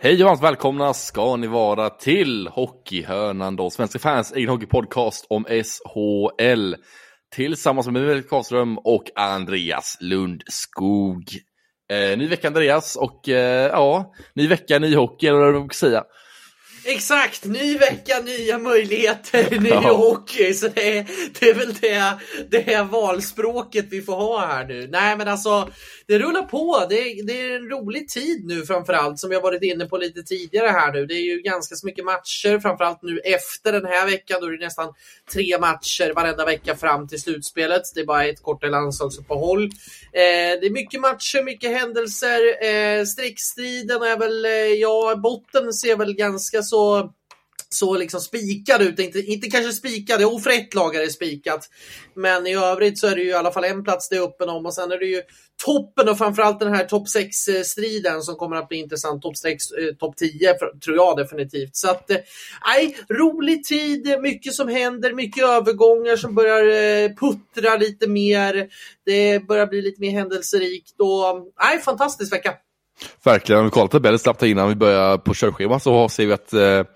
Hej och varmt välkomna ska ni vara till Hockeyhörnan då, Svenska fans egen hockeypodcast om SHL. Tillsammans med Mikael Karlström och Andreas Lundskog. Ny vecka Andreas och ny vecka, ny hockey eller vad du ska säga. Exakt, ny vecka, nya möjligheter, ny hockey. Så det är väl det valspråket vi får ha här nu. Nej men alltså, det rullar på. Det är en rolig tid nu framförallt, som jag varit inne på lite tidigare här nu. Det är ju ganska så mycket matcher, framförallt nu efter den här veckan. Då är det nästan 3 matcher varenda vecka fram till slutspelet. Det är bara ett kort landslagsuppehåll. Det är mycket matcher, mycket händelser. Streckstriden är väl, botten ser väl ganska så liksom spikad ut, inte kanske spikad, för ett lag är det spikat, men i övrigt så är det ju i alla fall en plats det är öppen om, och sen är det ju toppen och framförallt den här topp 6-striden som kommer att bli intressant, topp 10 tror jag definitivt. Så att, rolig tid, mycket som händer, mycket övergångar som börjar puttra lite mer, det börjar bli lite mer händelserikt och fantastisk vecka. Verkligen, om vi kollar tabellen snabbt innan vi börjar på körschema så ser vi att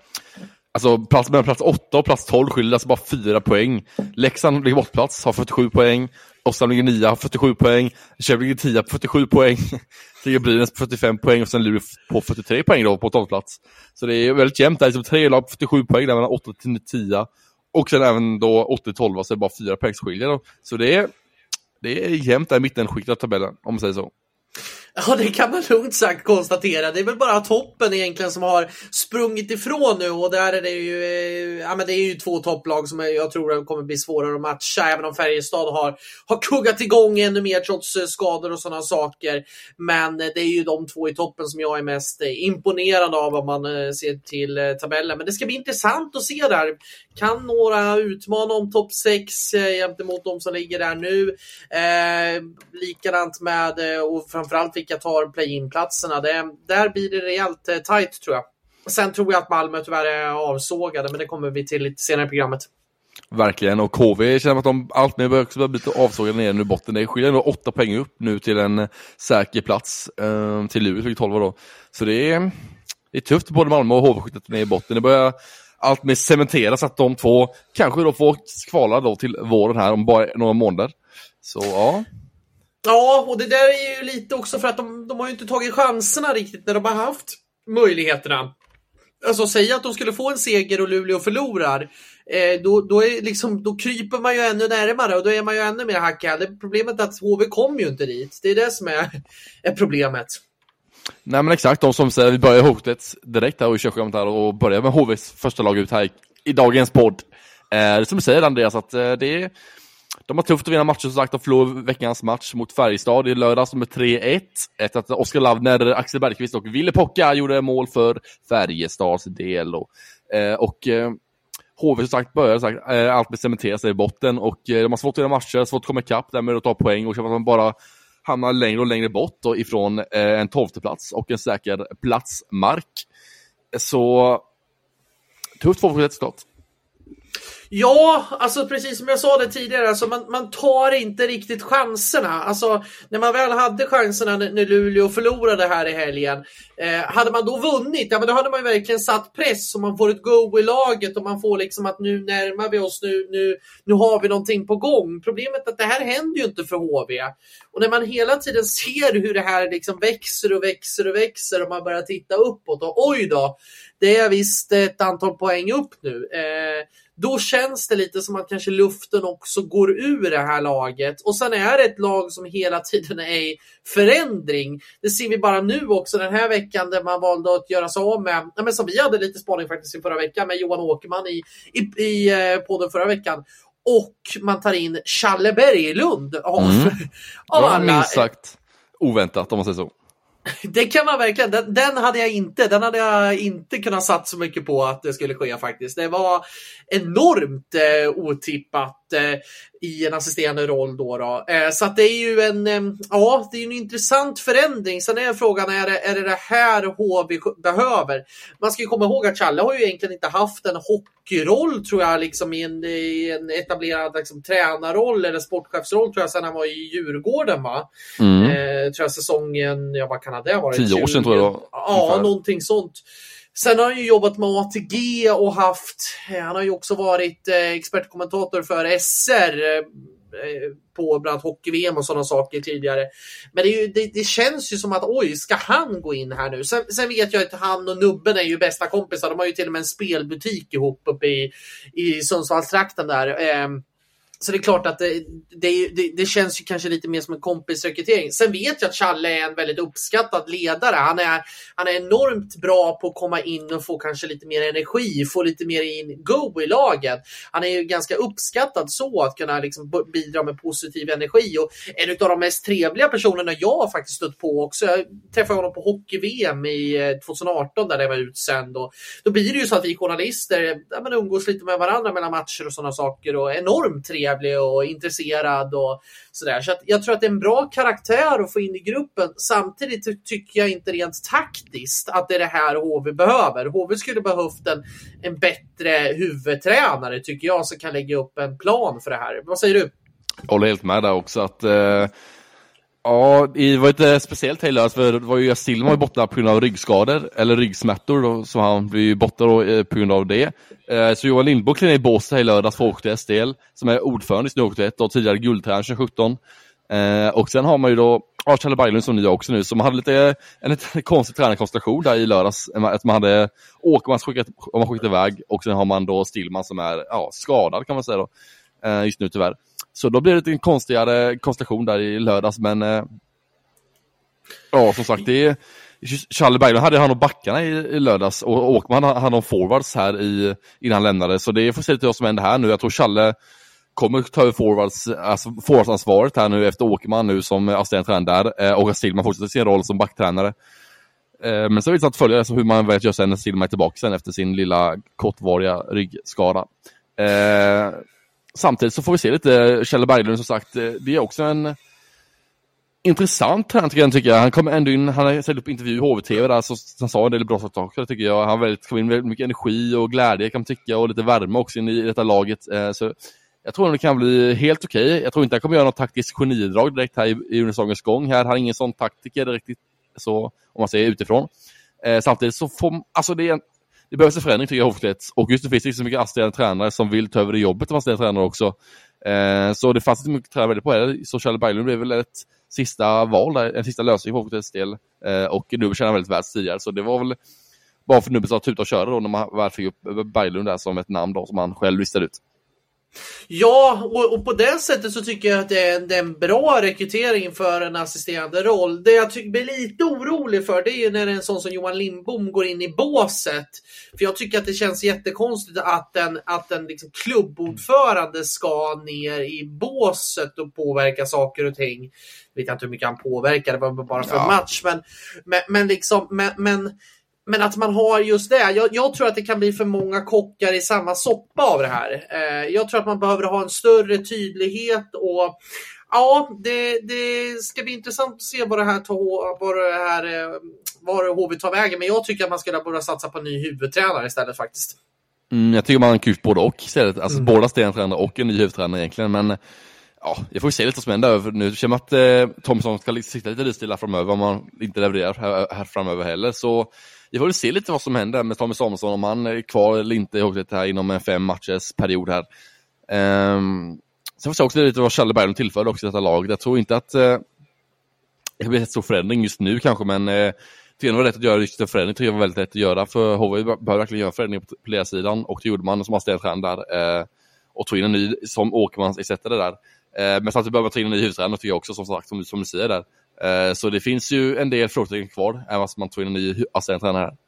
mellan plats 8 och plats 12 skiljer alltså bara 4 poäng. Leksand ligger bortplats, har 47 poäng. Oskarshamn ligger 9, har 47 poäng. Köping ligger 10 på 47 poäng. Ligger Brynäs på 45 poäng och sen Luleå på 43 poäng då på 12 plats. Så det är väldigt jämnt där, liksom 3 lag på 47 poäng där mellan 8 till 10. Och sen även då 8 till 12, så är det bara 4 poäng skiljer då. Så det är jämnt där i mittenskiktet av tabellen, om man säger så. Ja, det kan man lugnt sagt konstatera. Det är väl bara toppen egentligen som har sprungit ifrån nu, och där är det ju det är ju 2 topplag som jag tror kommer bli svårare att matcha, även om Färjestad har kuggat igång ännu mer trots skador och sådana saker. Men det är ju de 2 i toppen som jag är mest imponerad av om man ser till tabellen. Men det ska bli intressant att se där. Kan några utmana om topp 6 gentemot de som ligger där nu? Likadant med, och framförallt vilka tar play-in-platserna. Där blir det rejält tight tror jag. Sen tror jag att Malmö tyvärr är avsågade, men det kommer vi till lite senare i programmet. Verkligen, och KV känner att de allt mer börjar bli avsågade ner nu i botten. Det skiljer ändå 8 poäng upp nu till en säker plats till Luleå 12 då. Så det är tufft både Malmö och HV-skyttet ner i botten. Det börjar allt mer cementeras att de 2 kanske då får kvala då till våren här om bara några månader. Så ja. Ja, och det där är ju lite också för att de har ju inte tagit chanserna riktigt när de har haft möjligheterna. Alltså säga att de skulle få en seger och Luleå förlorar, då kryper man ju ännu närmare och då är man ju ännu mer hackad. Det problemet är att HV kommer ju inte dit. Det är det som är problemet. Nej men exakt, de som säger vi börjar hotet direkt här och kör skämt här och börjar med HVs första lag ut här i dagens podd. Det som du säger Andreas, att de har tufft att vinna matcher som sagt, och förlorade veckans match mot Färjestad i lördags med 3-1. Efter att Oskar Lavner, Axel Bergqvist och Ville Pocka gjorde mål för Färjestads del. HV som sagt börjar allt med cementera sig i botten, och de har svårt att vinna matcher, svårt att komma ikapp där med att ta poäng, och känner att de bara hamnar längre och längre bort då, ifrån en 12:e plats och en säker platsmark. Så tufft för HV såklart. Ja, alltså precis som jag sa det tidigare, alltså man tar inte riktigt chanserna. Alltså när man väl hade chanserna när Luleå förlorade här i helgen, hade man då vunnit, men då hade man ju verkligen satt press och man får ett go i laget och man får liksom att nu närmar vi oss, nu har vi någonting på gång. Problemet är att det här händer ju inte för HV. Och när man hela tiden ser hur det här liksom växer och växer och växer och man börjar titta uppåt och oj då, det är visst ett antal poäng upp nu. Då känns det lite som att kanske luften också går ur det här laget. Och sen är det ett lag som hela tiden är i förändring. Det ser vi bara nu också den här veckan, där man valde att göra sig av med, men som vi hade lite spaning faktiskt i förra veckan med Johan Åkerman i podden förra veckan. Och man tar in Challe Berglund av alla. Minst sagt oväntat om man säger så. Det kan man verkligen. Den hade jag inte kunnat satt så mycket på att det skulle ske faktiskt. Det var enormt otippat i en assisterande roll då. Så att det är ju det är en intressant förändring. Sen är frågan, är det här HV behöver? Man ska ju komma ihåg att Challe har ju egentligen inte haft en hockeyroll, tror jag, liksom i en etablerad liksom, tränarroll eller sportchefsroll, tror jag, sen han var i Djurgården, va? Tror jag säsongen, vad kan det ha varit? 10 år sedan tror jag. Ja, någonting sånt. Sen har han ju jobbat med ATG och han har ju också varit expertkommentator för SR på bland annat hockey-VM och sådana saker tidigare. Men det känns ju som att ska han gå in här nu? Sen vet jag att han och Nubben är ju bästa kompisar. De har ju till och med en spelbutik ihop uppe i Sundsvallstrakten där. Så det är klart att det känns ju kanske lite mer som en kompisrekrytering. Sen vet jag att Challe är en väldigt uppskattad ledare. Han är enormt bra på att komma in och få kanske lite mer energi, få lite mer go i laget. Han är ju ganska uppskattad så att kunna liksom bidra med positiv energi. Och en av de mest trevliga personerna jag har faktiskt stött på också. Jag träffade honom på hockey-VM i 2018 där det var utsänd. Och då blir det ju så att vi journalister umgås lite med varandra mellan matcher och sådana saker. Och enormt trevliga och intresserad och sådär. Så att jag tror att det är en bra karaktär att få in i gruppen. Samtidigt tycker jag inte rent taktiskt att det är det här HV behöver. HV skulle behövt en bättre huvudtränare, tycker jag, som kan lägga upp en plan för det här. Vad säger du? Jag håller helt med där också att det var lite speciellt hela, för det var ju Silman var borta på grund av ryggskador eller ryggsmärtor då, så han blev ju borta då, på grund av det. Så Johan Lindbom klev i Båstad i lördags för HV71 del, som är ordförande i HV71 och tidigare guldtränare 2017. Och sen har man ju då Challe Berglund som ni också nu, som hade lite konstig tränarkonstellation där i lördags. Att man hade Åkerman skickat iväg, och sen har man då Stillman som är skadad, kan man säga då, just nu tyvärr. Så då blir det en konstigare konstellation där i lördags, men som sagt, det är Challe Berglund hade han och backarna i lördags, och Åkerman hade de forwards här innan han lämnade, så det får se lite vad som händer här nu. Jag tror Challe kommer ta över forwardsansvaret här nu efter Åkerman nu som assisterande där, och Stillman fortsätter sin roll som backtränare. Men så är det att följa hur man vet göra sen när Stillman är tillbaka sen efter sin lilla kortvariga ryggskada. Samtidigt så får vi se lite Challe Berglund, som sagt, det är också en intressant tränare tycker jag. Han kommer ändå in, han har sett upp intervju i HVTV där, så han sa en del bra saker tycker jag. Han kom in väldigt mycket energi och glädje, kan man tycka, och lite värme också in i detta laget. Så jag tror att det kan bli helt okej. Jag tror inte han kommer göra något taktiskt genidrag direkt här i säsongens gång. Här har ingen sån taktiker riktigt, så om man säger utifrån. Samtidigt så får, alltså det behövs en förändring tycker jag, HV71. Och just nu finns det inte så mycket assisterande tränare som vill ta över det jobbet som assisterande tränare också. Så det fanns inte mycket tränare på det. Så Challe Berglund blev väl ett sista val där, en sista lösning på HV71 del. Och Nubbe känner väldigt väl tidigare. Så det var väl bara för Nubbe att tuta och köra då, när man väl fick upp Berglund där som ett namn då, som han själv listade ut. Ja, och på det sättet så tycker jag att det är en bra rekrytering för en assisterande roll. Det jag blir lite orolig för, det är ju när en sån som Johan Lindbom går in i båset. För jag tycker att det känns jättekonstigt att en liksom klubbordförande ska ner i båset och påverka saker och ting. Jag vet inte hur mycket han påverkar, det var bara för en match. Men att man har just det. Jag tror att det kan bli för många kockar i samma soppa av det här. Jag tror att man behöver ha en större tydlighet. Och det ska bli intressant att se var HV tar vägen. Men jag tycker att man skulle börja satsa på en ny huvudtränare istället faktiskt. Jag tycker man har kuft både och istället. Alltså båda stentränare och en ny huvudtränare egentligen. Men jag får se lite vad som händer nu. Det känns att Thomson ska sitta lite stilla framöver om man inte levererar här framöver heller. Så vi får väl se lite vad som händer med Tommy Samuelsson, om han är kvar eller inte i HV71 här inom en 5 matchers period här. Så får vi se också lite vad Challe Berglund tillförde också i detta lag. Jag tror inte att det blir en stor förändring just nu kanske, men det var rätt att göra just en förändring, tror jag var väldigt rätt att göra, för HV behöver verkligen göra en förändring på ledarsidan, och det gjorde man som assisterande där, och tog in en ny som Åkerman ersättade där. Men samtidigt behöver man ta in en ny huvudtränare tycker jag också, som sagt, som du säger där. Så det finns ju en del frågetecken kvar, även om man tog in en ny assisterande här.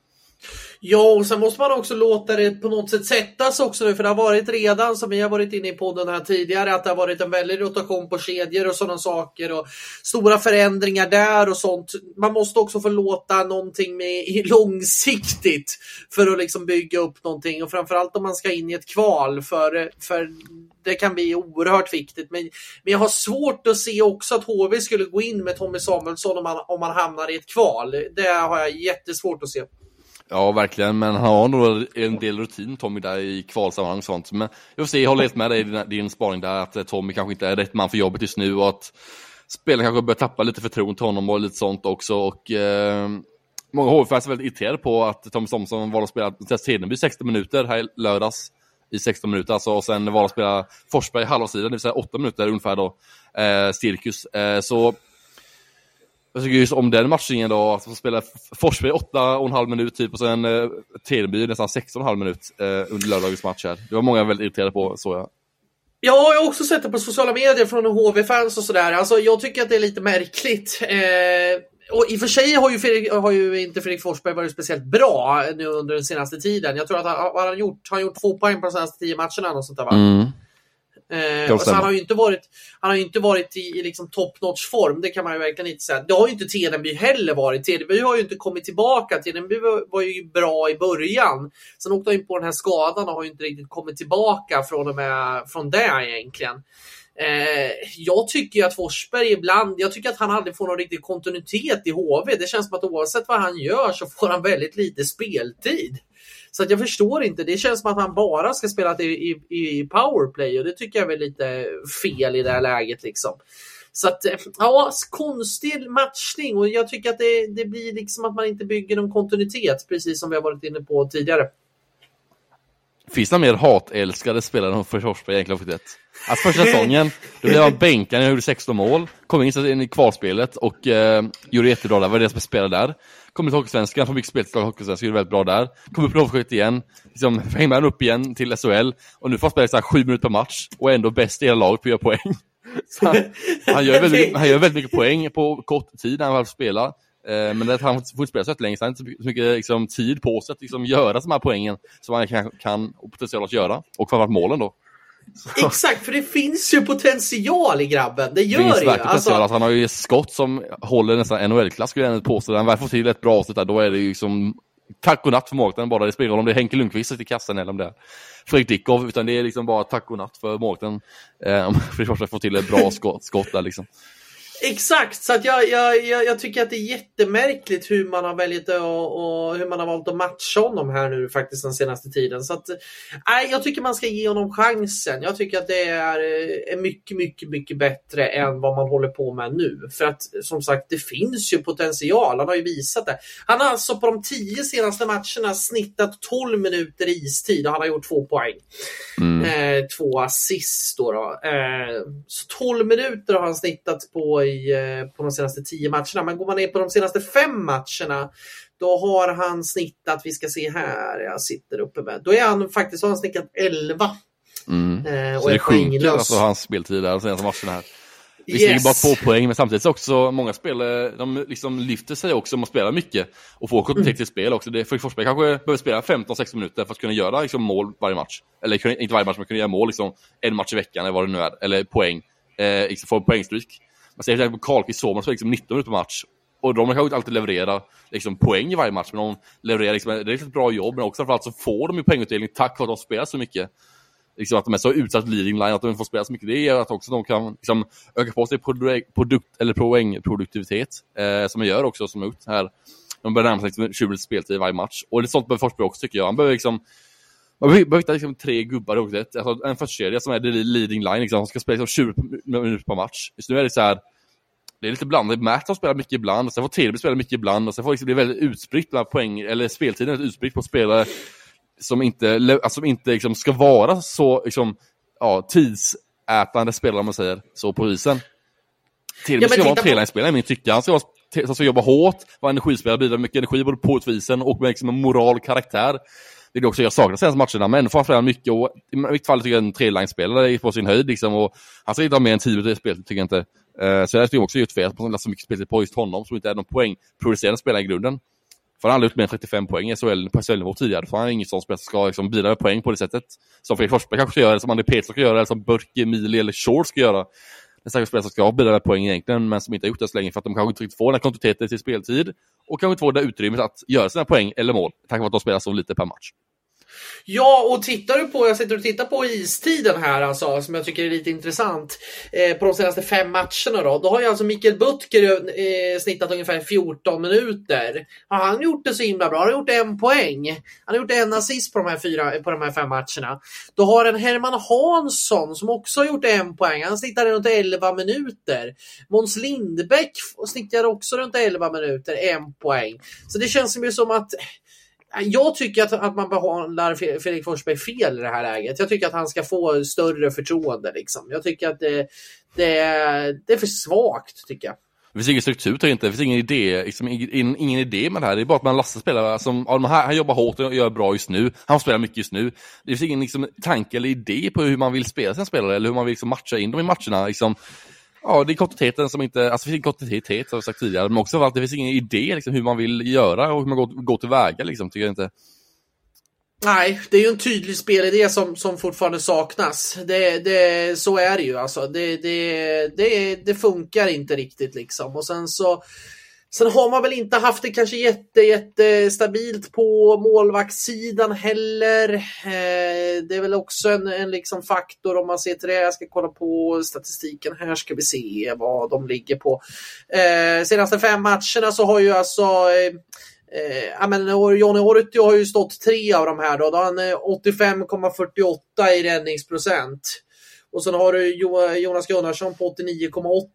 Ja, och sen måste man också låta det på något sätt sättas också nu, för det har varit redan, som vi har varit inne i podden här tidigare, att det har varit en väldig rotation på kedjor och sådana saker och stora förändringar där och sånt. Man måste också få låta någonting med långsiktigt för att liksom bygga upp någonting, och framförallt om man ska in i ett kval, för det kan bli oerhört viktigt. Men jag har svårt att se också att HV skulle gå in med Tommy Samuelsson om man hamnar i ett kval. Det har jag jättesvårt att se. Ja, verkligen, men han har nog en del rutin, Tommy, där i kvalsammanhang och sånt. Men jag håller helt med dig i din spaning där, att Tommy kanske inte är rätt man för jobbet just nu, och att spelarna kanske börjar tappa lite förtroende till honom och lite sånt också. Och många HV-fans är väldigt irriterade på att Tommy Samuelsson var att spela Tedenby 60 minuter här i lördags i 16 minuter, alltså, och sen var att spela Forsberg halva sidan, det vill säga 8 minuter ungefär då, cirkus. Så jag tycker just om den matchningen då, att få spela Forsberg 8,5 minut typ, och sen Tedenby nästan 16,5 minut under lördagens match här. Det var många väldigt irriterade på, så jag. Ja, jag har också sett det på sociala medier från HV-fans och sådär. Alltså, jag tycker att det är lite märkligt. Och i och för sig har ju inte Fredrik Forsberg varit speciellt bra nu under den senaste tiden. Jag tror att han har gjort 2 poäng på de senaste 10 matcherna och sånt där, va? Och så han har ju inte varit i liksom top-notch form, det kan man ju verkligen inte säga. Det har ju inte Tedenby heller varit. Tedenby har ju inte kommit tillbaka. Tedenby var ju bra i början. Sen åkte han in på den här skadan och har ju inte riktigt kommit tillbaka från det egentligen. Jag tycker ju att Forsberg ibland, jag tycker att han aldrig får någon riktig kontinuitet i HV. Det känns som att oavsett vad han gör så får han väldigt lite speltid. Så att jag förstår inte, det känns som att han bara ska spela i powerplay, och det tycker jag är lite fel i det här läget liksom. Så att, ja, konstig matchning, och jag tycker att det blir liksom att man inte bygger någon kontinuitet, precis som vi har varit inne på tidigare. Finns det mer hatälskade spelare än för Forsberg egentligen för det? Alltså första säsongen, då blev han bänkad, jag gjorde 16 mål, kom in i kvalspelet och gjorde jättebra där, var det som spelade där. Kom till Hockeysvenskan, får mycket spel till Hockeysvenskan, gjorde väldigt bra där. Kom upp på Hockeyet igen, liksom hängde han upp igen till SHL, och nu får han spela så här 7 minuter per match och ändå bäst i hela laget på att göra poäng. Så han gör väldigt mycket poäng på kort tid när han väl spelar. Men att han får spela så ett länge, så han har inte så mycket liksom, tid på sig att liksom, göra de här poängen som han kan och potential att göra, och framförallt målen då. Så. Exakt, för det finns ju potential i grabben. Det gör det ju. Alltså, han har ju skott som håller nästan NHL-klass, skulle jag påstå. Han väl får till ett bra avslut där, då är det ju liksom tack och natt för målvakten. Bara det spelar om det är Henke Lundqvist i kassan eller om det är Fredrik Dickov, utan det är liksom bara tack och natt för målvakten. För att få till ett bra skott där liksom. Exakt, så att jag tycker att det är jättemärkligt hur man har valt att matcha honom här nu faktiskt den senaste tiden. Så att, jag tycker man ska ge honom chansen. Jag tycker att det är mycket, mycket, mycket bättre än vad man håller på med nu. För att som sagt, det finns ju potential. Han har ju visat det. Han har alltså på de 10 senaste matcherna snittat 12 minuter istid och han har gjort 2 poäng. 2 assist då. Så 12 minuter har han snittat på de senaste 10 matcherna. Men går man ner på de senaste 5 matcherna, då har han snittat, vi ska se här, jag sitter uppe med, då är han faktiskt, har han snittat 11. Så det sjunker alltså hans speltid där de senaste matcherna här. Vi ser bara 2 poäng, men samtidigt också många spelare, de liksom lyfter sig också om att spela mycket och få kontinuitet till spel också. Det för Forsberg kanske behöver spela 15-16 minuter för att kunna göra liksom, mål varje match. Eller inte varje match, men kunna göra mål liksom, en match i veckan eller vad det nu är. Eller poäng, liksom, få poängstryk. Man ser till exempel på Karlqvist så man så liksom 19 minuter på match. Och de kan ju inte alltid leverera liksom, poäng i varje match, men de levererar liksom, det är ett bra jobb, men också framförallt så får de ju poängutdelning tack vare att de spelar så mycket. Liksom att de är så utsatt leading line, att de får spela så mycket. Det gör att också de kan liksom, öka på sig poängproduktivitet, som de gör också, som de gjort här. De börjar närma sig liksom, 20 speltid i varje match. Och det är sånt behöver Forsberg också, tycker jag. Han behöver liksom, man behöver hitta liksom 3 gubbar i åket. Alltså en förstkedja som är det leading line, liksom, som ska spela liksom, 20 minuter per match. Just nu är det så här, det är lite blandat. Matt har spelat mycket ibland, och sen får Tedeby spela mycket ibland, och sen får liksom bli väldigt utspritt bland poäng, eller speltiden är utspritt på spelare som inte liksom ska vara så liksom, tidsätande spelare, om man säger så, på isen. Tedeby ska vara en treline-spelare, men tycker han ska jobba hårt, vara energispelare, bidra mycket energi både på utvisen och med liksom en moral karaktär. Det är också jag saknar senaste matcherna, men får han spela mycket, och i mitt fall tycker jag en treline-spelare är på sin höjd liksom, och han ska inte ha mer än 10 minuter i spelet, tycker jag inte. Så jag tycker också gjort fel på så mycket spel på just honom, som inte är någon poängproducerande spelare i grunden. För han har aldrig gjort mer än 35 poäng i SHL på SHL-nivå tidigare. För han är ingen sån spelare som ska liksom bidra med poäng på det sättet. Som Fredrik Forsberg kanske ska göra, eller som Andy Petersson ska göra, eller som Burke, Emili eller Shore ska göra. Det är säkert spelare som ska bidra med poäng egentligen, men som inte har gjort det så länge för att de kanske inte riktigt får den här kontinuiteten till speltid. Och kanske inte får det utrymmet att göra sina poäng eller mål. Tack vare att de spelar så lite per match. Ja, och jag sitter och tittar på istiden här alltså, som jag tycker är lite intressant på de senaste 5 matcherna då har ju alltså Mikael Butker snittat ungefär 14 minuter. Har han gjort det så himla bra? Han har gjort 1 poäng. Han har gjort 1 assist på de här 5 matcherna. Då har en Herman Hansson som också har gjort 1 poäng. Han snittar runt 11 minuter. Måns Lindbäck snittar också runt 11 minuter, 1 poäng. Så det känns som att jag tycker att man behandlar Fredrik Forsberg fel i det här läget. Jag tycker att han ska få större förtroende. Liksom. Jag tycker att det är för svagt, tycker jag. Det finns ingen struktur, inte. Det finns ingen idé, liksom, ingen idé med det här. Det är bara att man lastar spelare som han jobbar hårt och gör bra just nu. Han spelar mycket just nu. Det finns ingen liksom, tanke eller idé på hur man vill spela sina spelare eller hur man vill liksom, matcha in dem i matcherna. Liksom. Ja, det är kontinuiteten som inte... Alltså det finns en kontinuitet som jag sagt tidigare. Men också att det finns ingen idé liksom, hur man vill göra och hur man går tillväga, liksom, tycker jag inte. Nej, det är ju en tydlig spelidé som fortfarande saknas. Så är det ju alltså. Det funkar inte riktigt liksom. Och sen har man väl inte haft det kanske jättestabilt på målvaktssidan heller. Det är väl också en liksom faktor om man ser till det. Jag ska kolla på statistiken här, ska vi se vad de ligger på. Senaste 5 matcherna så har ju alltså Johnny Ortio har ju stått 3 av de här då har han 85,48 i räddningsprocent. Och sen har du Jonas Gunnarsson på 89,80.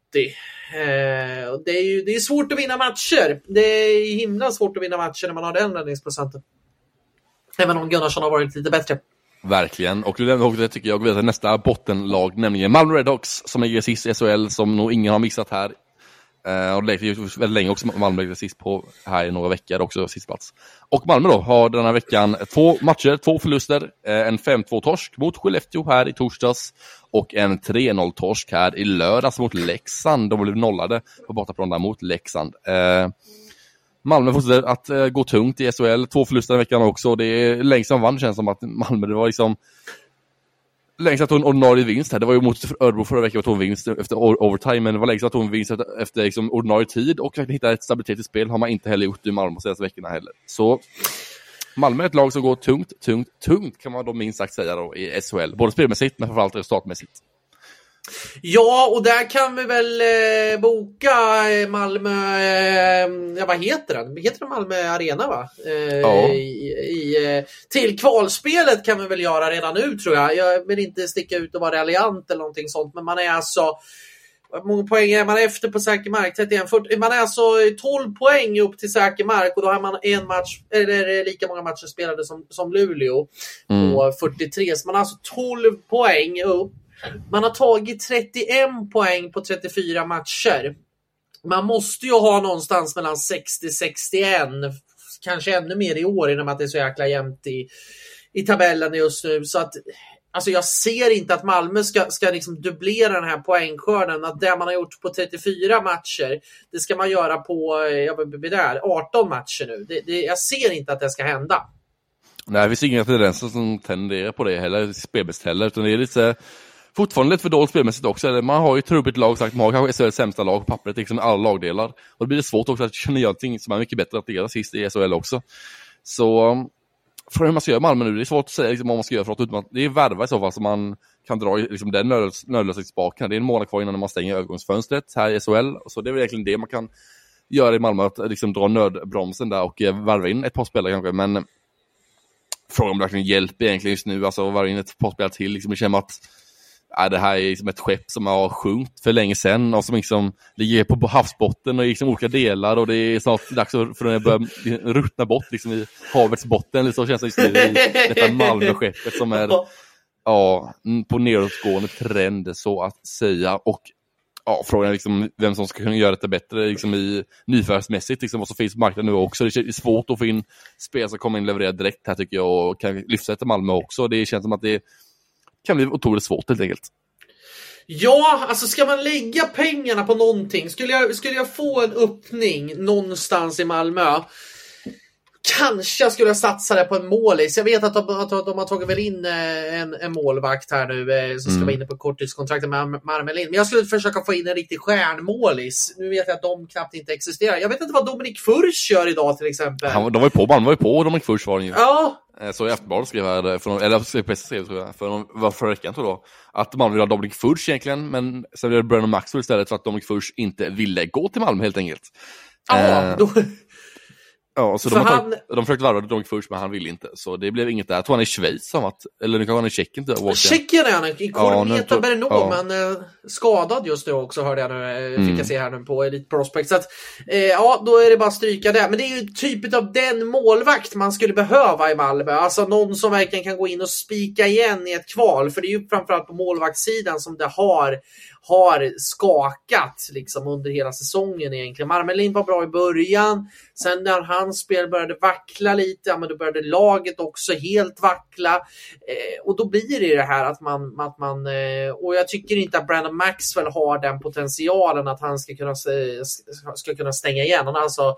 Det är svårt att vinna matcher. Det är himla svårt att vinna matcher när man har den räddningsprocenten. Även om Gunnarsson har varit lite bättre. Verkligen, och det tycker jag vet nästa bottenlag, nämligen Malmö Redhawks som ligger sist i SHL, som nog ingen har missat här. Och det är väldigt länge också. Malmö ligger sist på här i några veckor också, sistplats. Och Malmö då har den här veckan 2 matcher, 2 förluster, en 5-2-torsk mot Skellefteå här i torsdags och en 3-0-torsk här i lördags mot Leksand. De blev nollade på bortaplan där mot Leksand. Malmö fortsätter att gå tungt i SHL, 2 förluster i veckan också. Det är längst som vann, känns som att Malmö, det var liksom längst att hon ordinarie vinst här. Det var ju mot Örebro förra veckan att hon vinst efter overtime, men det var längst att hon vinst efter liksom ordinarie tid och att hitta ett stabilitet i spel har man inte heller gjort i Malmö de senaste veckorna heller. Så Malmö är ett lag som går tungt kan man då minst sagt säga då i SHL. Både spelmässigt men framförallt resultatmässigt. Ja, och där kan vi väl boka Malmö, vad heter den? Heter den Malmö Arena, va? Ja. Till kvalspelet kan vi väl göra redan nu, tror jag. Jag vill inte sticka ut och vara raljant eller någonting sånt, men man är alltså, hur många poäng är man efter på säker mark? 31, man är alltså 12 poäng upp till säker mark, och då har man en match, eller lika många matcher spelade som Luleå på 43, så man har alltså 12 poäng upp. Man har tagit 31 poäng på 34 matcher. Man måste ju ha någonstans mellan 60-61, kanske ännu mer i år, innan att det är så jäkla jämnt i tabellen just nu. Så att, alltså jag ser inte att Malmö ska liksom dubblera den här poängskörden. Att det man har gjort på 34 matcher, det ska man göra på 18 matcher nu. Jag ser inte att det ska hända. Nej, det finns inga tendenser som tenderar på det heller, spelmässigt heller, utan det är lite... Fortfarande lite för dåligt spelmässigt också. Man har ju trubbigt lag, sagt, man har kanske SHLs sämsta lag på pappret, liksom alla lagdelar. Och det blir svårt också att känna någonting som är mycket bättre att ligga sist i SHL också. Så för hur man ska göra Malmö nu, det är svårt att säga liksom, vad man ska göra för att det är värva i så fall som man kan dra liksom, den nödlösningsbaken. Det är en månad kvar innan man stänger övergångsfönstret här i SHL. Så det är väl egentligen det man kan göra i Malmö, att liksom, dra nödbromsen där och värva in ett par spelare kanske. Men frågan om det verkligen hjälper egentligen just nu, alltså värva in ett par spelare till. Liksom, det känns att det här är liksom ett skepp som har sjunkit för länge sedan och som liksom ligger på havsbotten och i liksom olika delar, och det är snart dags för den att börja ruttna bort liksom i havets botten. Så känns det just nu i detta Malmö-skeppet som är på nedåtgående trend, så att säga. Och frågan är liksom vem som ska kunna göra detta bättre liksom i nyförvärvsmässigt, liksom vad som finns på marknaden nu också. Det är svårt att få in spel som kommer in leverera direkt här, tycker jag, och kan lyfta till Malmö också. Det känns som att det kan bli otroligt svårt helt enkelt. Ja, alltså ska man lägga pengarna på någonting, skulle jag få en öppning någonstans i Malmö, Kanske jag skulle satsa det på en målis. Jag vet att de har tagit väl in en målvakt här nu som ska vara inne på korttidskontrakt med Marmelin. Men jag skulle försöka få in en riktig stjärnmålis. Nu vet jag att de knappt inte existerar. Jag vet inte vad Dominik Furch gör idag till exempel. Man var ju på Dominik Furch var den ju. Ja. Så i Aftonbladet skrev jag, för förra veckan tror jag, att man vill ha Dominik Furch egentligen, men sen blev det Brennan Maxwell istället för att Dominik Furch inte ville gå till Malmö helt enkelt. Ja, då... Ja, så de försökte varva Dominik Furch, men han ville inte. Så det blev inget där. Jag tror han är i Schweiz, eller nu kan han i Tjeckien. Tjeckien är han, i Corneta Brno, men skadad just nu också, hörde jag nu, fick jag se här nu på Elite Prospect. Så att, då är det bara att stryka det. Men det är ju typet av den målvakt man skulle behöva i Malmö. Alltså någon som verkligen kan gå in och spika igen i ett kval. För det är ju framförallt på målvaktssidan som det har skakat liksom under hela säsongen egentligen. Marmelin var bra i början. Sen när hans spel började vackla lite, men då började laget också helt vackla. Och då blir det här att man och jag tycker inte att Brandon Maxwell har den potentialen att han ska kunna stänga igen. Han alltså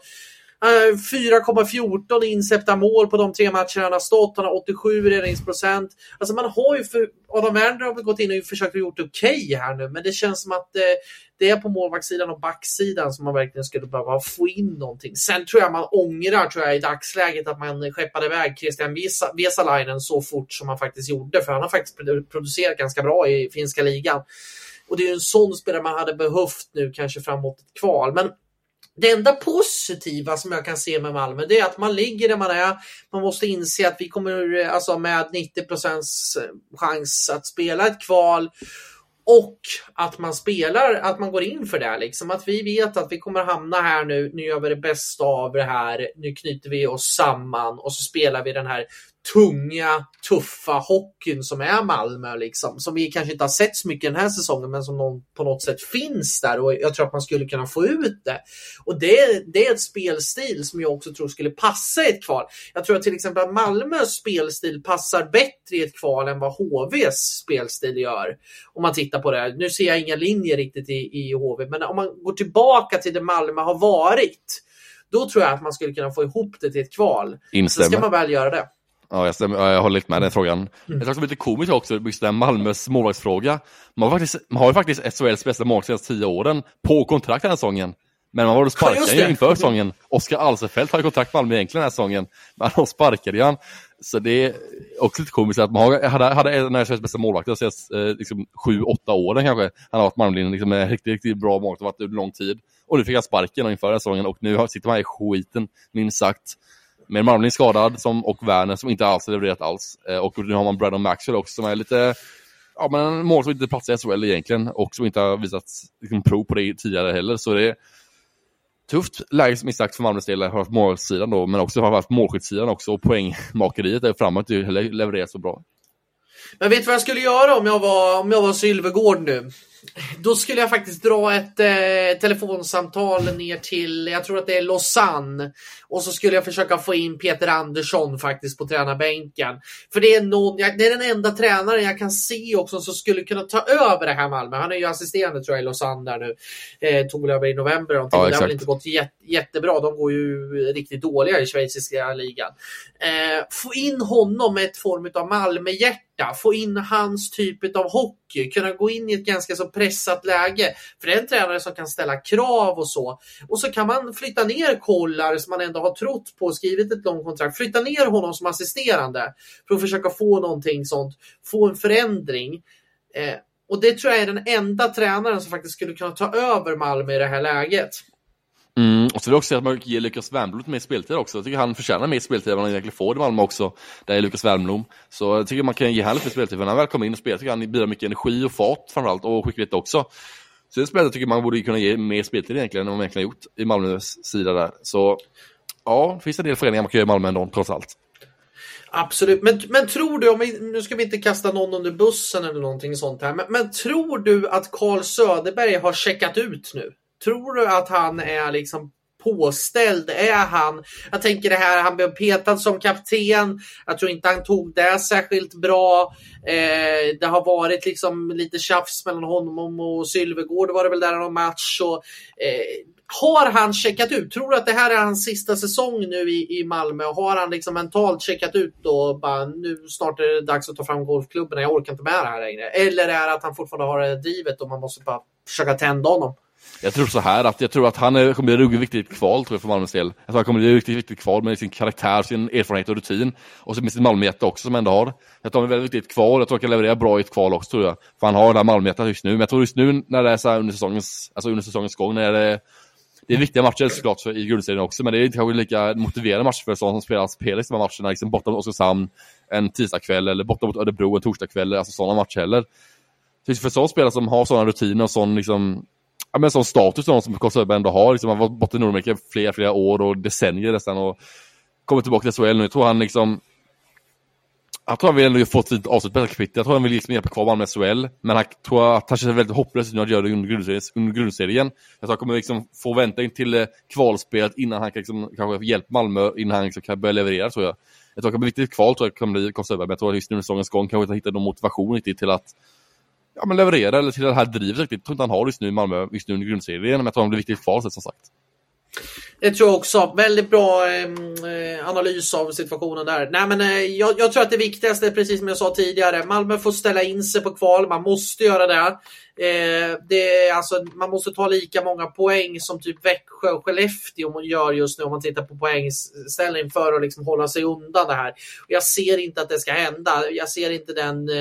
4,14 insläppta mål på de 3 matcherna han har stått. Han har 87 räddningsprocent. Alltså man har ju Adam Werner har gått in och försökt gjort okej här nu, men det känns som att det är på målvaktssidan och backsidan som man verkligen skulle behöva få in någonting. Sen tror jag man ångrar i dagsläget att man skeppade iväg Christian Vesalainen så fort som man faktiskt gjorde, för han har faktiskt producerat ganska bra i finska ligan. Och det är ju en sån spelare man hade behövt nu kanske framåt ett kval. Men det enda positiva som jag kan se med Malmö, det är att man ligger där man är. Man måste inse att vi kommer alltså med 90% chans att spela ett kval. Och att man går in för det liksom. Att vi vet att vi kommer hamna här nu gör vi det bästa av det här. Nu knyter vi oss samman och så spelar vi den här tunga, tuffa hockeyn som är Malmö liksom. Som vi kanske inte har sett så mycket den här säsongen, men som på något sätt finns där. Och jag tror att man skulle kunna få ut det. Och det är ett spelstil som jag också tror skulle passa i ett kval. Jag tror att till exempel att Malmös spelstil passar bättre i ett kval än vad HVs spelstil gör. Om man tittar på det. Nu ser jag inga linjer riktigt i HV. Men om man går tillbaka till det Malmö har varit, då tror jag att man skulle kunna få ihop det till ett kval. Instämmer. Så ska man väl göra det. Ja, jag håller lite med den frågan. Jag tror också lite komiskt också, just den Malmös målvaktsfråga. Man har ju faktiskt SHLs bästa målvakt senaste 10 åren på kontrakt den här säsongen. Men man var och sparkade ju inför säsongen. Oskar Alsefelt har ju kontrakt med Malmö egentligen den här säsongen. Men han sparkade han. Så det är också lite komiskt att man hade en av SHLs bästa målvakter senaste liksom 7-8 åren kanske. Han har varit Malmö liksom en riktigt bra målvakt och varit under lång tid. Och nu fick han sparken inför den här säsongen. Och nu sitter man i skiten, minst sagt. Med Marmelin skadad och Werner som inte alls har levererat alls. Och nu har man Brandon Maxwell också som är lite... Ja, men en mål som inte platsar i SHL egentligen. Och som inte har visat liksom, prov på det tidigare heller. Så det är tufft läge som sagt för Malmös del. Har haft målsidan då. Men också har haft målskyddssidan också. Och poängmakeriet är framåt. Det har levererat så bra. Men vet du vad jag skulle göra om jag var Sylvegård nu? Då skulle jag faktiskt dra ett telefonsamtal ner till, jag tror att det är Lausanne. Och så skulle jag försöka få in Peter Andersson faktiskt på tränarbänken. För det är den enda tränaren jag kan se också som skulle kunna ta över det här Malmö. Han är ju assisterande tror jag i Lausanne där nu. Tog väl över i november. Ja, det har väl inte gått jättebra. De går ju riktigt dåliga i schweiziska ligan. Få in honom med ett form av Malmö-hjärta. Få in hans typ av hockey. Kunna gå in i ett ganska så pressat läge. För det är en tränare som kan ställa krav och så. Och så kan man flytta ner Kollar som man ändå har trott på och skrivit ett långt kontrakt. Flytta ner honom som assisterande. För att försöka få någonting sånt. Få en förändring. Och det tror jag är den enda tränaren som faktiskt skulle kunna ta över Malmö i det här läget. Och så vill jag också säga att man ger Lukas Wernbloom mer speltid också. Jag tycker han förtjänar mer speltid än vad han egentligen får i Malmö också. Där är Lukas Wernbloom. Så jag tycker man kan ge honom lite speltid. För när han väl kommer in och spelar tycker han bidrar mycket energi och fart framförallt. Och skickligt också. Så det spelet tycker man borde kunna ge mer speltid egentligen än vad man egentligen gjort i Malmös sida där. Så ja, det finns en del föreningar man kan göra i Malmö ändå, trots allt. Absolut, men tror du, nu ska vi inte kasta någon under bussen eller någonting sånt här, men tror du att Carl Söderberg har checkat ut nu? Tror du att han är liksom påställd? Är han, jag tänker det här, han blev petad som kapten. Jag tror inte han tog det särskilt bra. Det har varit liksom lite tjafs mellan honom och Sylvegård, var det väl där någon match. Och, har han checkat ut? Tror du att det här är hans sista säsong nu i Malmö? Har han liksom mentalt checkat ut då? Bara, nu snart är det dags att ta fram golfklubben. Jag orkar inte med det här längre. Eller är det att han fortfarande har det drivet och man måste bara försöka tända honom? Jag tror så här att jag tror att han kommer bli ruggigt viktigt kval, tror jag, för Malmös del. Jag tror att han kommer bli riktigt viktigt kval med sin karaktär, sin erfarenhet och rutin. Och så med sin Malmöhjärta också som ändå har. Jag tror han är väldigt viktigt kval. Jag tror att han kan leverera bra i ett kval också, tror jag. För han har den här Malmöhjärtat just nu. Men jag tror just nu när det är så här under säsongens gång, när det är viktiga matcher såklart i grundserien också, men det är inte kanske lika motiverande matcher för sådana som spelar spelare som matcherna, liksom borta mot Oskarshamn en tisdagkväll eller borta mot Örebro en torsdagkväll, alltså sådana matcher heller. Så för sådana spelare som har sådana rutiner och sån liksom, ja, men sån status som Karlsöberg ändå har, liksom, han var borta i Nordamerika flera år och decennier nästan och kommer tillbaka till SHL nu. Jag tror han vill ändå få ett fint avslut på detta kapitel. Jag tror han vill liksom hjälpa kvar med SHL. Men jag tror att han känns väldigt hopplös nu att göra det under grundserien. Jag tror han kommer liksom få vänta in till kvalspelet innan han kan liksom, kanske hjälpa Malmö innan han liksom kan börja leverera, tror jag. Jag tror att det kan bli viktigt kval, tror jag kan bli Karlsöberg. Men jag tror att just nu säsongens gång kanske inte hitta någon motivation riktigt till att leverera eller till det här drivet riktigt. Jag tror inte han har just nu i Malmö just nu under grundserien. Men jag tror han blir viktigt kval, som sagt. Det tror jag också. Väldigt bra analys av situationen där. Nej, men jag tror att det viktigaste är precis som jag sa tidigare. Malmö får ställa in sig på kval. Man måste göra det. Alltså, man måste ta lika många poäng som typ Växjö och Skellefteå gör just nu om man tittar på poängställning för att liksom hålla sig undan det här. Och jag ser inte att det ska hända. Jag ser inte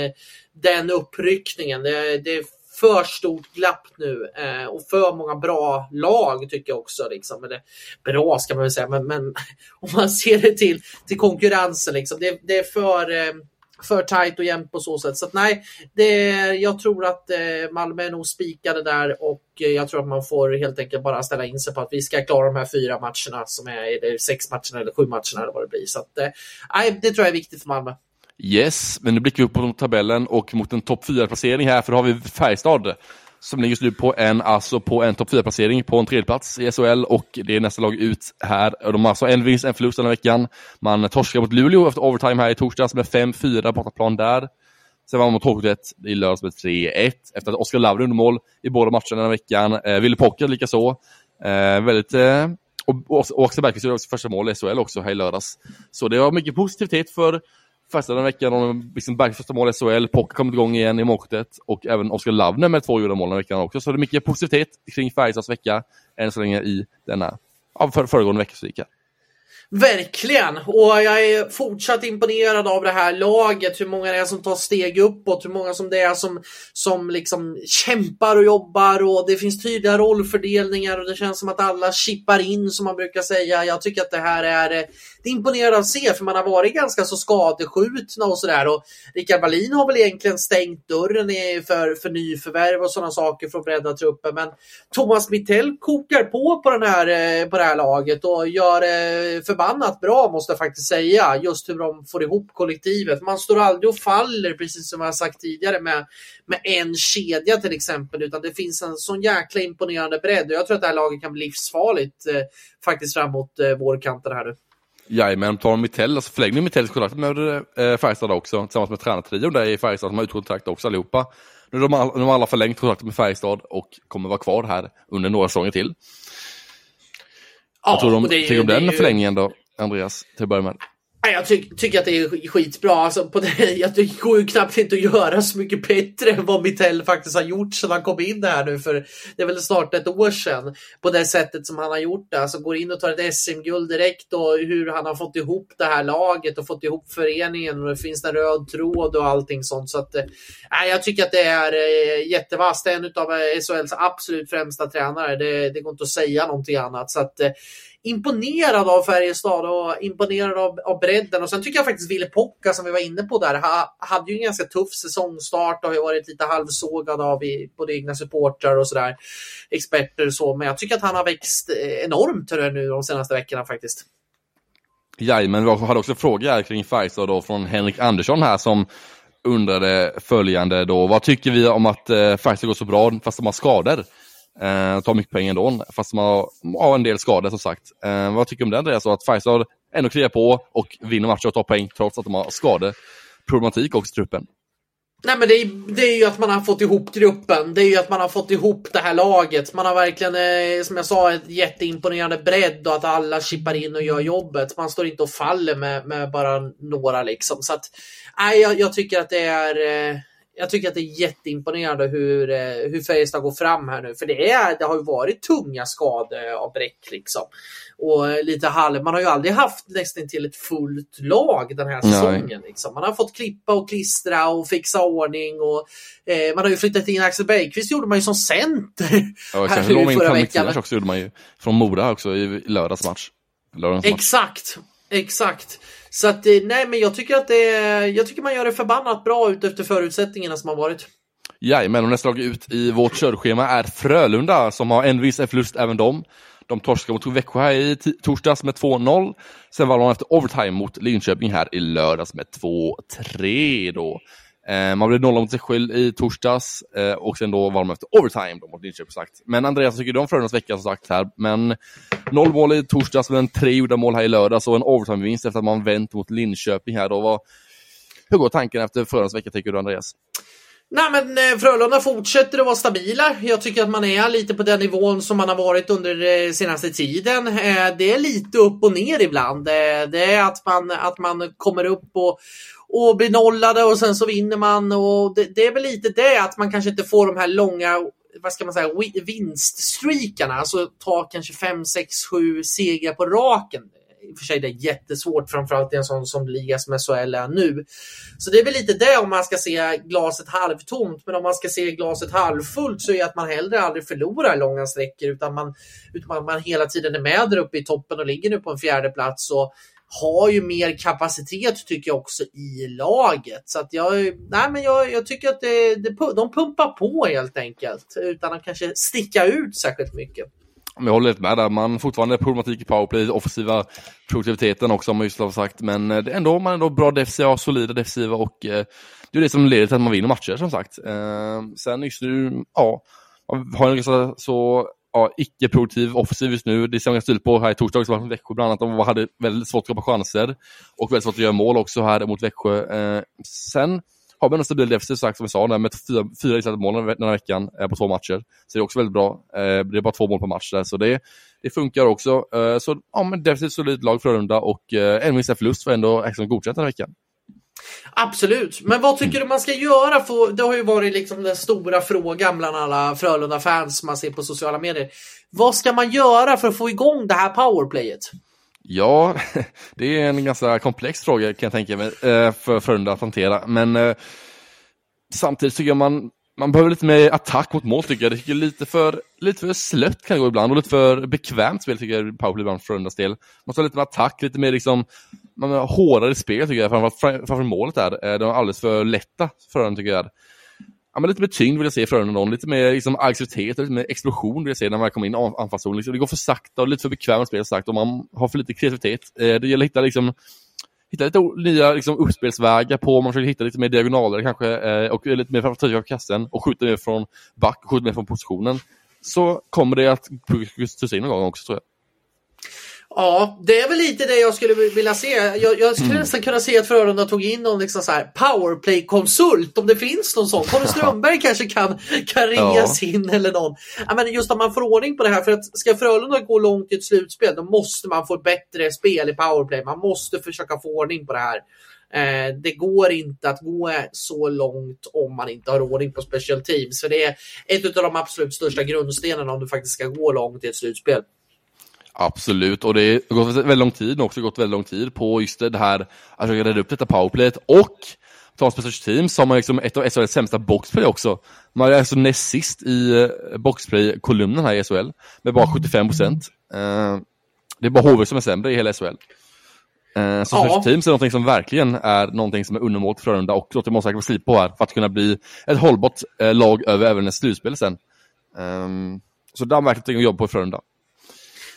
den uppryckningen. Det är för stort glapp nu och för många bra lag tycker jag också liksom. Men bra ska man väl säga, men om man ser det till konkurrensen liksom, det är för tajt och jämnt på så sätt. Så att nej, jag tror att Malmö är nog spikade där och jag tror att man får helt enkelt bara ställa in sig på att vi ska klara de här 4 matcherna som är 6 matcherna eller 7 matcherna eller vad det blir. Så att det tror jag är viktigt för Malmö. Yes, men nu blickar vi upp på tabellen och mot en topp 4-placering här, för då har vi Färjestad som ligger just nu på en topp 4-placering på en tredjeplats i SHL, och det är nästa lag ut här. De har alltså en vinst, en förlust den här veckan. Man torskar mot Luleå efter overtime här i torsdags med 5-4 bortaplan där. Sen var man mot Håklet i lördags med 3-1 efter att Oskar Lavre under mål i båda matcherna den här veckan. Ville Pocker lika så. Väldigt... Och Axel Bergqvist gjorde också första mål i SHL också här i lördags. Så det var mycket positivitet för första den veckan, och liksom Bergs första mål i SHL, Pocker kommit igång igen i målskyttet, och även Oskar Lavne med 2 gjorda mål den veckan också. Så det är mycket positivitet kring Färjestads vecka än så länge i denna föregående vecka så gick jag. Verkligen, och jag är fortsatt imponerad av det här laget, hur många det är som tar steg uppåt, hur många som det är som liksom kämpar och jobbar, och det finns tydliga rollfördelningar och det känns som att alla chippar in, som man brukar säga. Jag tycker att det här är imponerande att se, för man har varit ganska så skadeskjutna och sådär, och Rickard Wallin har väl egentligen stängt dörren för nyförvärv och sådana saker från bredda truppen, men Thomas Mittell kokar på det här laget och gör förbannat bra, måste jag faktiskt säga, just hur de får ihop kollektivet. Man står aldrig och faller, precis som jag har sagt tidigare, med en kedja till exempel, utan det finns en sån jäkla imponerande bredd, och jag tror att det här laget kan bli livsfarligt faktiskt framåt vårkanten här nu. Ja, men tar Mittell, alltså förlängning Mittells kontrakt med Färjestad också, tillsammans med tränartrion där i Färjestad som har utkontrakt också allihopa. Nu har de alla förlängt kontraktet med Färjestad och kommer vara kvar här under några säsonger till. Ja, jag tror de tycker om den förlängningen då, Andreas, till att börja med. Jag tycker att det är skitbra. Alltså, det går ju knappt inte att göra så mycket bättre än vad Mittell faktiskt har gjort sedan han kom in här nu, för det är väl snart ett år sedan, på det sättet som han har gjort det. Alltså går in och tar ett SM-guld direkt, och hur han har fått ihop det här laget och fått ihop föreningen, och det finns en röd tråd och allting sånt. Så att, jag tycker att det är jättevast. Det är en av SHLs absolut främsta tränare. Det går inte att säga någonting annat. Så att imponerad av Färjestad och imponerad av bredden. Och sen tycker jag faktiskt Ville Pocker, som vi var inne på där, hade ju en ganska tuff säsongstart och har varit lite halvsågad av både egna supportrar och sådär, experter och så. Men jag tycker att han har växt enormt nu de senaste veckorna faktiskt. Ja, men vi hade också en fråga kring Färjestad då från Henrik Andersson här, som undrade följande då: vad tycker vi om att Färjestad går så bra fast de har skador? Tar mycket pengar ändå, fast man har en del skador som sagt. Vad tycker du om det, Andreas? Så att Färjestad ändå krigar på och vinner matcher och tar poäng trots att de har skadeproblematik också i truppen. Nej, men det är ju att man har fått ihop gruppen. Det är ju att man har fått ihop det här laget. Man har verkligen, som jag sa, ett jätteimponerande bredd och att alla chippar in och gör jobbet. Man står inte och faller med bara några liksom. Så att, jag tycker att det är... Jag tycker att det är jätteimponerande hur Färjestad går fram här nu. För det har ju varit tunga skadeavbräck liksom. Och lite man har ju aldrig haft nästan till ett fullt lag den här säsongen. Liksom. Man har fått klippa och klistra och fixa ordning. Och man har ju flyttat in Axel Bergqvist, gjorde man ju som center. Ja, kanske låg in Kamik också, gjorde man ju från Mora också i lördagsmatch. Exakt. Så att, nej, men jag tycker man gör det förbannat bra ut efter förutsättningarna som har varit. Men nästa lag ut i vårt körschema är Frölunda, som har en viss förlust även de. De torskade mot Växjö här i torsdags med 2-0. Sen var de efter overtime mot Linköping här i lördags med 2-3 då. Man blev 0 mot sig själv i torsdags och sen då var de efter overtime då mot Linköping sagt. Men Andreas, tycker du om Frölundas vecka som sagt här? Men 0 mål i torsdags men 3 gjorda mål här i lördags och en overtime-vinst efter att man vänt mot Linköping här då. Hur går tanken efter Frölundas vecka, tycker du, Andreas? Nej, men Frölunda fortsätter att vara stabila. Jag tycker att man är lite på den nivån som man har varit under senaste tiden. Det är lite upp och ner ibland. Det är att man kommer upp och blir nollade och sen så vinner man. Och det är väl lite det att man kanske inte får de här långa, vad ska man säga, vinststreakarna. Alltså ta kanske 5, 6, 7 segrar på raken. I och för sig det är jättesvårt, framförallt i en sån som liga som SHL är nu. Så det är väl lite det om man ska se glaset halvtomt. Men om man ska se glaset halvfullt så är att man hellre aldrig förlorar långa sträckor. Utan man hela tiden är med där uppe i toppen och ligger nu på en 4:e plats. Och har ju mer kapacitet tycker jag också i laget. Så att jag tycker att de pumpar på helt enkelt. Utan att kanske sticka ut särskilt mycket. Jag håller lite med där. Man fortfarande problematik i powerplay, offensiva produktiviteten också, man just har sagt. Men det är ändå, man är ändå bra defensiva, solida defensiva och det är det som leder till att man vinner matcher som sagt. Sen just nu, man har en ganska så icke-produktiv offensiv just nu. Det ser man ganska stilt på här i torsdags var mot Växjö bland annat. De hade väldigt svårt att skapa chanser och väldigt svårt att göra mål också här mot Växjö. Sen har vi en stabil defensiv sagt som vi sa, med 4 insatta mål den här veckan på 2 matcher. Så det är också väldigt bra. Det är bara 2 mål på match där, så det funkar också. Så men defensivt solid lag Frölunda och en minsta förlust för ändå godkänt den här veckan. Absolut, men vad tycker du man ska göra? För det har ju varit liksom den stora frågan bland alla Frölunda-fans man ser på sociala medier. Vad ska man göra för att få igång det här powerplayet? Ja, det är en ganska komplex fråga kan jag tänka mig för Frölunda att hantera. Men samtidigt tycker jag man behöver lite mer attack mot mål tycker jag. Det tycker lite för slött kan det gå ibland och lite för bekvämt spel tycker jag powerplay ibland för Frölundas del. Man ska ha lite mer attack, lite mer liksom hårdare spel tycker jag framför målet där. De är alldeles för lätta Frölunda tycker jag. Ja, men lite mer tyngd vill jag se i Frölunda, lite mer liksom aggressivitet och lite mer explosion vill jag se när man kommer in i anfallszon. Liksom, det går för sakta och lite för bekvämt spel sagt och man har för lite kreativitet. Det gäller att hitta lite nya liksom, uppspelsvägar på, man försöker hitta lite mer diagonaler kanske och lite mer framför av kassen och skjuta mer från back och skjuta mer från positionen. Så kommer det att tussa in någon gång också tror jag. Ja, det är väl lite det jag skulle vilja se. Jag skulle nästan kunna se att Frölunda tog in någon liksom så här powerplay-konsult, om det finns någon sån. Conny Strömberg kanske kan ringas in eller någon. Ja, men just att man får ordning på det här, för att ska Frölunda gå långt i ett slutspel, då måste man få ett bättre spel i powerplay. Man måste försöka få ordning på det här. Det går inte att gå så långt om man inte har ordning på special teams. För det är ett av de absolut största grundstenarna om du faktiskt ska gå långt i ett slutspel. Absolut, och det har gått väldigt lång tid, också gått väldigt lång tid på just det här att försöka rädda upp detta powerplayet och ta en special team som har liksom ett av SHLs sämsta boxplay också. Man är alltså näst sist i boxplay-kolumnen här i SHL med bara 75%. Det är bara HV som är sämre i hela SHL. Så special teams är någonting som verkligen är någonting som är undermålt för Frölunda och låter man säkert slip på här för att kunna bli ett hållbart lag över även ett slutspel sen. Så där har man verkligen tänkt att jobba på i Frölunda.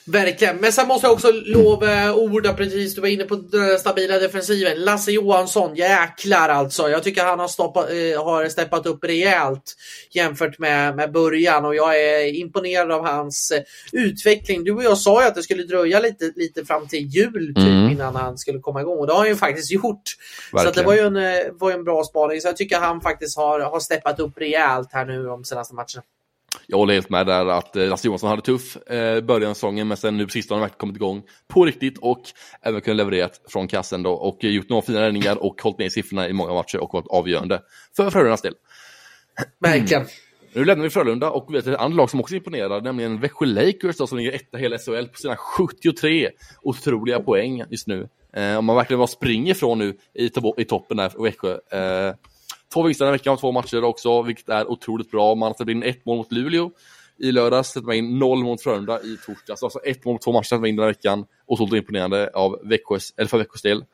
Verkligen, men sen måste jag också orda precis, du var inne på den stabila defensiven. Lasse Johansson, jäklar alltså. Jag tycker han har steppat upp rejält jämfört med början, och jag är imponerad av hans utveckling. Du och jag sa ju att det skulle dröja lite fram till jul typ, innan han skulle komma igång, och det har han ju faktiskt gjort. Verkligen. Så att det var ju en bra spaning, så jag tycker han faktiskt har steppat upp rejält här nu de senaste matcherna. Jag håller helt med där att Lasse Johansson hade tuff början av säsongen, men sen nu precis har han verkligen kommit igång på riktigt och även kunnat leverera från kassen då, och gjort några fina räddningar och hållit med i siffrorna i många matcher och varit avgörande för Frölundas del. Verkligen. Nu lämnar vi Frölunda och vi vet ett annat lag som också imponerar, nämligen Växjö Lakers då, som ligger etta hela SHL på sina 73 otroliga poäng just nu. Om man verkligen bara springer från nu i toppen där Växjö. 2 vinster den veckan av 2 matcher också, vilket är otroligt bra. Man har släppt in 1 mål mot Luleå i lördags, släppt in 0 mot Frölunda i torsdags. Alltså 1 mål mot 2 matcher släppt in den veckan. Otroligt imponerande av för Växjös del.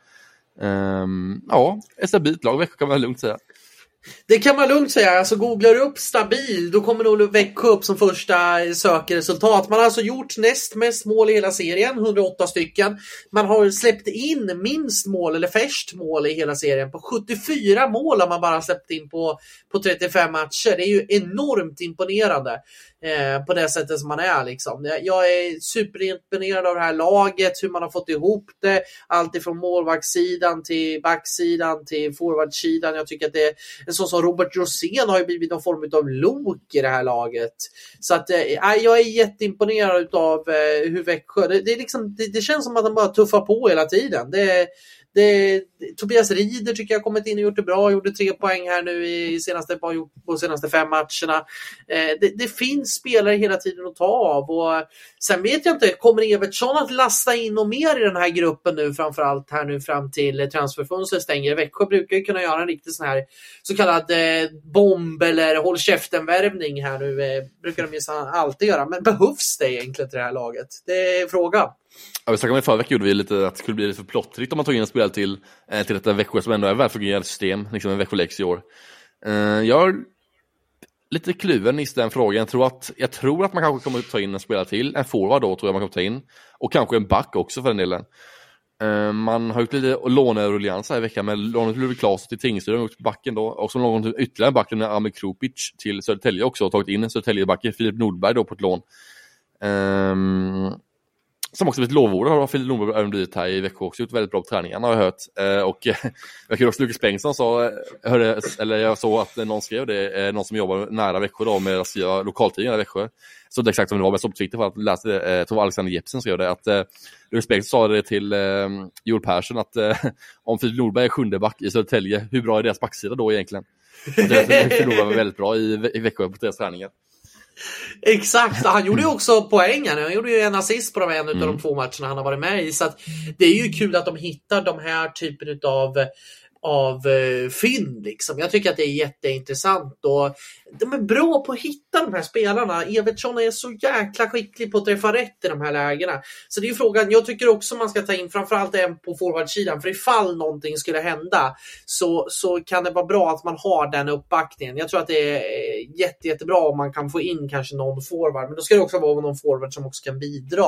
Ja, ett stabilt lag, Växjö kan man lugnt säga. Det kan man lugnt säga. Alltså googlar du upp stabil, då kommer nog Växjö upp som första sökresultat. Man har alltså gjort näst mest mål i hela serien, 108 stycken. Man har släppt in minst mål eller färst mål i hela serien. På 74 mål har man bara släppt in på 35 matcher. Det är ju enormt imponerande på det sättet som man är liksom. Jag är superimponerad av det här laget, hur man har fått ihop det. Allt ifrån målvaktssidan till backsidan till forwardsidan. Jag tycker att det är en sån som Robert Rosén har ju blivit någon form av lok i det här laget. Så att jag är jätteimponerad av hur Växjö, det känns som att de bara tuffar på hela tiden. Tobias Rieder tycker jag har kommit in och gjort det bra. Gjorde 3 poäng här nu på senaste 5 matcherna. Det finns spelare hela tiden att ta av. Och sen vet jag inte, kommer Evertsson att lasta in och mer i den här gruppen nu, framförallt här nu fram till transferfönstret stänger. Växjö brukar ju kunna göra en riktigt sån här så kallad bomb eller håll käften-värvning här nu. Brukar de ju alltid göra. Men behövs det egentligen till det här laget? Det är frågan. Ja, vi snackade med förra veckan, gjorde vi lite att det skulle bli lite för plottrigt om man tog in en spelare till detta Växjö som ändå är välfungerande system, liksom en Växjö Lex i år. Jag är lite kluven i den frågan. Jag tror att man kanske kommer att ta in en spelare till, en forward då tror jag man kommer ta in, och kanske en back också för den delen. Man har gjort lite lånerullians här i veckan med lånet Ludvig Klaas till Tingsryd och backen då, och som någon ytterligare backen med Amir Krupic till Södertälje också, och tagit in en Södertälje-backe, Filip Nordberg då på ett lån. Som också blivit lovord har Filip Nordberg även blivit här i Växjö också, gjort väldigt bra på träningarna har jag hört. Och jag kan också Lukas Bengtsson jag såg att någon skrev det, någon som jobbar nära Växjö då med att skriva lokaltidningar i Växjö. Så det exakt som det var, men så på Twitter för att läsa det, tror Alexander Jepsen skrev det, att Lukas Bengtsson sa det till Joel Persson att om Filip Nordberg är 7:e back i Södertälje, hur bra är deras backsida då egentligen? Filip Nordberg var väldigt bra i Växjö på deras träningar. Exakt, han gjorde ju också poängen. Han gjorde ju en assist på en av de 2 matcherna han har varit med i. Så att det är ju kul att de hittar de här typen av fynd liksom. Jag tycker att det är jätteintressant, och de är bra på att hitta de här spelarna. Evertsson är så jäkla skicklig på att träffa rätt i de här lägena. Så det är ju frågan, jag tycker också man ska ta in framförallt en på forwardsidan, för ifall någonting skulle hända så kan det vara bra att man har den uppbackningen. Jag tror att det är jättebra om man kan få in kanske någon forward, men då ska det också vara någon forward som också kan bidra.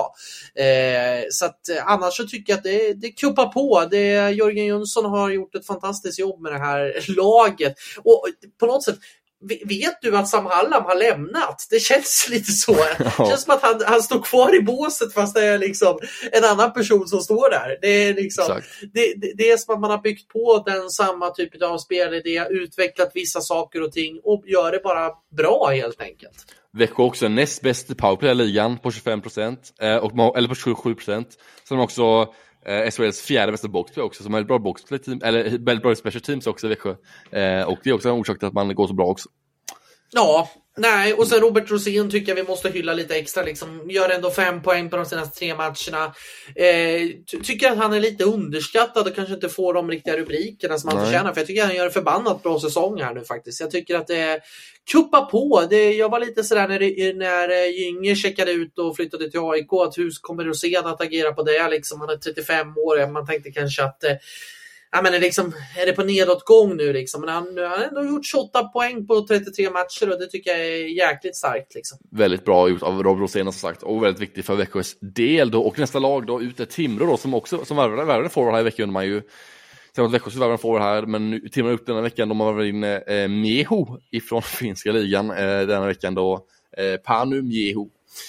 Så att annars så tycker jag att det kuppar på. Jörgen Jönsson har gjort ett fantastiskt jobb med det här laget, och på något sätt vet du att Sam Hallam har lämnat? Det känns lite så. Det känns som att han står kvar i båset fast det är liksom en annan person som står där. Det är liksom det är som att man har byggt på den samma typ av spelidé, utvecklat vissa saker och ting och gör det bara bra helt enkelt. Växjö också näst bäst i powerplay i ligan på 25%, eller på 27%. Sen också SHLs 4:e bästa boxplay också, som är ett bra boxplay team, eller väldigt bra special teams också i Växjö. Och det är också en orsak till att man går så bra också. Ja, nej, och sen Robert Rosén tycker jag vi måste hylla lite extra liksom. Gör ändå 5 poäng på de senaste 3 matcherna. Tycker att han är lite underskattad och kanske inte får de riktiga rubrikerna som han förtjänar, för jag tycker att han gör en förbannat bra säsong här nu faktiskt. Jag tycker att det kuppa på. Jag var lite sådär när Gynge checkade ut och flyttade till AIK, att hur kommer Rosén att agera på det liksom. Han är 35 år, man tänkte kanske att Ja, men är det på nedåtgång nu liksom? Men han har ändå gjort 28 poäng på 33 matcher och det tycker jag är jäkligt starkt liksom. Väldigt bra gjort av Rob Rosén som sagt, och väldigt viktigt för Växjös del då. Och nästa lag då ut är Timrå då, som värvade forward här i veckan. Man ju sen att Växjös värvade forward här, men Timrå upp den här veckan. De har varit in Mieho ifrån finska ligan den här veckan då. Panu Mieho.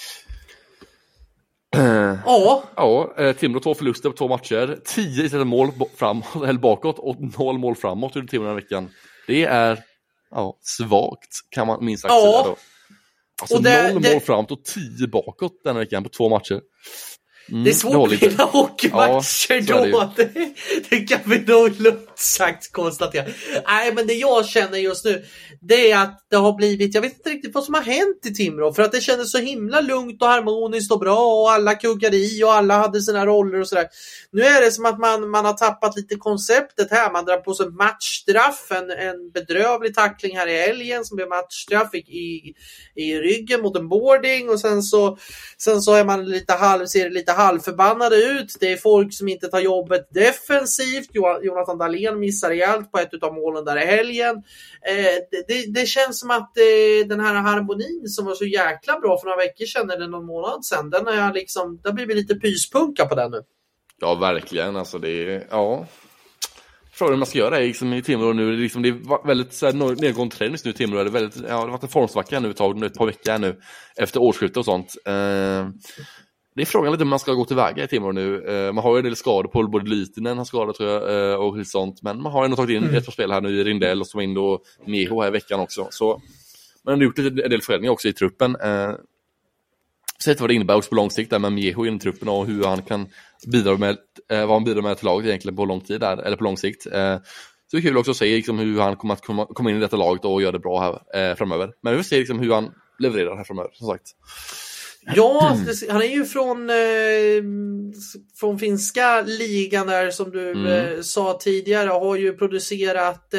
Timrå 2 förluster på 2 matcher, 10 istället mål framåt eller bakåt och 0 mål framåt under Timrå den här veckan. Det är svagt, kan man minst sagt säga då. Alltså 0 mål framåt och 10 bakåt den här veckan på 2 matcher. Det är svårt att vinna hockeymatcher då. Det kan vi nog lugnt sagt konstatera. Nej, men det jag känner just nu, det är att det har blivit, jag vet inte riktigt vad som har hänt i Timrå, för att det kändes så himla lugnt och harmoniskt och bra och alla kuggade i och alla hade sina roller och sådär. Nu är det som att man har tappat lite konceptet här. Man drar på sig matchstraff, en bedrövlig tackling här i helgen som blir matchstraff i ryggen mot en boarding, och sen så är man ser lite halvförbannade ut. Det är folk som inte tar jobbet defensivt. Jonathan Dahlén missar rejält på ett av målen där i helgen. Det känns som att den här harmonin som var så jäkla bra för några veckor sedan eller någon månad sedan, den har blivit lite pyspunka på den nu. Ja, verkligen. Alltså det är, frågan man ska göra är liksom i Timrå nu, liksom det är väldigt så här nedgående trend just nu i Timrå. Det är väldigt, det har varit en formsvacka nu ett par veckor nu efter årsskiftet och sånt. Det är frågan lite om man ska gå tillväga i Timrå nu. Man har ju en del skador på både Lytinen har skador tror jag och sånt, men man har ändå tagit in ett par spel här nu i Rindell och som in då Meho här i veckan också. Så man har gjort en del förändringar också i truppen. Sett vad det innebär också på lång sikt där med Meho i truppen och hur han kan bidra med vad han bidrar med till laget egentligen på lång tid där, eller på lång sikt. Så det är kul också att se liksom hur han kommer att komma in i detta laget och göra det bra här framöver. Men vi får se liksom hur han levererar här framöver, som sagt. Ja, han är ju från finska ligan där som du sa tidigare, har ju producerat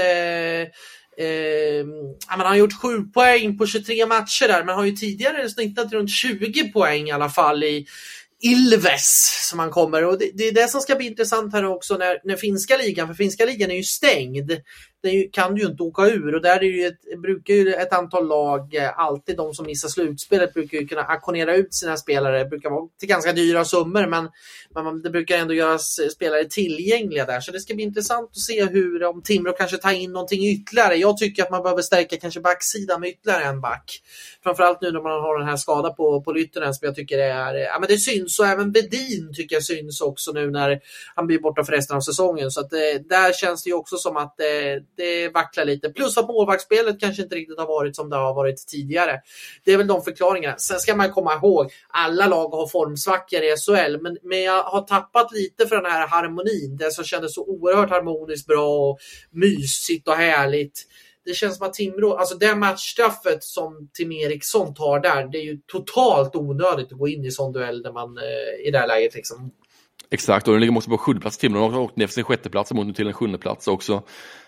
man har gjort 7 poäng på 23 matcher där, men har ju tidigare snittat runt 20 poäng i alla fall i Ilves som han kommer, och det är det som ska bli intressant här också när finska ligan, för finska ligan är ju stängd. Kan du ju inte åka ur, och där är ju brukar ju ett antal lag, alltid de som missar slutspelet brukar ju kunna aktionera ut sina spelare. Det brukar vara till ganska dyra summor, men det brukar ändå göras spelare tillgängliga där, så det ska bli intressant att se om Timrå kanske tar in någonting ytterligare. Jag tycker att man behöver stärka kanske backsidan med ytterligare en back, framförallt nu när man har den här skada på Lytinen som jag tycker är, men det syns, och även Bedin tycker jag syns också nu när han blir borta för resten av säsongen, så att där känns det ju också som att det vacklar lite. Plus att målvaktsspelet kanske inte riktigt har varit som det har varit tidigare. Det är väl de förklaringarna. Sen ska man komma ihåg, alla lag har formsvackor i SHL, men jag har tappat lite för den här harmonin. Det som kändes så oerhört harmoniskt bra och mysigt och härligt. Det känns som att Timrå, alltså det matchstraffet som Tim Eriksson tar där, det är ju totalt onödigt att gå in i sån duell där man i det här läget liksom. Exakt, och den ligger också på 7:e plats. Timrå har åkt ner för sin 6:e plats och mot till en 7:e plats också.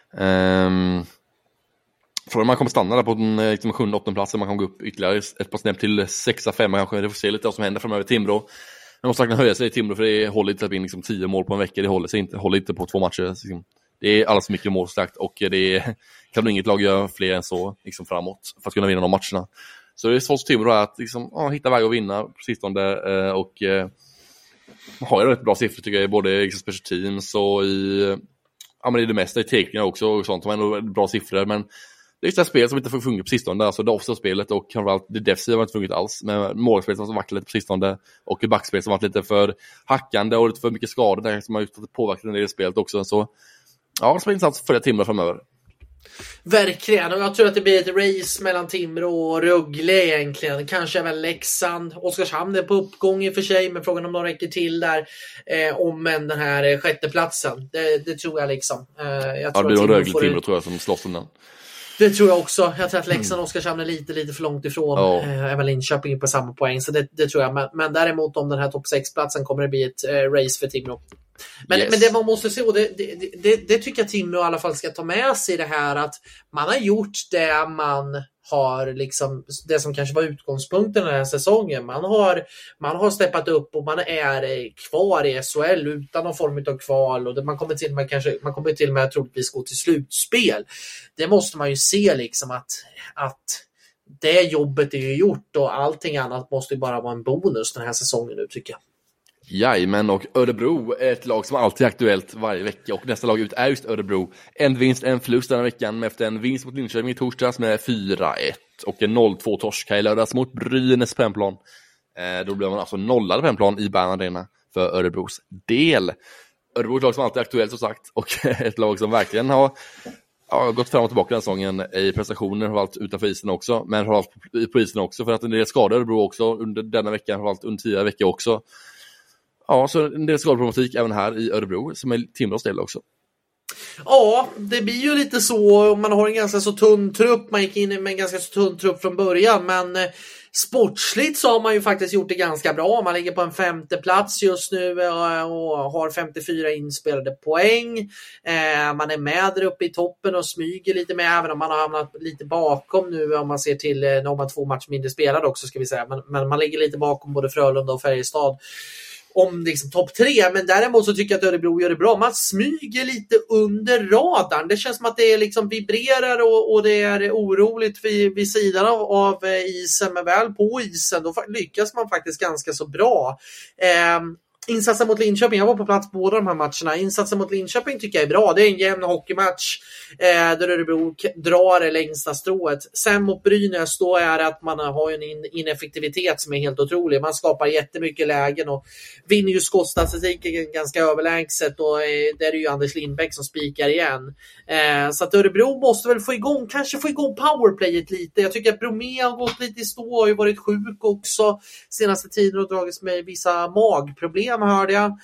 Frågan om man kommer stanna där på den 7:e och 8:e platsen, man kan gå upp ytterligare ett par snäpp till 6-5 kanske. Det får se lite vad som händer framöver i Timrå. Man måste höja sig i Timrå, för det håller inte att vinna liksom 10 mål på en vecka. Det håller inte på 2 matcher. Det är alldeles mycket målstarkt, och det kan nog inget lag göra fler än så liksom framåt för att kunna vinna de matcherna. Så det är svårt för Timrå att liksom, hitta väg att vinna på sistone, och man har ju rätt bra siffror tycker jag, både liksom special teams och i det mesta i teckningar också och sånt. Man har ändå bra siffror, men det är just det spel som inte får fungera på sistone. Alltså det offensiva spelet och framförallt det defensiva har inte fungerat alls. Men målspelet som har varit lite på sistone, och backspelet som har varit lite för hackande och lite för mycket skador där som har påverkat en del i spelet också. Så ja, det ska bli intressant att följa Timrå framöver. Verkligen, och jag tror att det blir ett race mellan Timrå och Rögle egentligen. Kanske även Leksand. Oskarshamn är på uppgång i och för sig, men frågan om de räcker till där om den här 6:e platsen. Det tror jag liksom. Jag tror det blir nog Rögle Timrå tror jag som slåss om den. Det tror jag också. Jag tror att Leksand och Oskarshamn är lite för långt ifrån. Även Linköping är på samma poäng, så det tror jag. Men däremot om den här topp 6-platsen kommer det bli ett race för Timrå. Men det man måste se, och det tycker jag Timrå i alla fall ska ta med sig, det här att man har gjort det man har liksom det som kanske var utgångspunkten den här säsongen. Man har steppat upp och man är kvar i SHL utan någon form av kval, och man kommer till och med troligtvis gå till slutspel. Det måste man ju se liksom att det jobbet är ju gjort, och allting annat måste ju bara vara en bonus den här säsongen nu, tycker jag. Jajamän, och Örebro är ett lag som alltid är aktuellt varje vecka, och nästa lag ut är just Örebro. En vinst, en förlust den här veckan, efter en vinst mot Linköping i torsdags med 4-1 och en 0-2 torsk i lördags mot Brynäs på hemplan. Då blev man alltså nollad på hemplan i Bern Arena för Örebros del. Örebro är ett lag som alltid är aktuellt, som sagt, och ett lag som verkligen har gått fram och tillbaka den säsongen i prestationer, har valt utanför isen också, men har valt på isen också, för att en del skador Örebro också under denna veckan, har valt under tidigare veckor också. Ja, så en del skadeproblematik även här i Örebro, som är Timrås del också. Ja, det blir ju lite så. Man har en ganska så tunn trupp. Man gick in med en ganska så tunn trupp från början, men sportsligt så har man ju faktiskt gjort det ganska bra. Man ligger på en 5:e plats just nu och har 54 inspelade poäng. Man är med där uppe i toppen och smyger lite med, även om man har hamnat lite bakom nu, om man ser till, nu har man 2 matcher mindre spelade också, ska vi säga. Men man ligger lite bakom både Frölunda och Färjestad om liksom topp 3, men däremot så tycker jag att Örebro gör det bra. Man smyger lite under radarn. Det känns som att det är liksom vibrerar och det är oroligt vid sidan av isen, men väl på isen då lyckas man faktiskt ganska så bra. Insatsen mot Linköping, jag var på plats på båda de här matcherna. Insatsen mot Linköping tycker jag är bra. Det är en jämn hockeymatch där Örebro drar det längsta strået. Sen mot Brynäs, då är det att man har en ineffektivitet som är helt otrolig. Man skapar jättemycket lägen och vinner ju skottstatistiken ganska överlägset, och där är ju Anders Lindbäck som spikar igen. Så att Örebro måste väl få igång powerplayet lite. Jag tycker att Bromé har gått lite i stå, har ju varit sjuk också senaste tiden och dragits med vissa magproblem, hörde jag.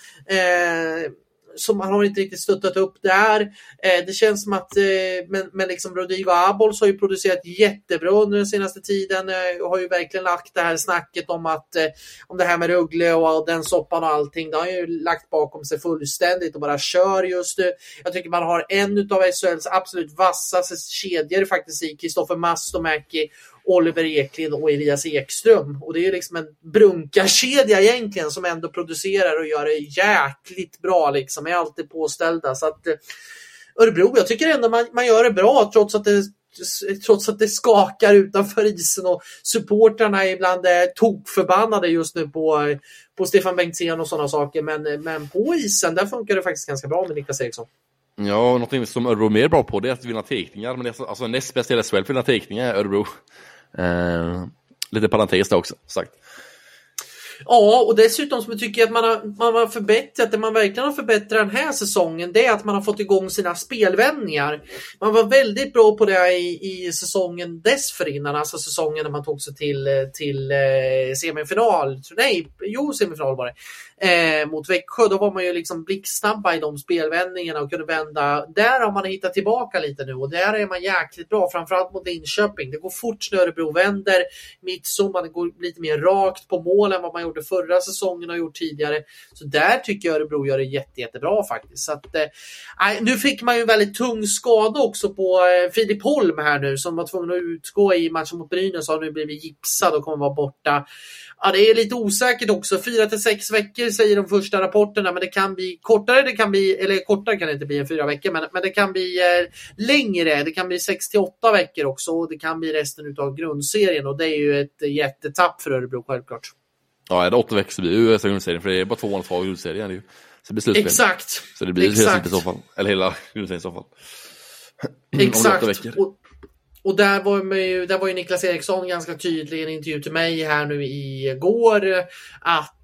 Som han har inte riktigt stöttat upp där. Det känns som att men liksom Rodrigo Abols har ju producerat jättebra under den senaste tiden. Har ju verkligen lagt det här snacket om det här med Rögle och den soppan och allting. Det har ju lagt bakom sig fullständigt och bara kör just nu. Jag tycker man har en av SHLs absolut vassaste kedjor faktiskt i Kristoffer Mastomäki, Oliver Eklind och Elias Ekström. Och det är liksom en brunkarkedja egentligen som ändå producerar och gör det jäkligt bra liksom. Är alltid påställda. Så att Örebro, jag tycker ändå man gör det bra trots att det skakar utanför isen, och supportrarna är ibland tokförbannade just nu på Stefan Bengtzén och sådana saker. Men på isen, där funkar det faktiskt ganska bra med Niklas Eriksson. Ja, något som Örebro är mer bra på, det är att vinna teckningar. Men det är alltså näst bästa i SHL för att vinna teckningar är Örebro. Lite parentes där också, sagt. Ja, och dessutom som jag tycker att man har förbättrat, det man verkligen har förbättrat den här säsongen, det är att man har fått igång sina spelvändningar. Man var väldigt bra på det i säsongen dessförinnan, alltså säsongen när man tog sig till semifinal. Semifinal var det. Mot Växjö, då var man ju liksom blixtsnabba i de spelvändningarna och kunde vända. Där har man hittat tillbaka lite nu, och där är man jäkligt bra, framförallt mot Linköping. Det går fort när Örebro vänder mittzonen, det går lite mer rakt på mål än vad man gjorde förra säsongen och gjort tidigare. Så där tycker jag Örebro gör det jättebra faktiskt. Så att, nu fick man ju en väldigt tung skada också på Filip Holm här nu, som var tvungen att utgå i matchen mot Brynäs, har nu blivit gipsad och kommer vara borta. Ja, det är lite osäkert också. 4-6 veckor säger de första rapporterna, men det kan bli kortare, kortare kan det inte bli än 4 veckor, men det kan bli längre. Det kan bli 6-8 veckor också, och det kan bli resten av grundserien, och det är ju ett jättetapp för Örebro självklart. Ja, det är 8 veckor så blir det ju grundserien, för det är bara 2 månader kvar i grundserien ju. Så det blir slutspel. Exakt. Så det blir hela i så fall, eller hela grundserien i så fall. Exakt. Och där var ju Niklas Eriksson ganska tydlig i en intervju till mig här nu igår att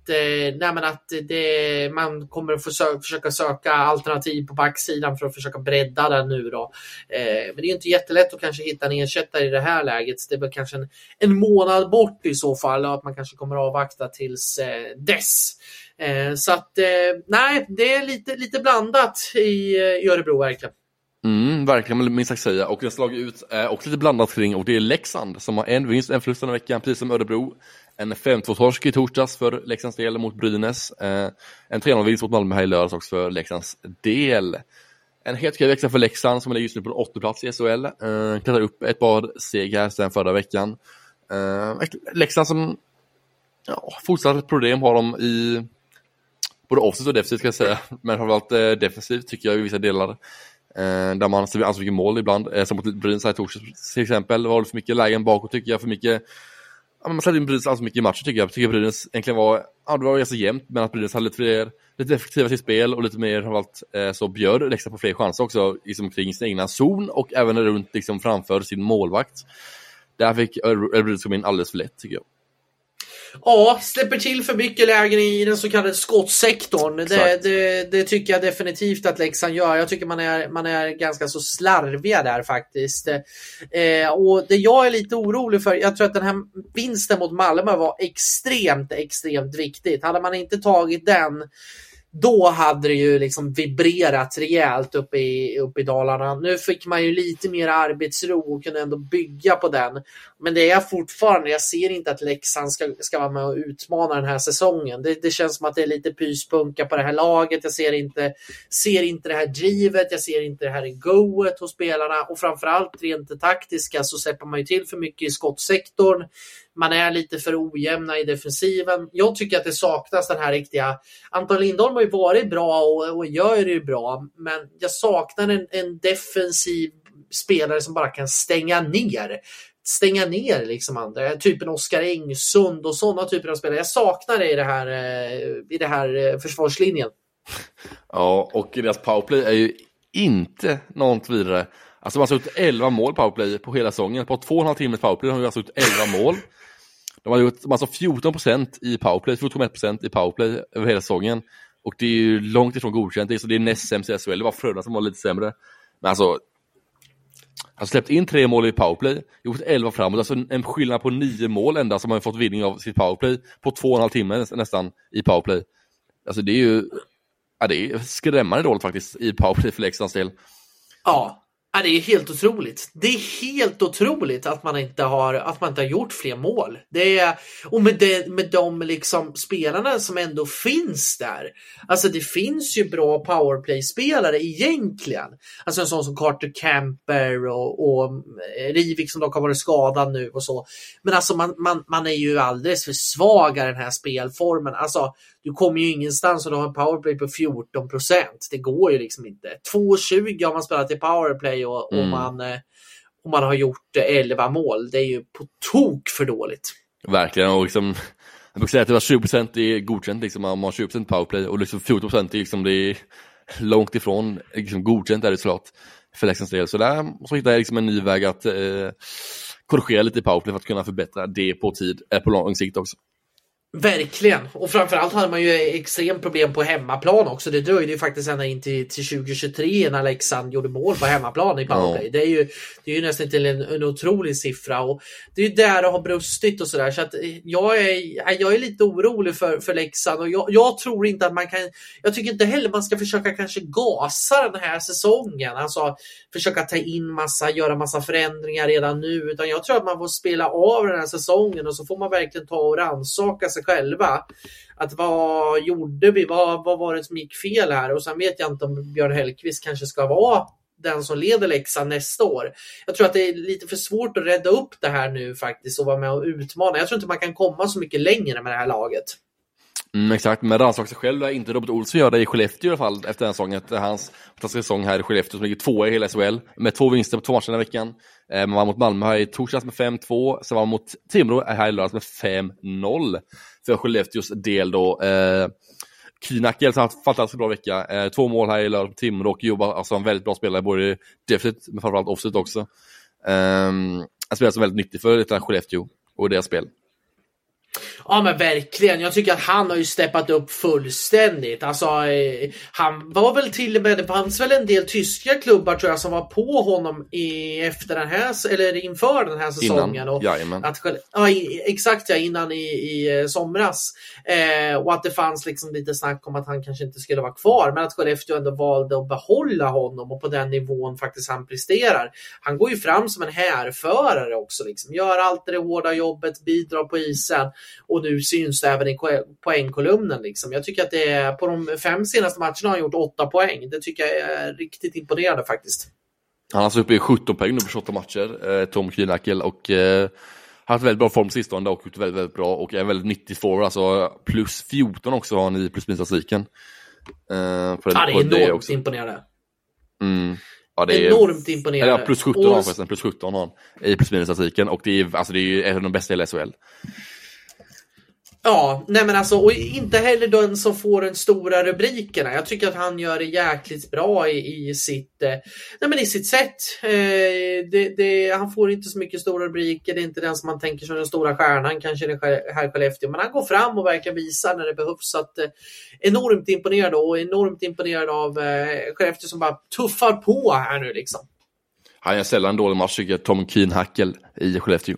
man kommer att försöka söka alternativ på backsidan för att försöka bredda den nu då. Men det är ju inte jättelätt att kanske hitta en ersättare i det här läget. Det är väl kanske en månad bort i så fall, och att man kanske kommer att avvakta tills dess. Så att nej, det är lite blandat i Örebro verkligen. Verkligen, minst sagt säga. Och nästa lag ut är också lite blandat kring, och det är Leksand som har en vinst, en förlust den veckan, precis som Örebro. En 5-2-torsk i torsdags för Leksands del mot Brynäs. En 3-0-vinst mot Malmö här i lördags också för Leksands del. En helt okej vecka för Leksand som är just nu på 8:e plats i SHL. Klättrar upp ett par steg här sedan förra veckan. Leksand som fortsatt problem har de i både offensivt och defensivt ska jag säga. Men framförallt defensivt tycker jag i vissa delar. Där man ser så mycket mål ibland. Som mot Brynäs här i torsdags till exempel. Det var för mycket lägen bakåt tycker jag. För mycket... man släppte in Brynäs alldeles mycket i matchen tycker jag. Jag tycker Brynäs egentligen var... det var ganska jämnt. Men att Brynäs hade lite effektivare sitt spel. Och lite mer framförallt så bjöd Leksand på fler chanser också. Liksom kring sin egna zon. Och även runt liksom framför sin målvakt. Där fick Brynäs komma in alldeles för lätt tycker jag. Ja, släpper till för mycket lägen i den så kallade skottsektorn. Det tycker jag definitivt att Leksand gör. Jag tycker man är ganska så slarviga där faktiskt. Och det jag är lite orolig för, jag tror att den här vinsten mot Malmö var extremt viktigt. Hade man inte tagit den, då hade det ju liksom vibrerat rejält uppe i Dalarna. Nu fick man ju lite mer arbetsro och kunde ändå bygga på den. Men det är fortfarande, jag ser inte att Leksand ska vara med och utmana den här säsongen. Det känns som att det är lite pyspunka på det här laget. Jag ser inte det här drivet, jag ser inte det här goet hos spelarna. Och framförallt rent taktiska så släpper man ju till för mycket i skottsektorn. Man är lite för ojämna i defensiven. Jag tycker att det saknas den här riktiga... Anton Lindholm har ju varit bra och gör det ju bra. Men jag saknar en defensiv spelare som bara kan stänga ner liksom andra. Typen Oskar Engsund och sådana typer av spelare. Jag saknar det i det här försvarslinjen. Ja, och deras powerplay är ju inte något vidare. Alltså man har gjort 11 mål powerplay på hela säsongen. På 2,5 timmars powerplay har vi alltså gjort 11 mål. De har gjort alltså 14% i powerplay, 14,1% i powerplay över hela säsongen. Och det är ju långt ifrån godkänt. Så det är näst sämst i SHL. Det var Frölunda som var lite sämre. Men alltså, har släppt in 3 mål i powerplay, gjort 11 framåt. Alltså en skillnad på 9 mål enda som har fått vinning av sitt powerplay på 2,5 timmar nästan i powerplay. Alltså det är ju det är skrämmande dåligt faktiskt i powerplay för Leksands del. Ja. Ja, det är helt otroligt. Det är helt otroligt att man inte har gjort fler mål. Och med de liksom spelarna som ändå finns där. Alltså det finns ju bra powerplay-spelare egentligen. Alltså en sån som Carter Camper och Rivik som dock har varit skadad nu och så. Men alltså man är ju alldeles för svag i den här spelformen. Alltså du kommer ju ingenstans och du har en powerplay på 14%. Det går ju liksom inte. 2,20 har man spelat i powerplay och man har gjort 11 mål. Det är ju på tok för dåligt. Verkligen, och liksom jag brukar säga att det var 20% är godkänt liksom, om man har 20% powerplay och liksom 14% är liksom det är långt ifrån liksom godkänt är det såklart för Leksands del. Så där måste hitta liksom en ny väg att korrigera lite i powerplay för att kunna förbättra det på lång sikt också. Verkligen, och framförallt hade man ju extremt problem på hemmaplan också. Det dröjde ju faktiskt ända in till 2023 när Leksand gjorde mål på hemmaplan i powerplay. Det är ju nästan till en otrolig siffra och det är ju där det har brustit och sådär. Så att jag är lite orolig för Leksand och jag tror inte att man kan, jag tycker inte heller man ska försöka kanske gasa den här säsongen, alltså försöka göra massa förändringar redan nu, utan jag tror att man får spela av den här säsongen och så får man verkligen ta och rannsaka sig själva. Att vad gjorde vi? Vad var det som gick fel här? Och sen vet jag inte om Björn Hellkvist kanske ska vara den som leder Leksand nästa år. Jag tror att det är lite för svårt att rädda upp det här nu faktiskt och vara med och utmana. Jag tror inte man kan komma så mycket längre med det här laget. Exakt, men rannsaka sig själv är inte Robert Olsson gör det i Skellefteå i alla fall efter den säsongen. Hans säsong här i Skellefteå som ligger 2 i hela SHL med 2 vinster på 2 matcher den här veckan. Man var mot Malmö här i torsdags med 5-2, så var man mot Timrå här i lördags med 5-0 för Skellefteås del då. Kynak har haft fantastiskt bra vecka. 2 mål här i lördag på Timrå och jobbar alltså en väldigt bra spelare både defensivt men framförallt offensivt också. En spelare som är väldigt nyttig för detta Skellefteå och deras spel. Ja men verkligen, jag tycker att han har ju steppat upp fullständigt. Alltså han var väl till och med, det fanns väl en del tyska klubbar tror jag som var på honom inför den här säsongen. Innan i somras. Och att det fanns liksom lite snack om att han kanske inte skulle vara kvar, men att Skellefteå ändå valde att behålla honom och på den nivån faktiskt han presterar. Han går ju fram som en härförare också liksom. Gör allt det hårda jobbet, bidrar på isen. och nu syns det även i poängkolumnen liksom. Jag tycker att det är, på de 5 senaste matcherna har han gjort 8 poäng. Det tycker jag är riktigt imponerande faktiskt. Han har alltså uppe i 17 poäng nu på 28 matcher, Tom Kühnhackl, och har haft väldigt bra form sistående och gjort väldigt, väldigt bra och är väldigt nyttig forward, alltså plus 14 också har han i plus-minus-statistiken. Det är enormt imponerande. Ja, det är enormt imponerande. Eller plus 17 har förresten, plus 17 har han i plus-minus-statistiken, och det är ju en av de bästa i SHL. Ja, nej men alltså, och inte heller den som får den stora rubrikerna. Jag tycker att han gör det jäkligt bra i sitt sätt. Han får inte så mycket stora rubriker. Det är inte den som man tänker som den stora stjärnan, kanske det här Skellefteå. Men han går fram och verkar visa när det behövs. Så att, enormt imponerad av Skellefteå som bara tuffar på här nu liksom. Han är sällan en dålig match, tycker jag, Tom Kühnhackl i Skellefteå.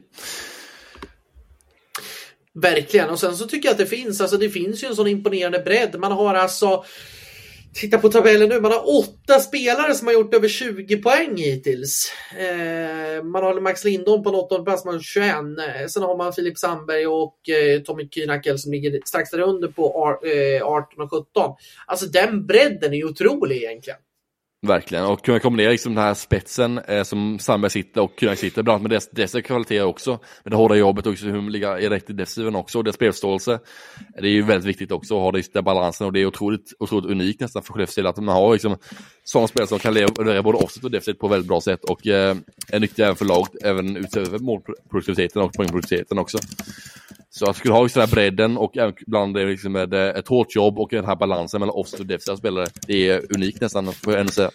Verkligen, och sen så tycker jag att det finns ju en sån imponerande bredd. Man har alltså, titta på tabellen nu, man har 8 spelare som har gjort över 20 poäng hittills. Man har Max Lindholm på 8:e plats, man har 21. Sen har man Filip Sandberg och Tommy Kühnhackl som ligger strax där under på 18 och 17. Alltså den bredden är ju otrolig egentligen. Verkligen, och kunna kombinera liksom den här spetsen som Sandberg sitter och Kühnhackl sitter, bland annat med dess kvaliteter också, med det hårda jobbet och hur man ligger i rätt i defensiven också, och det spelförståelse. Det är ju väldigt viktigt också att ha den balansen, och det är otroligt unikt nästan för Skellefteå att man har liksom sådana spelare som kan leva både offset och defensivt på väldigt bra sätt, och är nyttiga även för laget, även utöver målproduktiviteten och poängproduktiviteten också. Så att skulle ha just den här bredden och ibland det liksom med ett hårt jobb och den här balansen mellan offset och defensiva spelare, det är unikt nästan, får jag ändå säga.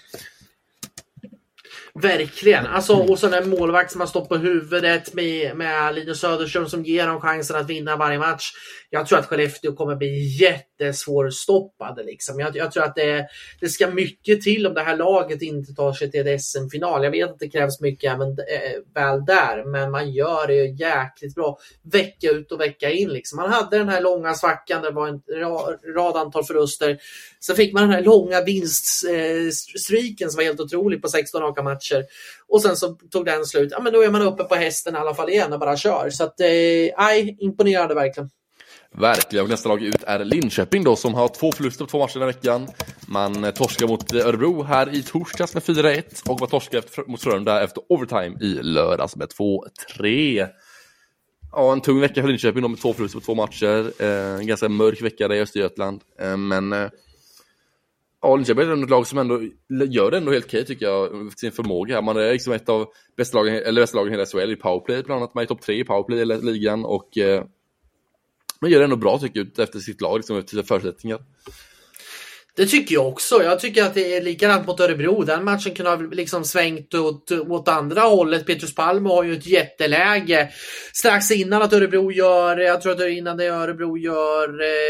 Verkligen, alltså, och så en målvakt som har stått på huvudet med Linus Söderström som ger dem chansen att vinna varje match. Jag tror att Skellefteå kommer bli jättesvårstoppade liksom. Jag tror att det ska mycket till om det här laget inte tar sig till ett SM-final. Jag vet att det krävs mycket även väl där, men man gör det ju jäkligt bra vecka ut och vecka in liksom. Man hade den här långa svackan, det var en rad antal förluster. Så fick man den här långa vinststreaken som var helt otrolig på 16 raka matcher. Och sen så tog den slut. Ja, men då är man uppe på hästen i alla fall igen och bara kör. Så att, imponerande verkligen. Verkligen, och nästa lag ut är Linköping då, som har 2 förluster på 2 matcher den veckan. Man torskar mot Örebro här i torsdags med 4-1 och var torskad mot Frölunda efter overtime i lördags med 2-3. Ja, en tung vecka för Linköping då, med 2 förluster på 2 matcher. En ganska mörk vecka där i Östergötland. Men Linköping är ett lag som ändå gör det ändå helt okej, tycker jag, sin förmåga. Man är liksom ett av bästa lagen i hela SHL i powerplay, bland annat. Man är topp 3 i powerplay i ligan, och man gör det ändå bra, tycker jag, efter sitt lag, liksom, efter sina förutsättningar. Det tycker jag också. Jag tycker att det är likadant mot Örebro. Den matchen kunde ha liksom svängt åt andra hållet. Petrus Palme har ju ett jätteläge strax innan att Örebro gör, jag tror att innan det Örebro gör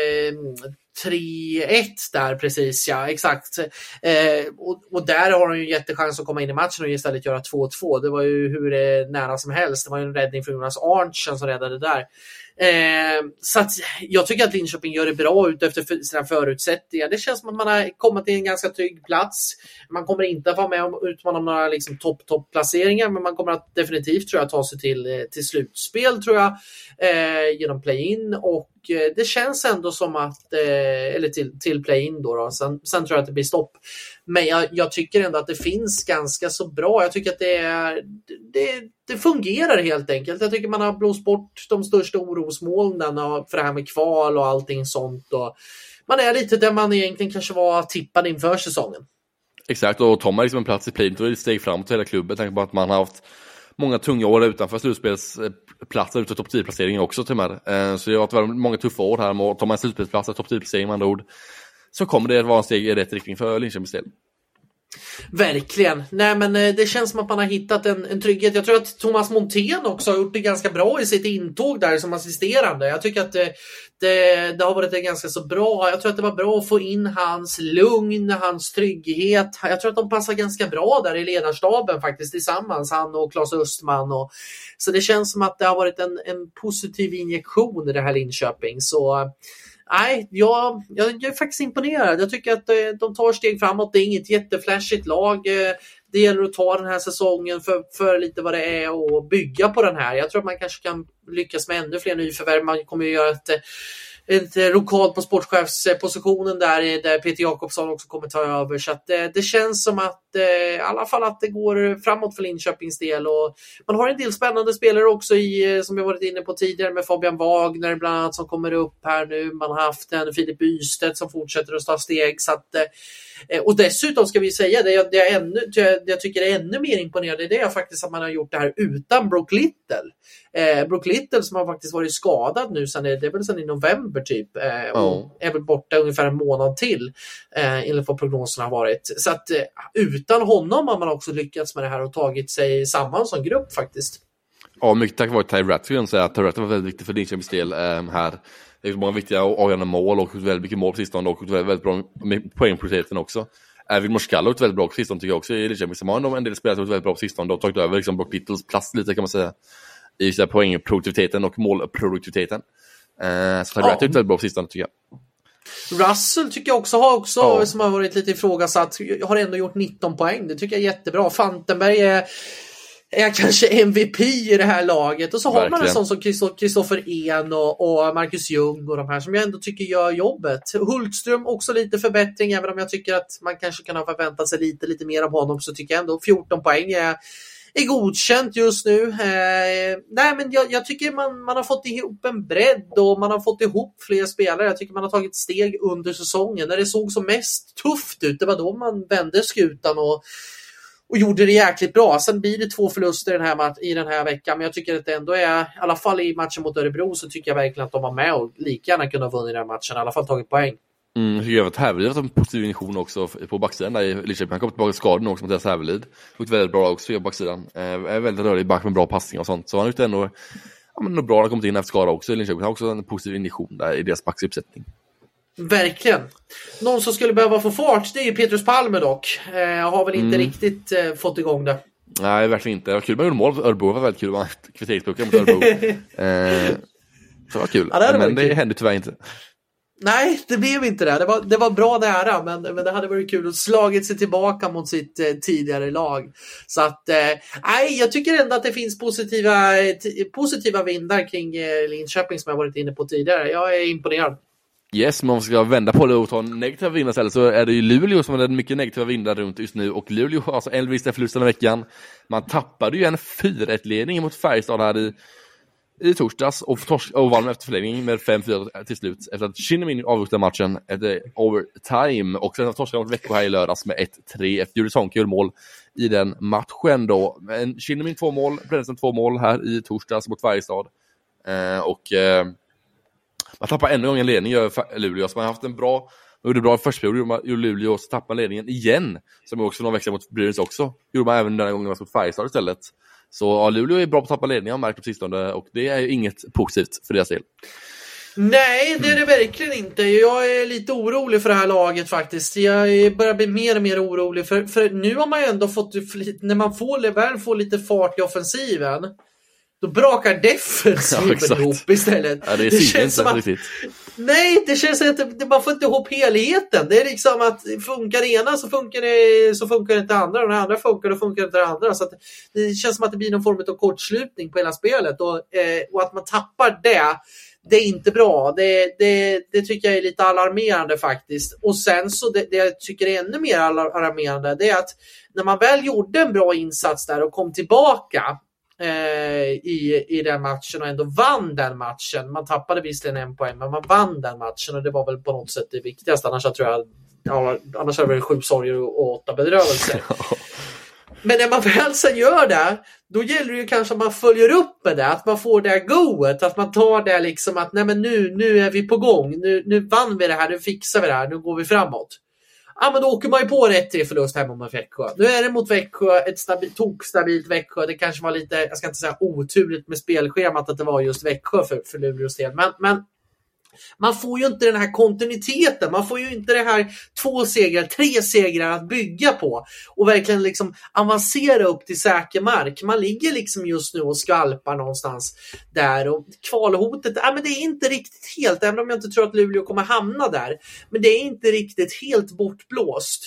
3-1 där precis, ja, exakt. Och där har han ju en jättechans att komma in i matchen och istället göra 2-2. Det var ju hur nära som helst. Det var ju en räddning från Jonas Arntzen som räddade där. Så att jag tycker att Linköping gör det bra ut efter sina förutsättningar. Det känns som att man har kommit till en ganska trygg plats. Man kommer inte att vara med och utmana några liksom topp-placeringar, men man kommer att definitivt, tror jag, ta sig till slutspel, tror jag, genom play-in, och det känns ändå som att eller till play-in då. Sen tror jag att det blir stopp. Men jag tycker ändå att det finns ganska så bra. Jag tycker att det fungerar helt enkelt. Jag tycker man har blåst bort de största orosmolnen för det här med kval och allting sånt. Och man är lite där man egentligen kanske var tippad inför säsongen. Exakt, och Tom har liksom en plats i play-in. Då är det ett steg framåt till hela klubben. Tänk på att man har haft många tunga år utanför slutspelsplatser, utan topp 10-placeringen också till mig. Så det har varit många tuffa år här med att ta med slutspelsplatser, topp 10-placering med andra ord. Så kommer det att vara en steg i rätt riktning för Linköpings del. Verkligen. Nej, men det känns som att man har hittat en trygghet. Jag tror att Thomas Montén också har gjort det ganska bra i sitt intåg där som assisterande. Jag tycker att det har varit ganska så bra. Jag tror att det var bra att få in hans lugn, hans trygghet. Jag tror att de passar ganska bra där i ledarstaben faktiskt tillsammans, han och Claes Östman. Så det känns som att det har varit en positiv injektion i det här Linköping. Så nej, jag är faktiskt imponerad. Jag tycker att de tar steg framåt. Det är inget jätteflashigt lag. det gäller att ta den här säsongen för lite vad det är och bygga på den här. Jag tror att man kanske kan lyckas med ännu fler nyförvärv. Man kommer ju göra ett lokalt på sportchefspositionen där Peter Jakobsson också kommer ta över, så att det känns som att i alla fall att det går framåt för Linköpings del, och man har en del spännande spelare också som vi varit inne på tidigare med Fabian Wagner bland annat som kommer upp här nu. Man har haft en Filip Bystedt som fortsätter att ta steg, så att, och dessutom ska vi säga jag tycker det är ännu mer imponerande, det är faktiskt att man har gjort det här utan Brook Little. Brook Little som har faktiskt varit skadad nu sen i november typ, och är väl borta ungefär en månad till enligt vad prognoserna har varit. Så att utan honom har man också lyckats med det här och tagit sig samman som grupp faktiskt. Ja, mycket tack vare Ty Ratfield. Ty Ratfield var väldigt viktig för Linköpings del här. Det är många viktiga avgörande mål och väldigt mycket mål på sistone och väldigt bra med poängprocenten också. Vilmor Skall har ett väldigt bra på sistone tycker jag också i Linköping. Som har en del spelare som har väldigt bra på sistone. De har tagit över liksom Brook Littles plats lite kan man säga i poängproduktiviteten och målproduktiviteten. Så Ty Ratfield är väldigt bra på sistone tycker jag. Russell tycker jag också som har varit lite ifrågasatt, har ändå gjort 19 poäng. Det tycker jag är jättebra. Fantenberg är kanske MVP i det här laget. Och så har man en sån som Kristoffer En och Marcus Ljung och de här som jag ändå tycker gör jobbet. Hultström också lite förbättring, även om jag tycker att man kanske kan ha förväntat sig lite mer av honom, så tycker jag ändå 14 poäng är godkänt just nu. Nej, men jag tycker man har fått ihop en bredd och man har fått ihop fler spelare. Jag tycker man har tagit steg under säsongen. När det såg som mest tufft ut, det var då man vände skutan och gjorde det jäkligt bra. Sen blir det 2 förluster i den här veckan, men jag tycker att det ändå är, i alla fall i matchen mot Örebro, så tycker jag verkligen att de var med och lika gärna kunde ha vunnit den här matchen, i alla fall tagit poäng. Jag tycker att Hävelid har haft en positiv injektion också på backsidan där i Linköping. Han kom tillbaka till skadan också mot deras Hävelid. Det väldigt bra också på backsidan. Är väldigt rörlig back med bra passning och sånt. Så han är ändå bra att ha kommit in efter skada också i Linköping. Han har också en positiv injektion där i deras backsuppsättning. Verkligen. Någon som skulle behöva få fart, det är ju Petrus Palme dock. Har väl inte riktigt fått igång det. Nej, verkligen inte. Det var kul med mål. Örebro var väldigt kul. Man kvitteringspuckar mot Örebro. Så det var kul. Ja, men det hände tyvärr inte. Nej, det blev inte det. Det var bra nära, men det hade varit kul att slagit sig tillbaka mot sitt tidigare lag. Så att, jag tycker ändå att det finns positiva vindar kring Linköping som jag varit inne på tidigare. Jag är imponerad. Yes, men om man ska vända på det och ta en negativ vindar istället, så är det ju Luleå som har mycket negativa vindar runt just nu. Och Luleå har alltså en visst förlust den här veckan. Man tappade ju en 4-1-ledning mot Färjestad här i torsdags och vann efter förlängning med 5-4 till slut efter att Kinnamin avgjorde matchen efter overtime, och sen torskade mot Växjö här i lördags med 1-3 efter Julius Honke gjorde mål i den matchen då. Men Kinnamin 2 mål, Brännström 2 mål här i torsdags mot Färjestad, och man tappar ännu en gång en ledning i Luleå, så man har haft en bra första period i Luleå, och så tappar man ledningen igen, som också någon växlar mot Brynäs också. Gjorde man även den här gången mot Färjestad istället. Så ja, Luleå är bra på att tappa ledningen, har märkt på sistone, och det är ju inget positivt för deras del. Nej, det är det verkligen inte. Jag är lite orolig för det här laget faktiskt. Jag börjar bli mer och mer orolig, för nu har man ju ändå fått, när man får lite fart i offensiven, då brakar defensiven ihop istället. Ja, det känns som att nej, det känns att man får inte ihop helheten. Det är liksom att funkar det ena så funkar det inte det andra, och när det andra funkar det inte det andra. Så att det känns som att det blir någon form av kortslutning på hela spelet, och att man tappar det är inte bra. Det tycker jag är lite alarmerande faktiskt. Och sen så det jag tycker är ännu mer alarmerande, det är att när man väl gjorde en bra insats där och kom tillbaka i den matchen och ändå vann den matchen. Man tappade visserligen 1 poäng, men man vann den matchen, och det var väl på något sätt det viktigaste. Annars hade det varit 7 sorger och 8 bedrövelser. Men när man väl sen gör det, då gäller det ju kanske att man följer upp med det, att man får det goet, att man tar det liksom att nej, men nu är vi på gång, nu vann vi det här, nu fixar vi det här, nu går vi framåt. Ja, men då åker man ju på 1-3 förlust hemma mot Växjö. Nu är det mot Växjö, ett tokstabilt Växjö. Det kanske var lite, jag ska inte säga oturligt med spelschemat att det var just Växjö för Luleås del. Men man får ju inte den här kontinuiteten. Man får ju inte det här 2 segrar, 3 segrar att bygga på. Och verkligen liksom avancera upp till säker mark. Man ligger liksom just nu och skvalpar någonstans där. Och kvalhotet, men det är inte riktigt helt. Även om jag inte tror att Luleå kommer hamna där. Men det är inte riktigt helt bortblåst.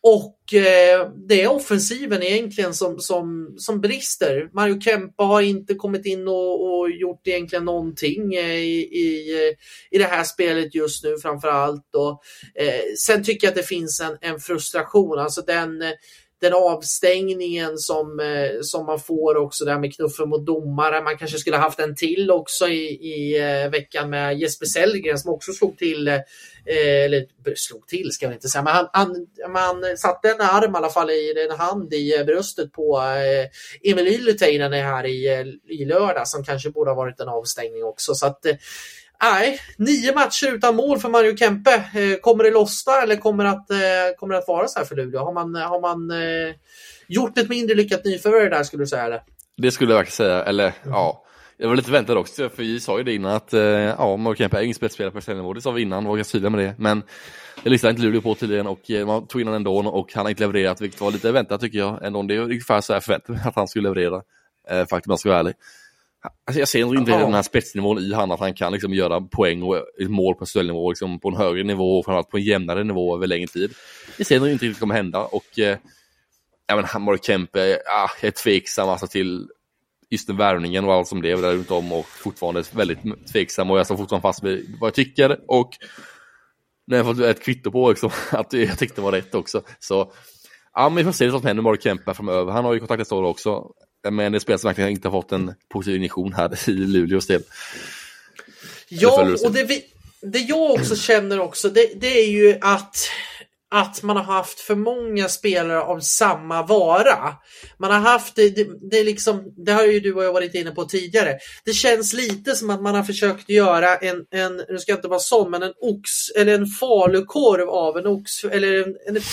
Och det är offensiven egentligen som brister. Mario Kempe har inte kommit in och gjort egentligen någonting i det här spelet just nu framförallt. Och sen tycker jag att det finns en frustration. Alltså den avstängningen som man får också där med knuffen mot domare. Man kanske skulle haft en till också i veckan med Jesper Sellgren som också slog till ska jag inte säga, men man satte en arm i alla fall i en hand i bröstet på Emil Ylöteinen här i lördag som kanske borde ha varit en avstängning också. Så att 9 matcher utan mål för Mario Kempe. Kommer det lossna eller kommer det att vara så här för Luleå? Har man gjort ett mindre lyckat nyförvärv där, skulle du säga? Eller? Det skulle jag verkligen säga. Eller ja, jag var lite väntad också, för vi sa ju det innan att Mario Kempe är ingen spetsspelare på SHL-nivå. Det sa vi innan, var ganska tydliga med det. Men det lyssnade inte Luleå på tydligen och man tog in honom ändå och han har inte levererat, vilket var lite väntat tycker jag. Ändå det är ungefär så här förväntat att han skulle leverera. Faktiskt, man ska vara ärlig. Alltså jag ser inte den här spetsnivån i han, att han kan liksom göra poäng och ett mål på SHL-nivå liksom på en högre nivå och framförallt på en jämnare nivå över längre tid. Det ser nog inte riktigt kommer hända och Mario Kempe är tveksam alltså till just den värvningen och allt som det är där runt om och fortfarande väldigt tveksam och jag står fortfarande fast med vad jag tycker och när jag fått ett kvitto på liksom, att jag tyckte det var rätt också. Så men vi får se vad som händer med Mario Kempe framöver. Han har ju kontakt nästa år också. Men det spelar som verkligen inte har fått en positiv injektion här i Luleås del. Ja, och det jag också känner också, det är ju att man har haft för många spelare av samma vara. Man har haft det är liksom, det har ju du och jag varit inne på tidigare. Det känns lite som att man har försökt göra en nu ska jag inte vara sån, men en ox eller en falukorv av en ox eller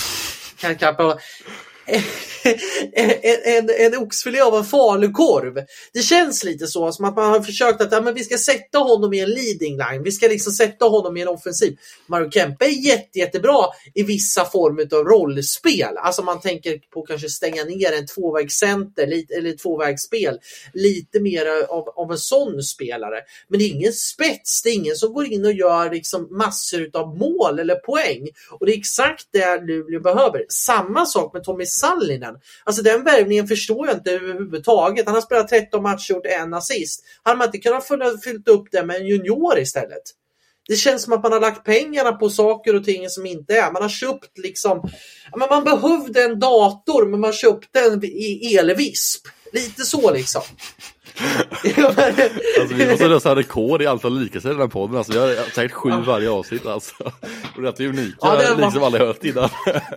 en oxfilé av en falukorv. Det känns lite så som att man har försökt att men vi ska sätta honom i en leading line. Vi ska liksom sätta honom i en offensiv. Mario Kempe är jättebra i vissa former av rollspel. Alltså man tänker på kanske stänga ner en tvåvägscenter eller tvåvägsspel. Lite mer av en sån spelare. Men det är ingen spets. Det är ingen som går in och gör liksom massor av mål eller poäng. Och det är exakt det Luleå behöver. Samma sak med Tommy Sallinen. Alltså den värvningen förstår jag inte överhuvudtaget. Han har spelat 13 matcher och gjort en assist. Hade man inte kunnat fyllt upp det med en junior istället? Det känns som att man har lagt pengarna på saker och ting som inte är. Man har köpt liksom, men man behövde en dator men man köpte en i elvisp. Lite så liksom. Alltså vi måste lösa rekord i antal likheter i den här podden. Alltså vi har säkert 7 varje avsnitt alltså. Och det är unika, ja, liksom aldrig hört innan.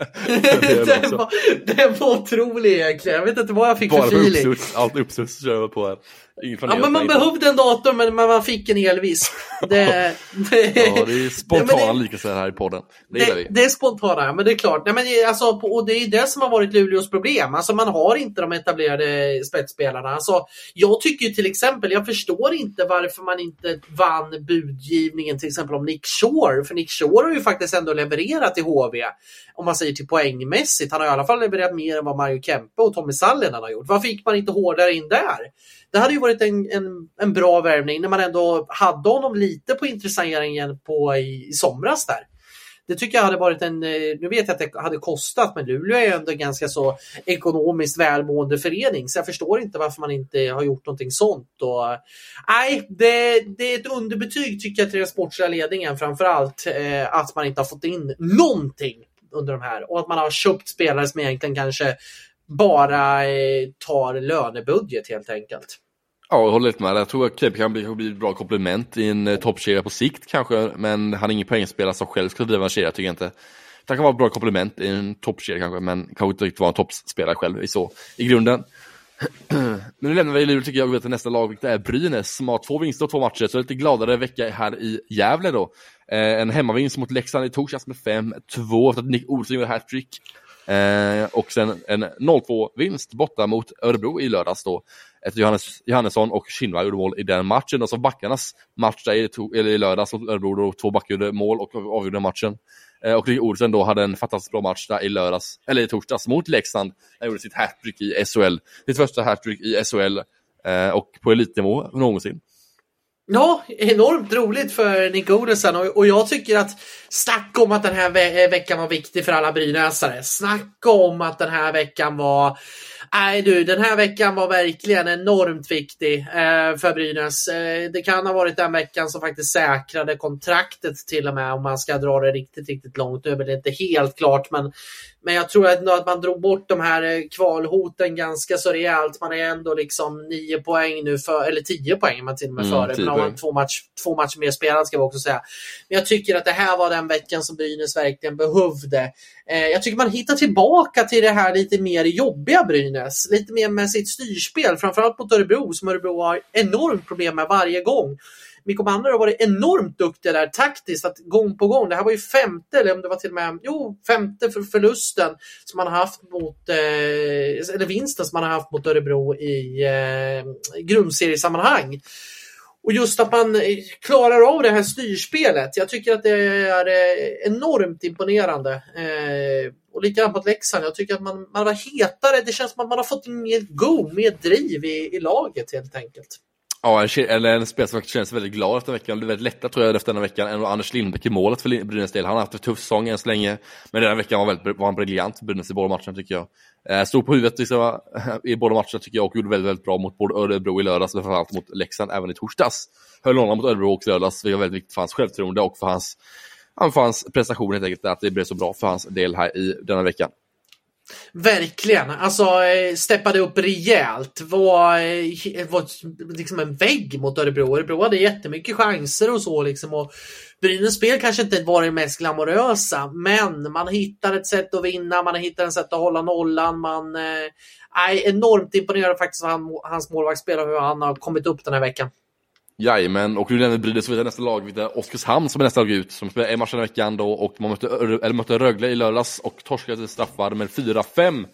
det var otroligt egentligen. Jag vet inte vad jag fick bara för feeling. Allt uppstuds kör jag på här. Men man behövde en dator men man fick en elvis. Det är spontana likheter här i podden. Det är spontana, men det är klart. Nej, men alltså, och det är det som har varit Luleås problem. Alltså man har inte de etablerade spetsspelarna. Alltså, jag tycker till exempel, jag förstår inte varför man inte vann budgivningen till exempel om Nick Shore. För Nick Shore har ju faktiskt ändå levererat i HV. Om man säger till poängmässigt. Han har i alla fall levererat mer än vad Mario Kempe och Tommy Sallinen har gjort. Varför fick man inte hårdare in där? Det hade ju varit en bra värvning när man ändå hade honom lite på intresseringen i somras där. Det tycker jag hade varit nu vet jag att det hade kostat, men Luleå är ändå en ganska så ekonomiskt välmående förening, så jag förstår inte varför man inte har gjort någonting sånt. Nej, det är ett underbetyg tycker jag till den sportsliga ledningen framförallt, att man inte har fått in någonting under de här och att man har köpt spelare som egentligen kanske bara tar lönebudget helt enkelt. Ja, jag håller lite med. Jag tror att Kempe kan bli ett bra komplement i en toppkedja på sikt kanske, men han är ingen poängspelare som själv ska driva en kedja, tycker jag inte. Det kan vara ett bra komplement i en toppkedja kanske, men kanske inte riktigt vara en toppspelare själv i grunden. Men nu lämnar vi Luleå tycker jag till nästa lag, det är Brynäs som har 2 vinster och 2 matcher, så lite gladare vecka här i Gävle då. En hemmavinst mot Leksand i torsdags med 5-2 efter att Nick Olsson gjorde hattrick. Och sen en 0-2-vinst borta mot Örebro i lördags då. Efter Johannesson och Kinnvall gjorde mål i den matchen. Och så backarnas match där i lördags mot Örebro då 2 backar gjorde mål och avgjorde matchen. Och Nick Olsson då hade en fantastiskt bra match där i torsdags mot Leksand. Han gjorde sitt hattrick i SHL. Sitt första hattrick i SHL och på elitnivå någonsin. Ja, enormt roligt för Nick Olesen och jag tycker att snacka om att den här veckan var viktig för alla brynäsare. Snacka om att den här veckan var... den här veckan var verkligen enormt viktig för Brynäs. Det kan ha varit den veckan som faktiskt säkrade kontraktet till och med, om man ska dra det riktigt, riktigt långt. Det är väl inte helt klart, men jag tror att man drog bort de här kvalhoten ganska så rejält. Man är ändå liksom 9 poäng nu, eller 10 poäng man till och med före. Men har två matcher mer spelad, ska vi också säga. Men jag tycker att det här var den veckan som Brynäs verkligen behövde. Jag tycker man hittar tillbaka till det här lite mer jobbiga Brynäs. Lite mer med sitt styrspel, framförallt mot Örebro, som Örebro har enormt problem med varje gång. Mikko Manner har varit enormt duktig där taktiskt, att gång på gång. Det här var ju femte, eller om det var till och med femte för förlusten som man har haft mot eller vinsten som man har haft mot Örebro i grundseriesammanhang. Och just att man klarar av det här styrspelet. Jag tycker att det är enormt imponerande. Och likadant mot Leksand. Jag tycker att man var hetare. Det känns som att man har fått mer driv i laget helt enkelt. Ja, en spelare som känns väldigt glad efter veckan. Det är väldigt lättare, tror jag, efter den här veckan än Anders Lindbäck i målet för Brynäs del. Han har haft en tuff säsong än så länge. Men den här veckan var han briljant för Brynäs i båda matcherna, tycker jag. Stod på huvudet i båda matcherna, tycker jag, och gjorde väldigt, väldigt bra mot både Örebro i lördags, men framförallt mot Leksand även i torsdags. Höll honom mot Örebro och lördags. Det var väldigt viktigt för hans självförtroende och för hans prestation helt enkelt, att det blev så bra för hans del här i denna veckan. Verkligen, alltså steppade upp rejält. Var liksom en vägg mot Örebro. Örebro hade jättemycket chanser och så liksom, och Brynäs spel kanske inte var det mest glamorösa, men man hittar ett sätt att vinna, man hittar ett sätt att hålla nollan. Man är enormt imponerad faktiskt av hans målvaktsspel och hur han har kommit upp den här veckan. Jajamän, och nu nämner Brynäs, så vet jag nästa lag, vid Oskarshamn som är nästa lag ut, som spelar en match den här veckan då, och man mötte Rögle i lördags och torskade straffar med 4-5.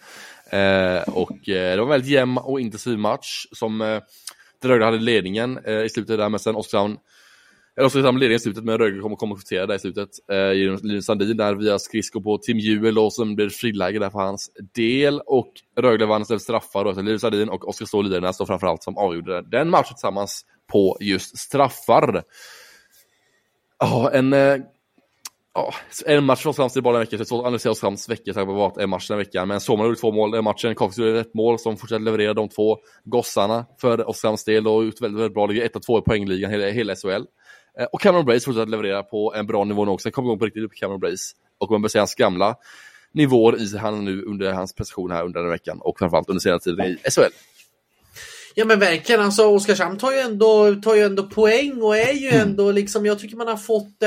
Det var en väldigt jämn och intensiv match som Rögle hade ledningen i slutet där, men sen Oskarshamn ledningen i slutet, men Rögle kommer att kvotera där i slutet genom Linus Sandin där via skridsko på Tim Juel, och som blir friläge där för hans del, och Rögle vann istället straffar då, Linus Sandin och Oskar Ståhl står framförallt som avgjorde den matchen tillsammans på just straffar. En match från Oskarshamn i bara en vecka, så analyserar Oskarshamns vecka så har varit en match den veckan, men Sommer gjorde 2 mål i matchen, Kakis gjorde 1 mål som fortsätter leverera de 2 gossarna för Oskarshamns del, och ut väldigt, väldigt bra, ligger 1-2 i poängligan hela SHL. Och Cameron Brace fortsätter leverera på en bra nivå också. Kommer igång på riktigt upp Cameron Brace, och man bör se hans gamla nivåer i han nu under hans prestation här under den veckan, och framförallt under senare tiden i SHL. Ja, men verkligen, alltså Oskarshamn tar ju ändå poäng och är ju ändå liksom, jag tycker man har fått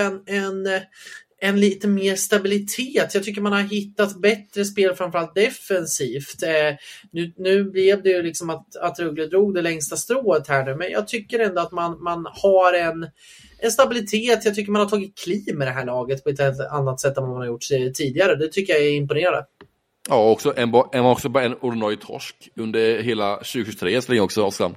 en lite mer stabilitet. Jag tycker man har hittat bättre spel, framförallt defensivt. Nu blev det ju liksom att Rögle drog det längsta strået här nu, men jag tycker ändå att man har en stabilitet. Jag tycker man har tagit kliv med det här laget på ett annat sätt än vad man har gjort tidigare. Det tycker jag är imponerande. Ja, också också bara en ordinarie torsk under hela 2023, så länge också Oskarshamn.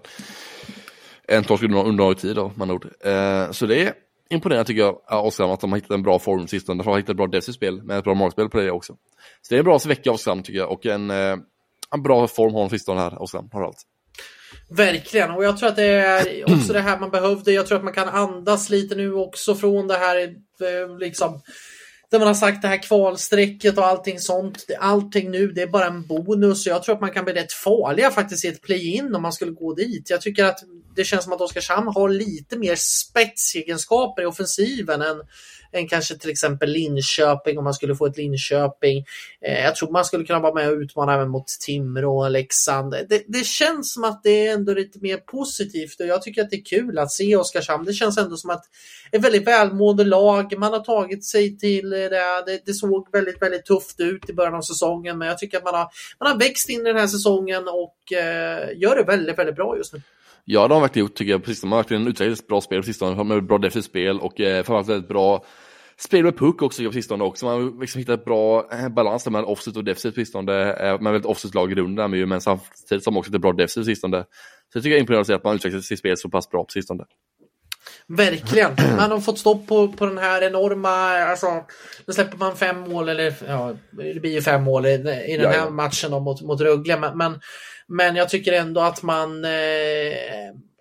En torsk under ordinarie tid då, man ord. Så det är imponerande, tycker jag, Oskarshamn, att de har hittat en bra form sistone. De har hittat ett bra defensivspel med ett bra markspel på det också. Så det är en bra vecka av Oskarshamn, tycker jag, och en bra form har de sistone här, Oskarshamn har allt. Verkligen, och jag tror att det är också det här man behövde. Jag tror att man kan andas lite nu också från det här liksom, där man har sagt det här kvalsträcket och allting sånt. Allting nu, det är bara en bonus. Jag tror att man kan bli rätt farliga faktiskt i ett play-in om man skulle gå dit. Jag tycker att det känns som att Oskarshamn har lite mer spetsegenskaper i offensiven än kanske till exempel Linköping, om man skulle få ett Linköping. Jag tror man skulle kunna vara med och utmana även mot Timrå och Leksand. Det känns som att det är ändå lite mer positivt, och jag tycker att det är kul att se Oskarshamn. Det känns ändå som att ett väldigt välmående lag. Man har tagit sig till det såg väldigt, väldigt tufft ut i början av säsongen, men jag tycker att man har växt in i den här säsongen och gör det väldigt, väldigt bra just nu. Ja, de har verkligen gjort, tycker jag, precis. De har verkligen utvecklat ett bra spel på sistone, med bra defensivt spel och framförallt väldigt bra spel med puck också på sistone också. Man har liksom hittat bra balans mellan offset och defensivt på sistone. Man har väldigt offset lag i grunden där, men samtidigt som också ett bra defensivt på sistone. Så jag tycker jag är imponerad att se att man utvecklat sitt spel så pass bra på sistone. Verkligen. Man har fått stopp på den här enorma, alltså, då släpper man 5 mål, eller ja, det blir ju 5 mål i den här matchen då, mot Rögle, men jag tycker ändå att man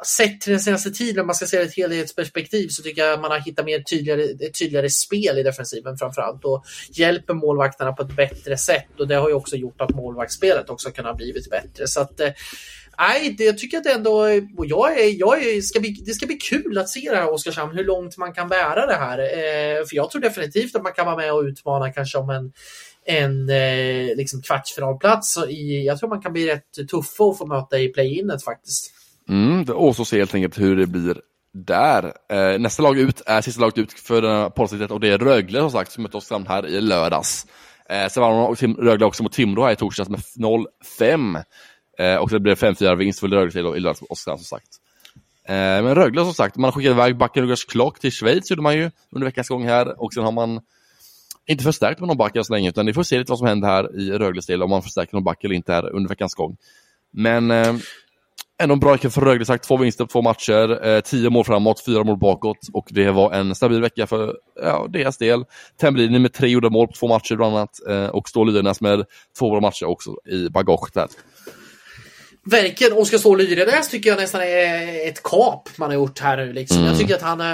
sett till den senaste tiden, om man ska se ett helhetsperspektiv, så tycker jag man har hittat ett tydligare spel i defensiven framförallt och hjälper målvakterna på ett bättre sätt, och det har ju också gjort att målvaktsspelet också kan ha blivit bättre. Så att jag tycker att det ändå, och det ska bli kul att se det här Oskarshamn, hur långt man kan bära det här, för jag tror definitivt att man kan vara med och utmana kanske om en liksom kvartsfinalplats. Jag tror man kan bli rätt tuffa att få möta i play-inet faktiskt. Och så se helt enkelt hur det blir där. Nästa lag ut är sista laget ut för den här poddavsnittet, och det är Rögle som sagt, som mötte oss fram här i lördags. Så var Rögle också mot Timrå här i torsdags med 0-5. Och det blev 5-4 vinst för Rögle till i lördags mot Oskarshamn som sagt. Men Rögle som sagt, man har skickat iväg backen Lukas Klock till Schweiz, gjorde man ju under veckans gång här, och sen har man inte förstärkt med någon back så länge, utan ni får se lite vad som händer här i Rögles del, om man förstärker någon back eller inte här under veckans gång. Men ändå en bra vecka för Rögle sagt, 2 vinster på 2 matcher, 10 mål framåt, 4 mål bakåt, och det var en stabil vecka för deras del. Tembellini med 3 gjorda mål på 2 matcher bland annat, och Stål Lyrenäs med 2 bra matcher också i bagage där. Verkligen, Oskar Ståhl Lyrenäs tycker jag nästan är ett kap man har gjort här nu liksom. Jag tycker att han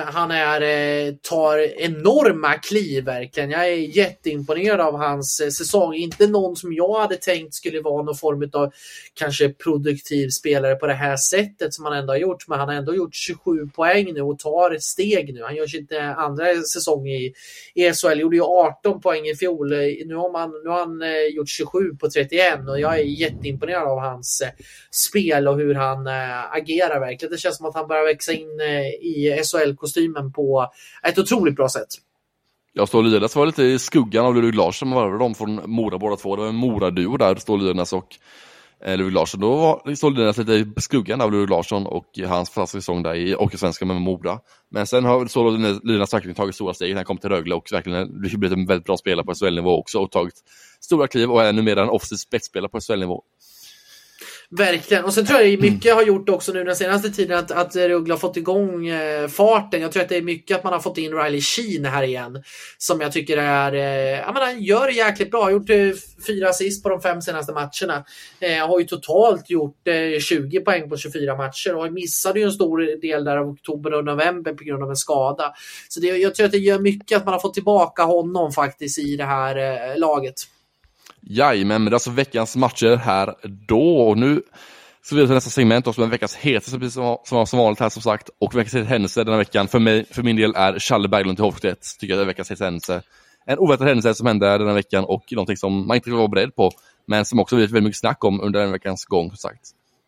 tar enorma kliv verkligen. Jag är jätteimponerad av hans säsong. Inte någon som jag hade tänkt skulle vara någon form av kanske produktiv spelare på det här sättet som han ändå har gjort, men han har ändå gjort 27 poäng nu och tar ett steg nu. Han gör inte andra säsong i SHL, gjorde ju 18 poäng i fjol. Nu har han gjort 27 på 31, och jag är jätteimponerad av hans spel och hur han agerar verkligen. Det känns som att han börjar växa in i SHL-kostymen på ett otroligt bra sätt. Jag står Lyrenäs var lite i skuggan av Ludvig Larsson, var det de från Mora båda två. Det var en Mora-duo där, står Lyrenäs och Ludvig Larsson. Då var står Lyrenäs lite i skuggan av Ludvig Larsson och hans första säsong där i Åkersvenska med Mora. Men sen har Lyrenäs verkligen tagit stora steg när han kom till Rögle och verkligen blivit en väldigt bra spelare på SHL-nivå också, och tagit stora kliv och är numera en offensiv spetsspelare på SHL-nivå. Verkligen, och sen tror jag mycket har gjort också nu den senaste tiden att Rögle har fått igång farten. Jag tror att det är mycket att man har fått in Riley Sheen här igen, som jag tycker är han gör det jäkligt bra. Har gjort 4 assist på de 5 senaste matcherna. Har ju totalt gjort 20 poäng på 24 matcher, och missade ju en stor del där av oktober och november på grund av en skada. Så jag tror att det gör mycket att man har fått tillbaka honom faktiskt i det här laget. Jajamän, men det är alltså veckans matcher här då, och nu så vidare till nästa segment också med veckans hetaste, precis som vanligt här som sagt, och veckans händelse den här veckan för min del är Challe Berglund till Hoffstedt, tycker jag det är veckans hetaste händelse. En oväntad händelse som hände den här veckan, och någonting som man inte var beredd på, men som också blivit väldigt mycket snack om under den veckans gång som sagt.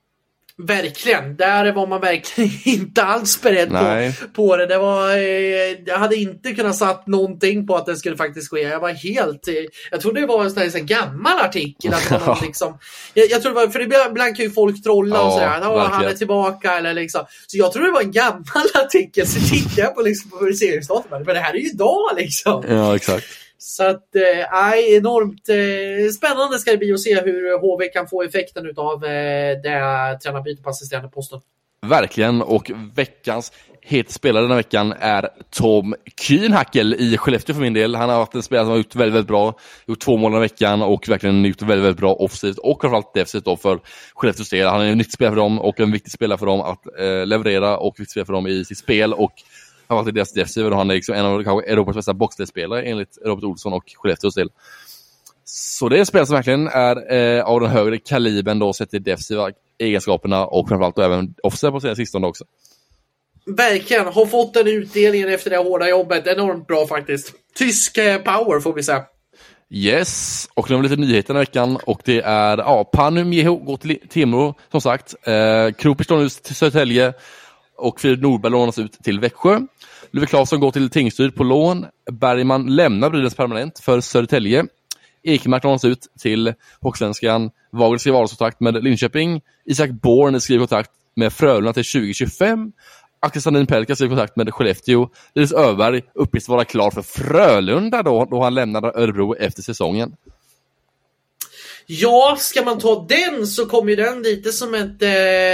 Verkligen, där var man verkligen inte alls beredd på det. Jag hade inte kunnat satt någonting på att det skulle faktiskt ske. Jag trodde det var en sån gammal artikel. Att det var liksom, jag tror det var, för ibland kan ju folk trolla och säga han är tillbaka eller liksom. Så jag tror det var en gammal artikel, så tittade jag på publiceringsdatumet. Men det här är ju idag liksom. Ja, exakt. Så att enormt spännande ska det bli att se hur HV kan få effekten utav det tränarbyte på assisterande posten. Verkligen, och veckans spelare den här veckan är Tom Kühnhackel i Skellefteå för min del. Han har varit en spelare som har gjort väldigt, väldigt bra, gjort 2 mål den här veckan och verkligen gjort väldigt, väldigt bra offensivt och framförallt defensivt då för Skellefteås del. Han är en nyttig spelare för dem och en viktig spelare för dem att leverera, och viktig spelare för dem i sitt spel, och han har varit i deras defensiv, och han är liksom en av kanske Europas bästa boxspelare enligt Robert Olsson och Skellefteås del. Så det är en spelare som verkligen är av den högre kalibern då, sett till defensiva egenskaperna och framförallt och även offensiv på sina sistone också. Verkligen, har fått den utdelningen efter det hårda jobbet. Enormt bra faktiskt. Tysk power får vi säga. Yes, och nu har vi lite nyheter den här veckan, och det är Panu Mieho går till Timrå som sagt. Krupic står nu till Södertälje och Fredrik Norberg lånas ut till Växjö. Ludvig Claesson går till Tingsryd på lån. Bergman lämnar Brynäs permanent för Södertälje. Ekmark lånas ut till Hocksvenskan. Wagner skriver avtalskontrakt med Linköping. Isak Born skriver kontrakt med Frölunda till 2025. Axel Sandin Pelka skriver kontrakt med Skellefteå. Linus Öberg uppges vara klar för Frölunda då han lämnar Örebro efter säsongen. Ja, ska man ta den så kommer ju den lite som ett,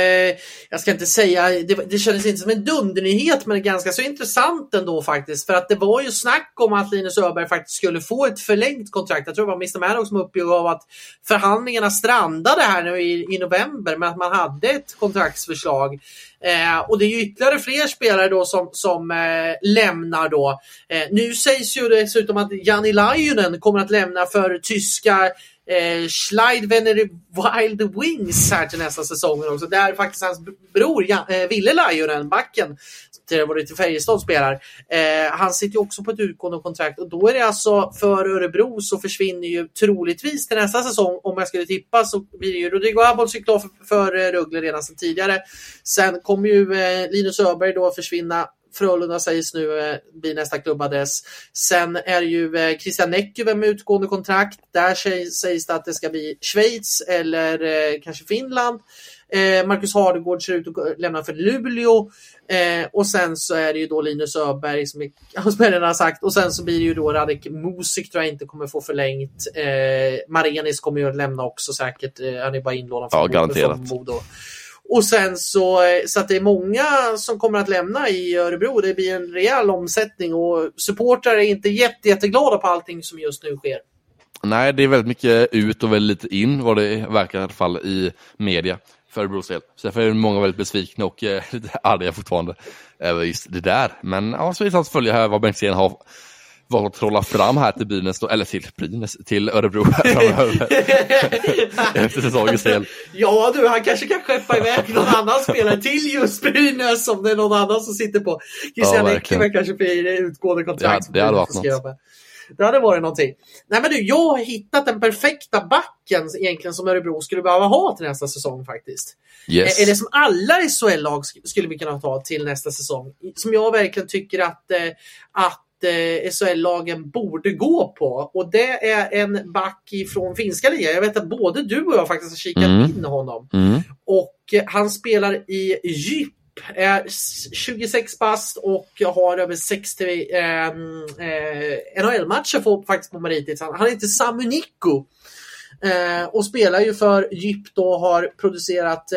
jag ska inte säga, det kändes inte som en dundernyhet, men ganska så intressant ändå faktiskt. För att det var ju snack om att Linus Öberg faktiskt skulle få ett förlängt kontrakt. Jag tror det var Mr. Maddox som uppgav att förhandlingarna strandade här nu i november, men att man hade ett kontraktsförslag. Och det är ju ytterligare fler spelare då som lämnar då. Nu sägs ju dessutom att Jani Lajunen kommer att lämna för tyska Schleidwenner Wild Wings här till nästa säsong också. Där faktiskt hans bror Ville Lajunen, backen till Färjestad spelar. Han sitter ju också på ett utgående kontrakt, och då är det alltså för Örebro så försvinner ju troligtvis till nästa säsong, om jag skulle tippa, så blir det ju Rodrigo Abols klar för Rögle redan sedan tidigare. Sen kommer ju Linus Öberg då försvinna. Frölunda sägs nu bli nästa klubbadress. Sen är ju Christian Näckyvä med utgående kontrakt. Där sägs det att det ska bli Schweiz eller kanske Finland. Marcus Hardegård ser ut att lämna för Luleå. Och sen så är det ju då Linus Öberg som spelarna har sagt. Och sen så blir det ju då Radek Musik, tror jag inte kommer få förlängt. Marenis kommer ju att lämna också säkert. Han är bara inlånad från Modo. Och sen så att det är många som kommer att lämna i Örebro. Det blir en rejäl omsättning, och supportrar är inte jätteglada på allting som just nu sker. Nej, det är väldigt mycket ut och väldigt lite in, vad det verkar i alla fall i media för Örebros del. Så därför är många väldigt besvikna och lite arga fortfarande över just det där. Men ja, så är det att följa här vad Bengtzén har valt att trolla fram här till Brynäs, eller till Örebro framöver efter säsongens del. Ja du, han kanske kan skeppa iväg någon annan spelare till just Brynäs, om det är någon annan som sitter på Christian Näckyvä kanske blir utgående kontrakt. Det hade varit något. Det hade varit någonting. Nej men du, jag har hittat den perfekta backen egentligen som Örebro skulle behöva ha till nästa säsong faktiskt. Yes. Eller som alla SHL-lag skulle vi kunna ta till nästa säsong. Som jag verkligen tycker att SHL-lagen borde gå på. Och det är en back från finska ligan. Jag vet att både du och jag faktiskt har kikat in honom. Och han spelar i Djup. Är 26 bast och har över 60 NHL-matcher faktiskt på meritet. Han är inte Samu Nikko. Och spelar ju för Djup då, har producerat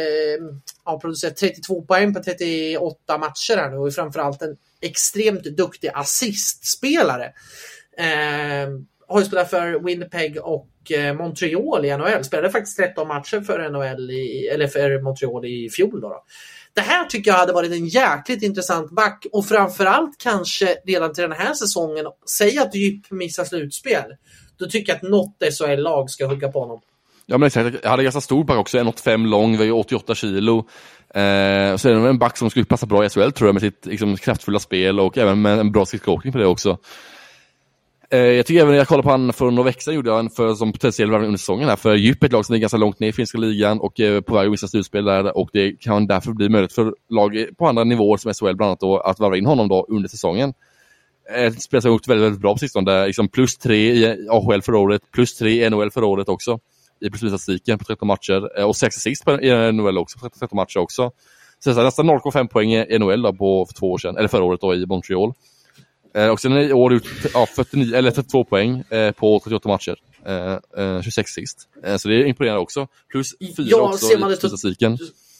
32 poäng på 38 matcher här nu, och är framförallt en extremt duktig assistspelare. Har ju spelat för Winnipeg och Montreal i NHL. Spelade faktiskt 13 matcher för NHL eller för Montreal i fjol då. Det här tycker jag hade varit en jäkligt intressant back, och framförallt kanske redan till den här säsongen. Säg att Djup missar slutspel. Då tycker jag att något SHL-lag ska hugga på honom. Ja, men exakt. Jag hade ganska stor back också, 1,85 lång, väger 88 kilo. Så är det en back som skulle passa bra i SHL, tror jag, med sitt liksom kraftfulla spel och även med en bra skridskoåkning på det också. Jag tycker även när jag kollade på han för några veckor sedan, gjorde jag för som potentiell värvning under säsongen här, för Djup är ett lag som är ganska långt ner i finska ligan och på väg att vissa slutspel där, och det kan därför bli möjligt för lag på andra nivåer som SHL bland annat då, att värva in honom då under säsongen. Spelar sig upp väldigt, väldigt bra på sistone, där liksom +3 i AHL för året, +3 i NHL för året också i statistiken på 13 matcher, och 6 assist i NHL också på 13 matcher också. Så det är nästan 0,5 poäng i NHL då på för 2 år sedan, eller förra året då i Montreal. Och sen i år ut 49 eller 32 poäng på 38 matcher. 26 sist. Så det är imponerande också. Plus 4 också i statistiken.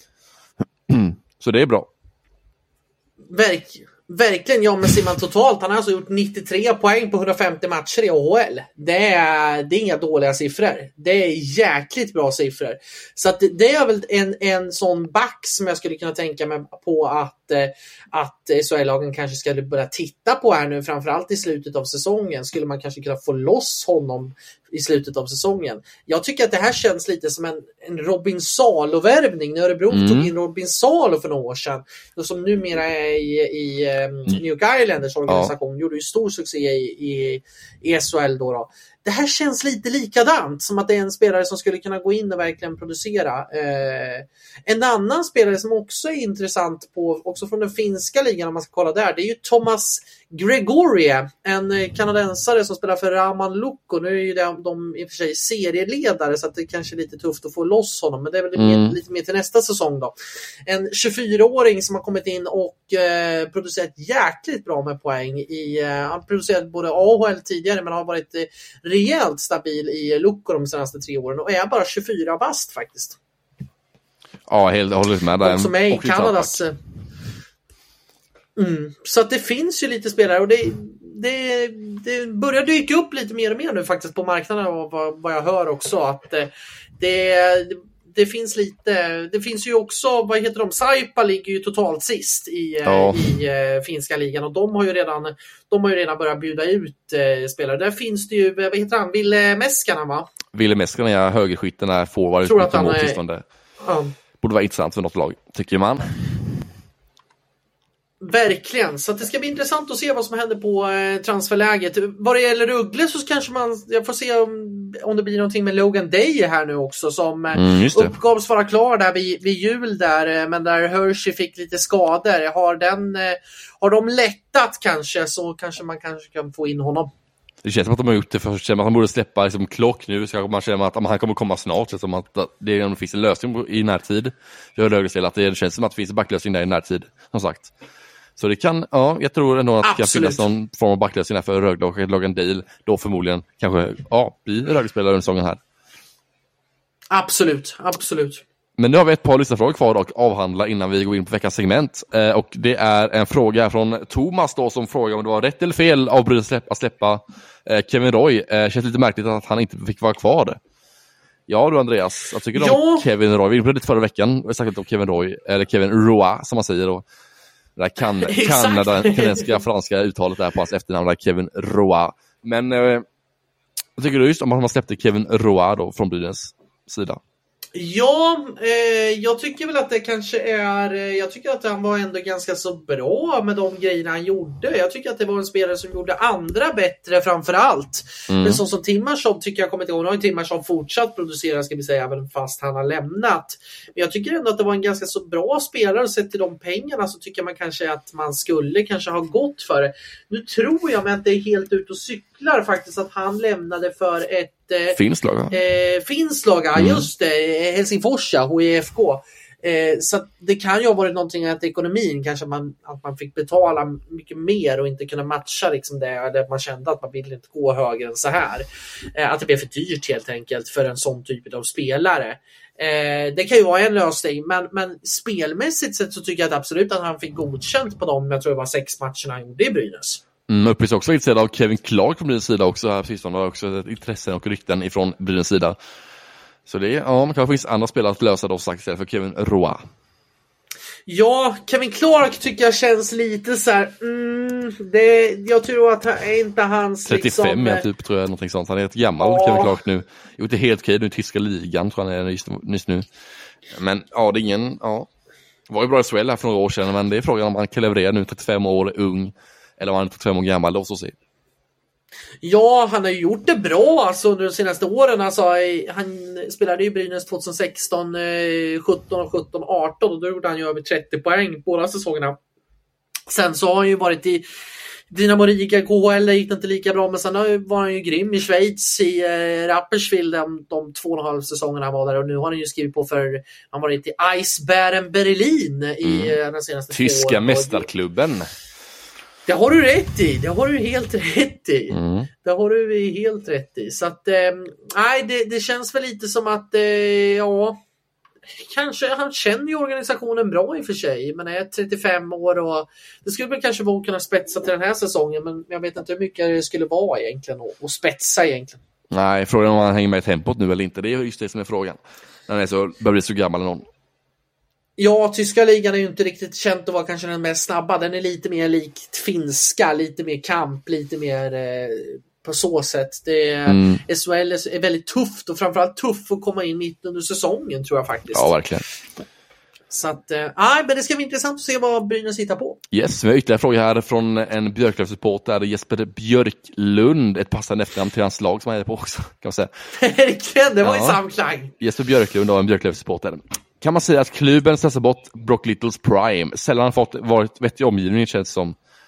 Så det är bra. Verkligen, ja, men ser man totalt, han har alltså gjort 93 poäng på 150 matcher i AHL. Det är inga dåliga siffror. Det är jäkligt bra siffror. Så att det är väl en sån back som jag skulle kunna tänka mig på att SHL-lagen kanske ska börja titta på här nu, framförallt i slutet av säsongen. Skulle man kanske kunna få loss honom i slutet av säsongen. Jag tycker att det här känns lite som en Robin Salo-värvning. När Örebro tog in Robin Salo för några år sedan, som numera är i New York Islanders organisation, gjorde ju stor succé i SHL då. Det här känns lite likadant, som att det är en spelare som skulle kunna gå in och verkligen producera. En annan spelare som också är intressant också från den finska ligan, om man ska kolla där, det är ju Thomas Gregoria, en kanadensare som spelar för Raman Lukko. Nu är ju de i och för sig serieledare, så att det kanske är lite tufft att få loss honom, men det är väl lite mer till nästa säsong då. En 24-åring som har kommit in och producerat jäkligt bra med poäng. Han producerat både AHL tidigare, men har varit rejält stabil i Lukko de senaste 3 åren och är bara 24 bast faktiskt. Ja, helt hållet med där. Också med i Kanadas. Så att det finns ju lite spelare, och det börjar dyka upp lite mer och mer nu faktiskt på marknaden, och vad jag hör också, att det finns lite. Det finns ju också, vad heter de? Saipa ligger ju totalt sist i finska ligan, och de har ju redan börjat bjuda ut spelare. Där finns det ju, vad heter han? Ville Meskanen, va? Ville Meskanen, ja, högerskytten är forward. Tror att han borde vara intressant för något lag, tycker man. Verkligen, så att det ska bli intressant att se vad som händer på transferläget. Vad det gäller Rögle så kanske jag får se om det blir någonting med Logan Day här nu också, som uppgavs vara klar där vid jul där, men där Hershey fick lite skador. Har de lättat kanske, så kanske man kan få in honom. Det känns som att de har gjort det, för att man borde släppa liksom klock nu, så man känner att han kommer komma snart, så som att det finns en lösning i närtid. Det känns som att det finns en backlösning där i närtid, som sagt. Så det kan, jag tror ändå att det kan finnas någon form av backlösning här för Rögle, och ett lag en deal då förmodligen kanske blir Rögle-spelare under säsongen här. Absolut. Men nu har vi ett par lyssnarfrågor kvar att avhandla innan vi går in på veckans segment. Och det är en fråga från Thomas då, som frågar om det var rätt eller fel av Brynäs att släppa Kevin Roy. Känns lite märkligt att han inte fick vara kvar. Ja du Andreas, jag tycker om Kevin Roy. Vi gjorde det förra veckan, vi har sagt om Kevin Roy, eller Kevin Roy som man säger då. Det kanadensiska franska uttalet där på hans efternamn, där Kevin Roy. Men jag tycker du just om att man släppte Kevin Roy då från Brynäs sida? Ja, jag tycker väl att det kanske är... Jag tycker att han var ändå ganska så bra med de grejerna han gjorde. Jag tycker att det var en spelare som gjorde andra bättre framförallt. Men som Timmarshov tycker jag kommit igång. Nu har ju Timmarshov fortsatt producera, ska vi säga, även fast han har lämnat. Men jag tycker ändå att det var en ganska så bra spelare, och sett till de pengarna så tycker man kanske att man skulle kanske ha gått för det. Nu tror jag att det är helt ut och cyklar faktiskt att han lämnade för ett Finslag, just det, Helsingfors, HIFK. Så det kan ju ha varit någonting att ekonomin kanske att man fick betala mycket mer och inte kunna matcha liksom det, eller man kände att man ville inte gå högre än så här. Att det blev för dyrt helt enkelt för en sån typ av spelare. Det kan ju vara en lösning, men spelmässigt sett så tycker jag att absolut att han fick godkänt på dem, jag tror det var 6 matcherna han gjorde i Brynäs. Upplevs också intresserad av Kevin Clark från Brynäs sida också här, precis som det var också ett intresse och rykten ifrån Brynäs sida. Så det man kanske finns andra spelare att lösa då, sagt istället för Kevin Roy. Ja, Kevin Clark tycker jag känns lite så här. Jag tror att är inte hans 35 liksom, typ, tror jag, någonting sånt. Han är ett gammal Kevin Clark nu. Gjort det helt okej nu i tyska ligan, tror jag han är just nu. Men det är ingen, det var ju bra i SHL här för några år sedan, men det är frågan om han kan leverera nu, 35 år ung, eller om han är 35 år gammal, låt oss se. Ja, han har ju gjort det bra alltså under de senaste åren. Alltså, han spelade i Brynäs 2016, 17, 18, och då gjorde han ju över 30 poäng båda säsongerna. Sen så har han ju varit i Dynamo Riga, KHL, det gick inte lika bra, men sen var han ju grym i Schweiz, i Rapperswil de 2,5 säsongerna han var där, och nu har han ju skrivit på för, han varit i Eisbären Berlin i den senaste tyska mästarklubben. Det har du rätt i. Det har du helt rätt i. Det har du helt rätt i. Så att, nej, det känns väl lite som att, kanske han känner ju organisationen bra i och för sig, men är 35 år och det skulle väl kanske vara att kunna spetsa till den här säsongen, men jag vet inte hur mycket det skulle vara egentligen och spetsa egentligen. Nej, frågan om han hänger med i tempot nu eller inte, det är just det som är frågan. När han börjar bli så gammal eller någon. Ja, tyska ligan är ju inte riktigt känt att vara kanske den mest snabba. Den är lite mer likt finska, lite mer kamp, lite mer på så sätt. SHL är väldigt tufft, och framförallt tuff att komma in mitt under säsongen, tror jag faktiskt. Ja, verkligen. Så att, men det ska bli intressant att se vad Brynäs hittar på. Yes, vi har ytterligare fråga här från en Björklöv-supporter, Jesper Björklund, ett passande efternamn till hans lag som han är på också, kan man säga. Verkligen, det var i samklang. Jesper Björklund, en Björklöv-supporter. Kan man säga att klubben stressar bort Brock Littles prime? Sällan har varit vettig omgivning, känns som.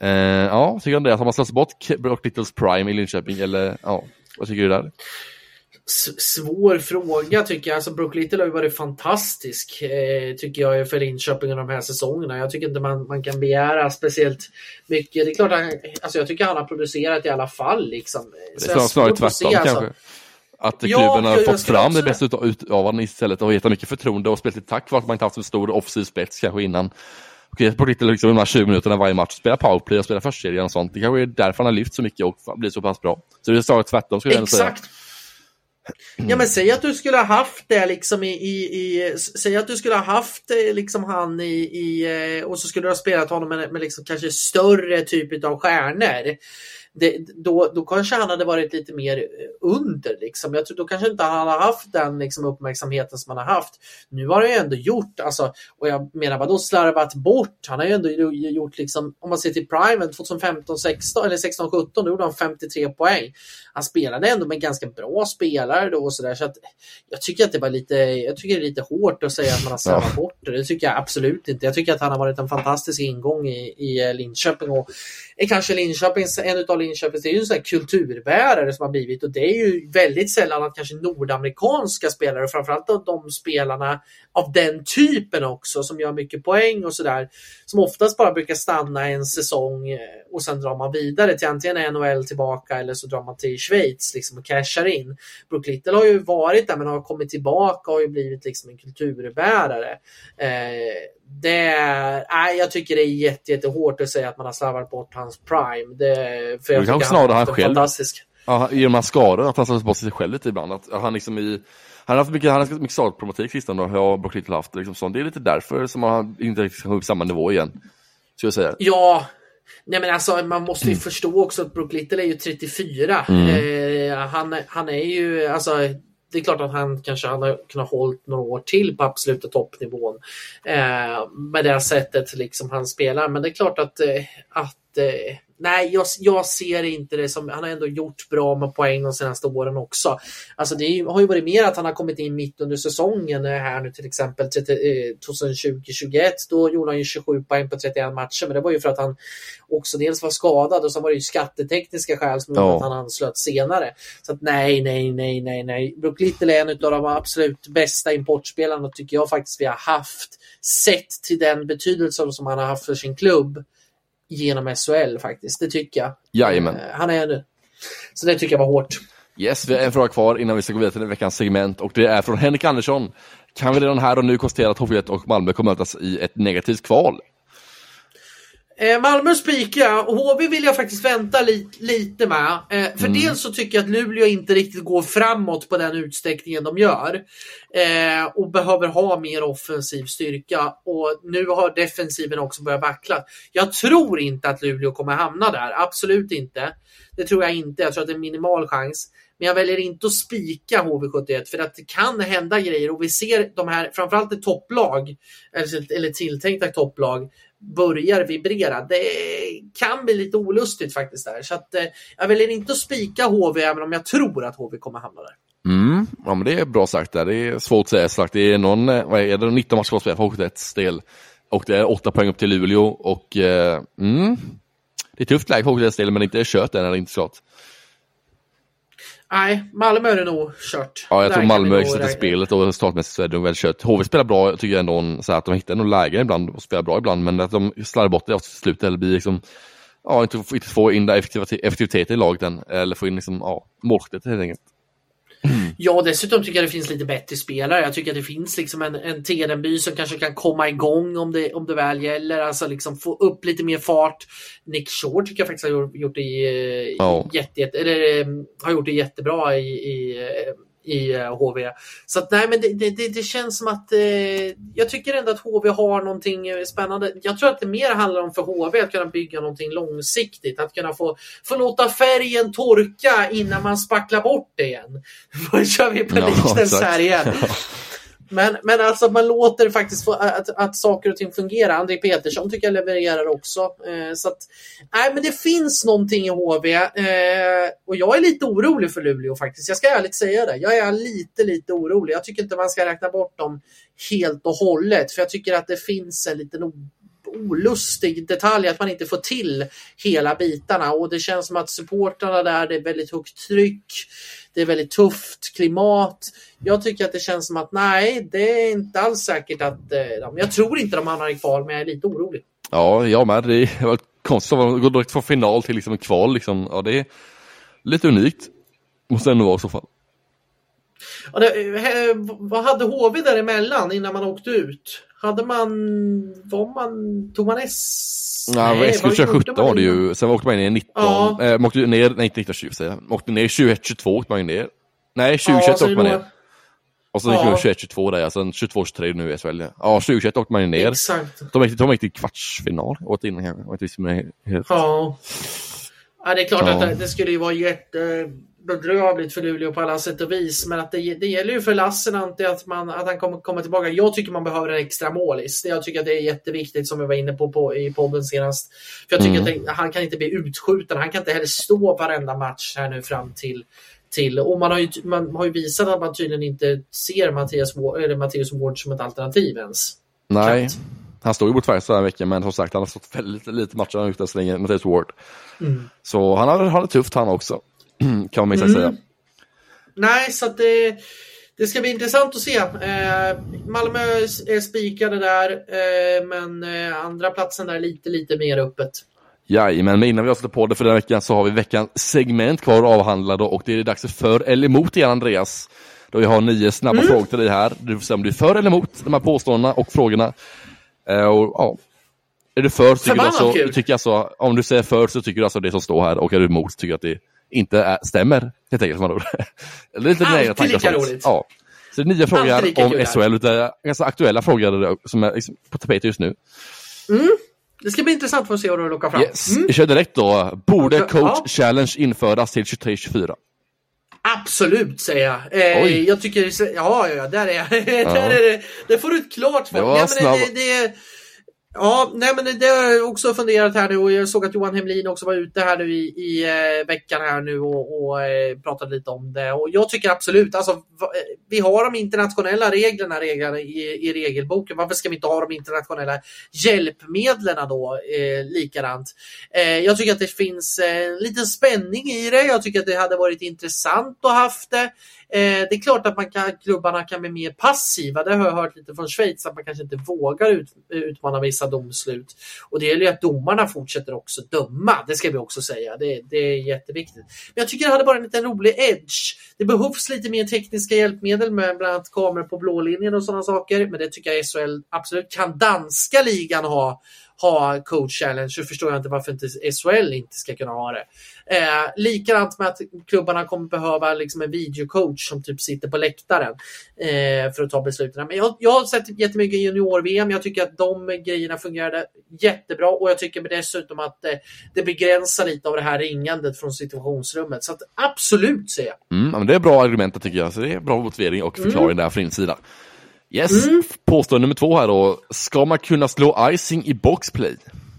Ja, tycker du det? Att man slåss bort Brock Littles Prime i Linköping? Eller, ja, vad tycker du där? Svår fråga tycker jag. Alltså Brock Little har ju varit fantastisk tycker jag för Linköping de här säsongerna. Jag tycker inte man kan begära speciellt mycket. Det är klart alltså jag tycker han har producerat i alla fall liksom. Det är snarare tvärtom kanske. Att klubben har fått fram det bästa av honom istället och gett mycket förtroende och spelat i tack för att man inte haft så stor offensiv spets kanske innan. Okej, Brock Little liksom de här 20 minuterna varje match spelar powerplay och spelar förstserien och sånt. Det kanske är därför han har lyft så mycket och blir så pass bra. Så det är snarare tvärtom skulle jag säga. Exakt. Ja, men säg att du skulle ha haft det liksom säg att du skulle ha haft liksom han och så skulle du ha spelat honom med liksom kanske större typ av stjärnor. Då kanske han hade varit lite mer under liksom. Jag tror då kanske inte han hade haft den liksom uppmärksamheten som han har haft. Nu har han ju ändå gjort alltså, och jag menar vadå slarvat bort. Han har ju ändå gjort liksom, om man ser till Prime 2015-16 eller 16-17 då gjorde han 53 poäng. Han spelade ändå med en ganska bra spelare då och sådär, så att jag tycker att det är lite hårt att säga att man har slarvat bort det. Det tycker jag absolut inte. Jag tycker att han har varit en fantastisk ingång i Linköping och är kanske en av Linköpings, det är ju en sån här kulturbärare som har blivit, och det är ju väldigt sällan att kanske nordamerikanska spelare, framförallt av de spelarna av den typen också som gör mycket poäng och sådär, som oftast bara brukar stanna en säsong och sen drar man vidare till antingen NHL tillbaka eller så drar man till Schweiz liksom och cashar in. Brock Little har ju varit där men har kommit tillbaka och har ju blivit liksom en kulturbärare. Jag tycker det är jättehårt att säga att man har slarvat bort hans prime. För jag tycker han är fantastisk. Ja, genom att skador att han slarvat bort sig själv lite ibland. Att han liksom han har haft mycket skadproblematik sistone och har Brock Little haft liksom sånt. Det är lite därför som han inte kommer upp samma nivå igen. Så jag säger. Ja. Nej men alltså man måste ju förstå också att Brock Little är ju 34. Han är ju alltså det är klart att han kanske hade kunnat hålla några år till på absoluta toppnivån med det sättet liksom han spelar. Men det är klart att nej, jag ser inte det som, han har ändå gjort bra med poäng de senaste åren också. Alltså det har ju varit mer att han har kommit in mitt under säsongen här nu till exempel 2020-21, då gjorde han ju 27 poäng på 31 matcher, men det var ju för att han också dels var skadad och så var det ju skattetekniska skäl som gjorde att han anslöt senare. Så att nej. Brock Little är en av de absolut bästa importspelarna tycker jag faktiskt vi har haft, sett till den betydelse som han har haft för sin klubb genom SHL faktiskt, det tycker jag. Jajamän. Han är nu. Så det tycker jag var hårt. Yes, vi har en fråga kvar innan vi ska gå vidare till veckans segment och det är från Henrik Andersson. Kan vi redan här och nu konstatera att HV1 och Malmö kommer mötas i ett negativt kval? Malmö spikar och HV vill jag faktiskt vänta lite med. För dels så tycker jag att Luleå inte riktigt går framåt på den utsträckningen de gör. Och behöver ha mer offensiv styrka. Och nu har defensiven också börjat vackla. Jag tror inte att Luleå kommer hamna där. Absolut inte. Det tror jag inte. Jag tror att det är en minimal chans. Men jag väljer inte att spika HV71 för att det kan hända grejer. Och vi ser de här, framförallt ett topplag eller tilltänkta topplag, börjar vibrera. Det kan bli lite olustigt faktiskt där. Så att jag väljer inte att spika HV även om jag tror att HV kommer hamna där. Ja, men det är bra sagt där. Det är svårt att säga sagt. Det är 19 matcher för HV1 del och det är 8 poäng upp till Luleå och det är tufft läge för HV1 del men inte är kört än eller inte klart. Nej, Malmö är det nog kört. Ja, jag tror Malmö sätter spelet och startmässigt så är det väl kört. HV spelar bra, jag tycker ändå så att de hittar nog lägen ibland och spelar bra ibland, men att de slarvar bort det till slut eller blir liksom inte få in där effektiviteten i laget än, eller få in liksom målskyttet helt enkelt. Ja, dessutom tycker jag det finns lite bättre spelare. Jag tycker att det finns liksom en Tedenby som kanske kan komma igång om det väl gäller. Alltså liksom få upp lite mer fart. Nick Shore tycker jag faktiskt har gjort det jättebra i HV. Så att nej, men det känns som att jag tycker ändå att HV har någonting spännande. Jag tror att det mer handlar om för HV att kunna bygga någonting långsiktigt, att kunna få låta färgen torka innan man spacklar bort det igen. Vad kör vi på liknelse här igen? Men alltså man låter faktiskt att saker och ting fungerar. André Petersson tycker jag levererar också. Så att, nej, men det finns någonting i HV. Och jag är lite orolig för Luleå faktiskt. Jag ska ärligt säga det. Jag är lite orolig. Jag tycker inte man ska räkna bort dem helt och hållet. För jag tycker att det finns en liten olustig detalj att man inte får till hela bitarna, och det känns som att supportarna där, det är väldigt högt tryck, det är väldigt tufft klimat. Jag tycker att det känns som att nej, det är inte alls säkert att jag tror inte de hamnar i kval, men jag är lite orolig. Ja, jag med. Det var konstigt att gå direkt från final till liksom en kval. Liksom. Ja, det är lite unikt. Måste ändå vara i så fall. Ja, vad hade HV däremellan innan man åkte ut? Tog man S? Nej, skulle 17 var det ju. Sen åkte man in i 19. Ja. Åkte ner, nej, inte 1920 säger jag. Åkte ner 21-22 åkte man in ner. Nej, 2021 åkte man ner. Och så gick man 21-22 där, sen 22-23 nu i SHL. Ja, 2021 åkte man ju ner. Exakt. De gick till kvartsfinal. Åt in här. Ja, det är klart att det skulle ju vara bedrövligt för Luleå på alla sätt och vis, men att det gäller ju för Lassinantti att han kommer tillbaka. Jag tycker man behöver en extra målis. Jag tycker att det är jätteviktigt, som vi var inne på i podden senast. För jag tycker att han kan inte bli utskjuten. Han kan inte heller stå varenda match här nu fram till. Och man har ju visat att man tydligen inte ser Mattias Ward som ett alternativ ens. Nej, han stod ju mot Färjestad den veckan, men som sagt, han har stått väldigt lite matcher han ute så länge, Mattias Ward. Så han har det tufft han också, kan man säga. Nej, så att det ska bli intressant att se. Malmö är spikade där, men andra platsen där är lite mer öppet. Men innan vi har släppt på det för den veckan så har vi veckans segment kvar avhandlade, och det är dags för eller emot igen, Andreas. Då vi har 9 snabba frågor till dig här. Du får se om du är för eller emot de här påståendena och frågorna. Är du för tycker alltså, om du säger för så tycker du alltså det som står här, och är du emot tycker att det inte stämmer. Helt enkelt, man lite alltid lika roligt. Ja. Så det är 9 frågor om SHL, ganska aktuella frågor som är på tapeten just nu. Det ska bli intressant för att se vad du lockar fram. Vi kör direkt då. Borde coach challenge införas till 23-24? Absolut, säger jag. Jag tycker, där är jag. Där är det. Det får du ett klart för. Det har jag också funderat här nu, och jag såg att Johan Hemlin också var ute här nu i veckan här nu och pratade lite om det, och jag tycker absolut, alltså vi har de internationella reglerna i regelboken, varför ska vi inte ha de internationella hjälpmedlen då likadant? Jag tycker att det finns en liten spänning i det, jag tycker att det hade varit intressant att haft det. Det är klart att klubbarna kan bli mer passiva. Det har jag hört lite från Schweiz, att man kanske inte vågar utmana vissa domslut. Och det gäller ju att domarna fortsätter också döma. Det ska vi också säga. Det är jätteviktigt. Men jag tycker det hade bara en liten rolig edge. Det behövs lite mer tekniska hjälpmedel med bland annat kameror på blålinjen och sådana saker. Men det tycker jag SHL absolut. Kan danska ligan ha coach challenge, så förstår jag inte varför inte SHL inte ska kunna ha det. Likadant med att klubbarna kommer behöva liksom en videocoach som typ sitter på läktaren för att ta besluten. Men jag har sett jättemycket junior-VM. Jag tycker att de grejerna fungerade jättebra, och jag tycker dessutom att det begränsar lite av det här ringandet från situationsrummet. Så att absolut, säger jag. Men det är bra argument, tycker jag. Så det är bra motivering och förklaring där från din sida. Yes, påstående nummer 2 här då. Ska man kunna slå icing i boxplay?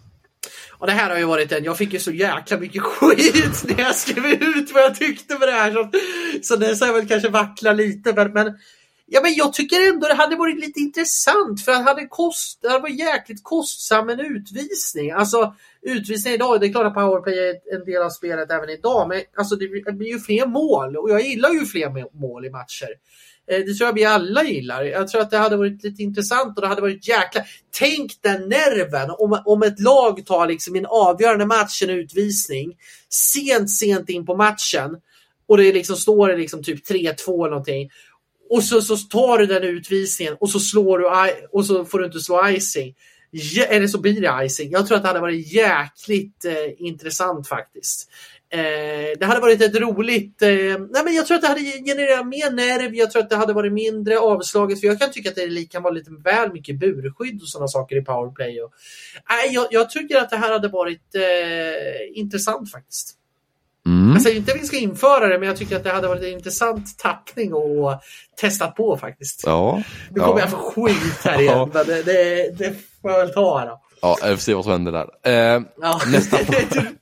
Och det här har ju varit jag fick ju så jäkla mycket skit när jag skrev ut vad jag tyckte med det här. Så det så jag väl kanske vackla lite. Men jag tycker ändå det hade varit lite intressant. För det hade varit jäkligt kostsam en utvisning. Alltså utvisning idag, det är klart att powerplay är en del av spelet även idag. Men alltså, det blir ju fler mål. Och jag gillar ju fler mål i matcher. Det tror jag vi alla gillar. Jag tror att det hade varit lite intressant, och det hade varit jäkla... Tänk den nerven om ett lag tar liksom en avgörande match, en utvisning sent in på matchen, och det liksom står det liksom typ 3-2 eller någonting, och så tar du den utvisningen och så slår du, och så får du inte slå icing, eller så blir det icing. Jag tror att det hade varit jäkligt intressant faktiskt. Det hade varit ett roligt... men jag tror att det hade genererat mer nerv. Jag tror att det hade varit mindre avslaget. För jag kan tycka att det kan vara lite väl mycket burskydd och sådana saker i powerplay. Jag tycker att det här hade varit intressant faktiskt. Jag säger inte att vi ska införa det, men jag tycker att det hade varit en intressant tappning och testat på faktiskt. Nu kommer jag få skit här igen. Men det får jag väl ta här då. Ja, jag får se vad som händer där.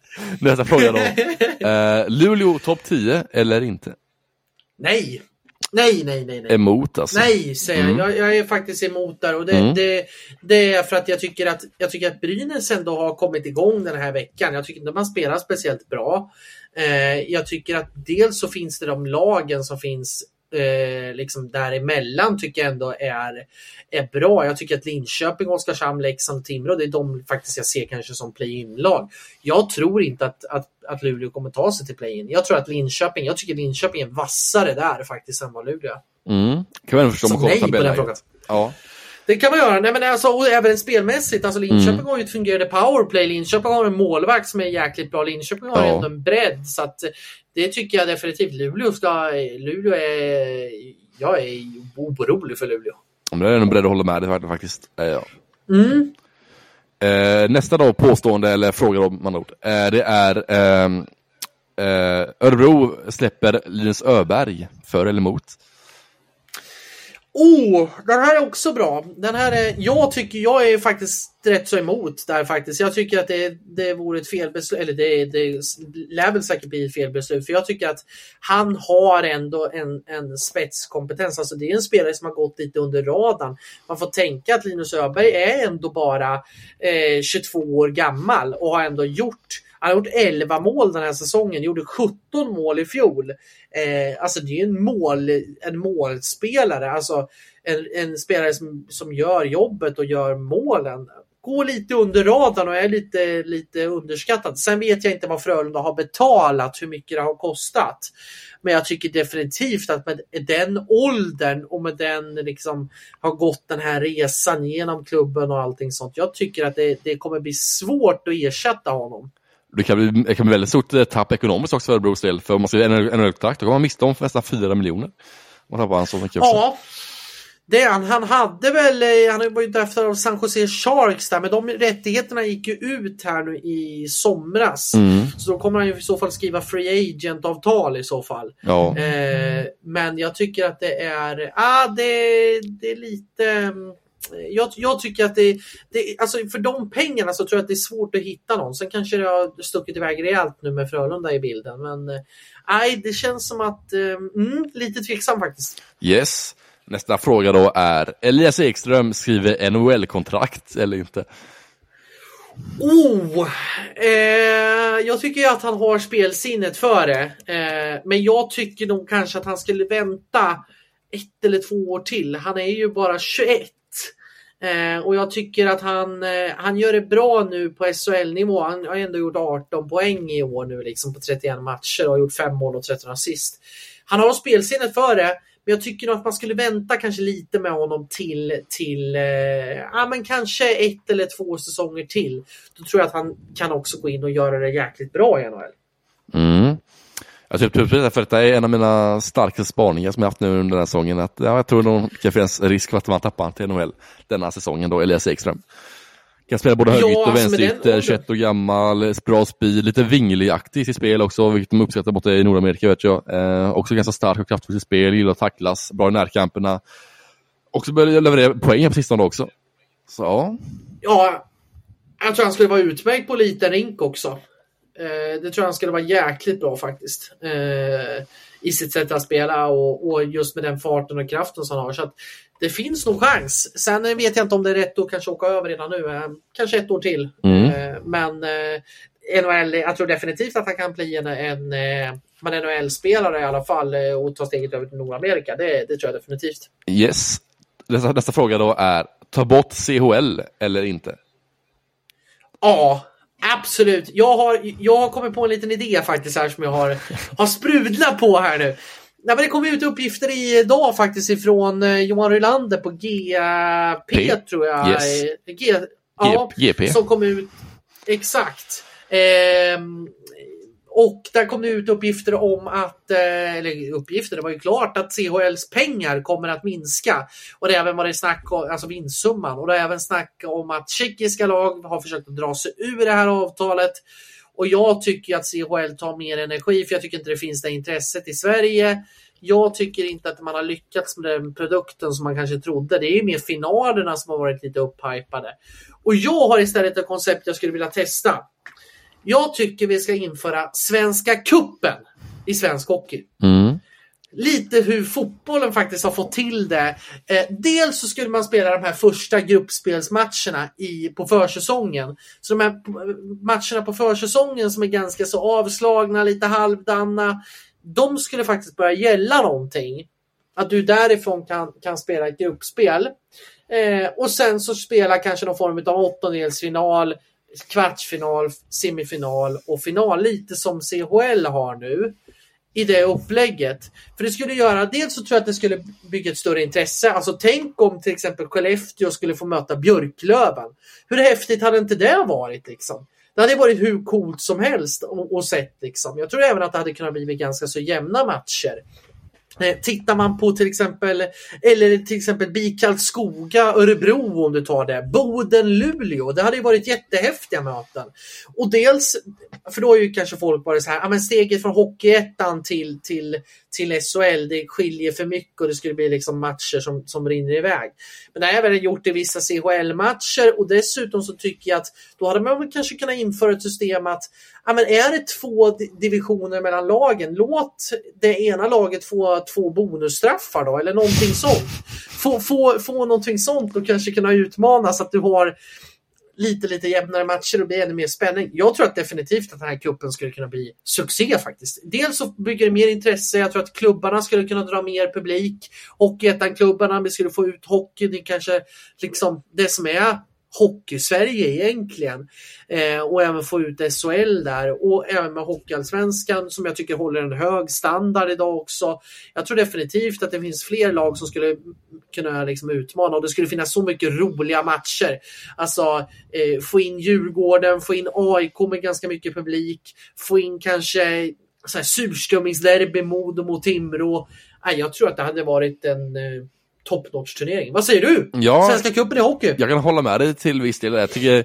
Nästa fråga då. Luleå topp 10 eller inte? Nej. Nej. Emot alltså. Nej, säger jag. Jag är faktiskt emot där. Och det är för att jag tycker att Brynäs ändå har kommit igång den här veckan. Jag tycker inte man spelar speciellt bra. Jag tycker att dels så finns det de lagen som finns liksom däremellan tycker jag ändå är bra. Jag tycker att Linköping, Oskarshamn, Leksand och Timrå, det är de faktiskt jag ser kanske som play-in-lag. Jag tror inte att Luleå kommer ta sig till play-in. Jag tror att Linköping är vassare där faktiskt än vad Luleå är. Kan man förstå om man kollar på den frågan. Ja. Det kan man göra. Nej, men alltså, och även spelmässigt. Alltså Linköping har ju ett fungerande powerplay. Linköping har en målvakt som är jäkligt bra. Linköping har ändå en bredd. Så att det tycker jag definitivt. Jag är orolig för Luleå. Men det är nog beredd att hålla med det faktiskt. Ja. Nästa då påstående eller fråga om man ord. Det är Örebro släpper Linus Öberg för eller emot? Den här är också bra. Den här jag är faktiskt rätt så emot där faktiskt. Jag tycker att det vore ett felbeslut, eller det lär väl säkert bli ett felbeslut, för jag tycker att han har ändå en spetskompetens. Alltså det är en spelare som har gått lite under radarn. Man får tänka att Linus Öberg är ändå bara 22 år gammal och har ändå han har gjort 11 mål den här säsongen. Gjorde 17 mål i fjol. Alltså det är en målspelare. Alltså en spelare som gör jobbet och gör målen. Går lite under radarn och är lite underskattad. Sen vet jag inte vad Frölunda har betalat. Hur mycket det har kostat. Men jag tycker definitivt att med den åldern och med den liksom har gått den här resan genom klubben och allting sånt. Jag tycker att det kommer bli svårt att ersätta honom. Det kan bli väldigt stort tapp ekonomiskt också för Örebros del. För om man ser en öltrakt, då kan man mista om för nästan 4 miljoner. Man tappar han så mycket också. Ja, han var ju därför av San Jose Sharks där, men de rättigheterna gick ju ut här nu i somras. Så då kommer han ju i så fall skriva free agent-avtal i så fall. Ja. Men jag tycker att det är det är lite... Jag tycker att det alltså för de pengarna så tror jag att det är svårt att hitta någon. Sen kanske det har stuckit iväg rejält nu med Frölunda i bilden. Men det känns som att lite tveksam faktiskt. Yes. Nästa fråga då är: Elias Ekström skriver NHL-kontrakt eller inte? Jag tycker ju att han har spelsinnet för det. Men jag tycker nog kanske att han skulle vänta 1 eller 2 år till. Han är ju bara 21. Och jag tycker att han gör det bra nu på SHL-nivå. Han har ändå gjort 18 poäng i år nu liksom på 31 matcher och har gjort 5 mål och 13 assist. Han har spelsinnet för det, men jag tycker nog att man skulle vänta kanske lite med honom till men kanske 1 eller 2 säsonger till. Då tror jag att han kan också gå in och göra det jäkligt bra i NHL. Jag tycker för detta är en av mina starkaste spaningar som jag haft nu under den här säsongen. Att, jag tror nog det finns risk för att man tappar till NHL denna säsongen då, Elias Ekström. Kan spela både högytter och vänsterytter, 21 år gammal, bra speed, lite vingligaktig i sitt spel också, vilket de uppskattar borta i Nordamerika vet jag. Också ganska stark och kraftfull i spel, gillar att tacklas, bra i närkamperna. Också börjar leverera poäng på sistone också. Så. Ja, jag tror han skulle vara utmärkt på liten rink också. Det tror jag han skulle vara jäkligt bra faktiskt. I sitt sätt att spela och just med den farten och kraften som han har. Så att det finns nog chans. Sen vet jag inte om det är rätt att kanske åka över redan nu. Kanske 1 år till. Men NHL, jag tror definitivt att han kan bli en NHL-spelare i alla fall och ta steget över till Nordamerika. Det tror jag definitivt. Yes. Nästa fråga då är: ta bort CHL eller inte? Ja, absolut. Jag har kommit på en liten idé faktiskt här som jag har sprudlat på här nu. Nej, men det kom ut uppgifter idag faktiskt ifrån Johan Rylander på GP tror jag. Yes. GP. Som kom ut exakt. Och där kom det ut uppgifter om att, det var ju klart att CHLs pengar kommer att minska. Och det har även varit snack om, alltså vinstsumman. Och det har även snack om att tjeckiska lag har försökt att dra sig ur det här avtalet. Och jag tycker att CHL tar mer energi, för jag tycker inte det finns det intresset i Sverige. Jag tycker inte att man har lyckats med den produkten som man kanske trodde. Det är mer finalerna som har varit lite upphypade. Och jag har istället ett koncept jag skulle vilja testa. Jag tycker vi ska införa Svenska Cupen i svensk hockey. lite hur fotbollen faktiskt har fått till det. Dels så skulle man spela de här första gruppspelsmatcherna på försäsongen. Så de här matcherna på försäsongen som är ganska så avslagna, lite halvdanna, de skulle faktiskt börja gälla någonting. Att du därifrån kan spela ett gruppspel. Och sen så spela kanske någon form av åttondelsfinal, kvartsfinal, semifinal och final. Lite som CHL har nu i det upplägget. För det skulle göra, dels så tror jag att det skulle bygga ett större intresse. Alltså tänk om till exempel Skellefteå skulle få möta Björklöven. Hur häftigt hade inte det varit liksom? Det hade varit hur coolt som helst och sett liksom. Jag tror även att det hade kunnat bli ganska så jämna matcher. Tittar man på till exempel BIK Karlskoga, Örebro om du tar det, Boden, Luleå, det hade ju varit jättehäftiga möten. Och dels, för då är ju kanske folk bara så här, men steget från Hockeyettan till SHL, det skiljer för mycket och det skulle bli liksom matcher som rinner iväg. Men det har även gjort i vissa CHL-matcher och dessutom så tycker jag att då hade man kanske kunnat införa ett system att men är det 2 divisioner mellan lagen, låt det ena laget få 2 bonusstraffar då, eller någonting sånt. Få någonting sånt och kanske kunna utmana så att du har lite jämnare matcher och blir ännu mer spänning. Jag tror att definitivt att den här kuppen skulle kunna bli succé faktiskt. Dels så bygger det mer intresse. Jag tror att klubbarna skulle kunna dra mer publik. Hockeyettan-klubbarna, vi skulle få ut hockey. Det är kanske liksom det som är Hockey-Sverige egentligen. Och även få ut SHL där. Och även med Hockeyallsvenskan som jag tycker håller en hög standard idag också. Jag tror definitivt att det finns fler lag som skulle kunna liksom utmana. Och det skulle finnas så mycket roliga matcher. Alltså få in Djurgården, få in AIK med ganska mycket publik. Få in kanske så här surströmmingsderby Modo mot Timrå. Jag tror att det hade varit en top-notch-turnering. Vad säger du? Ja, Svenska cupen i hockey. Jag kan hålla med dig till viss del. Jag tycker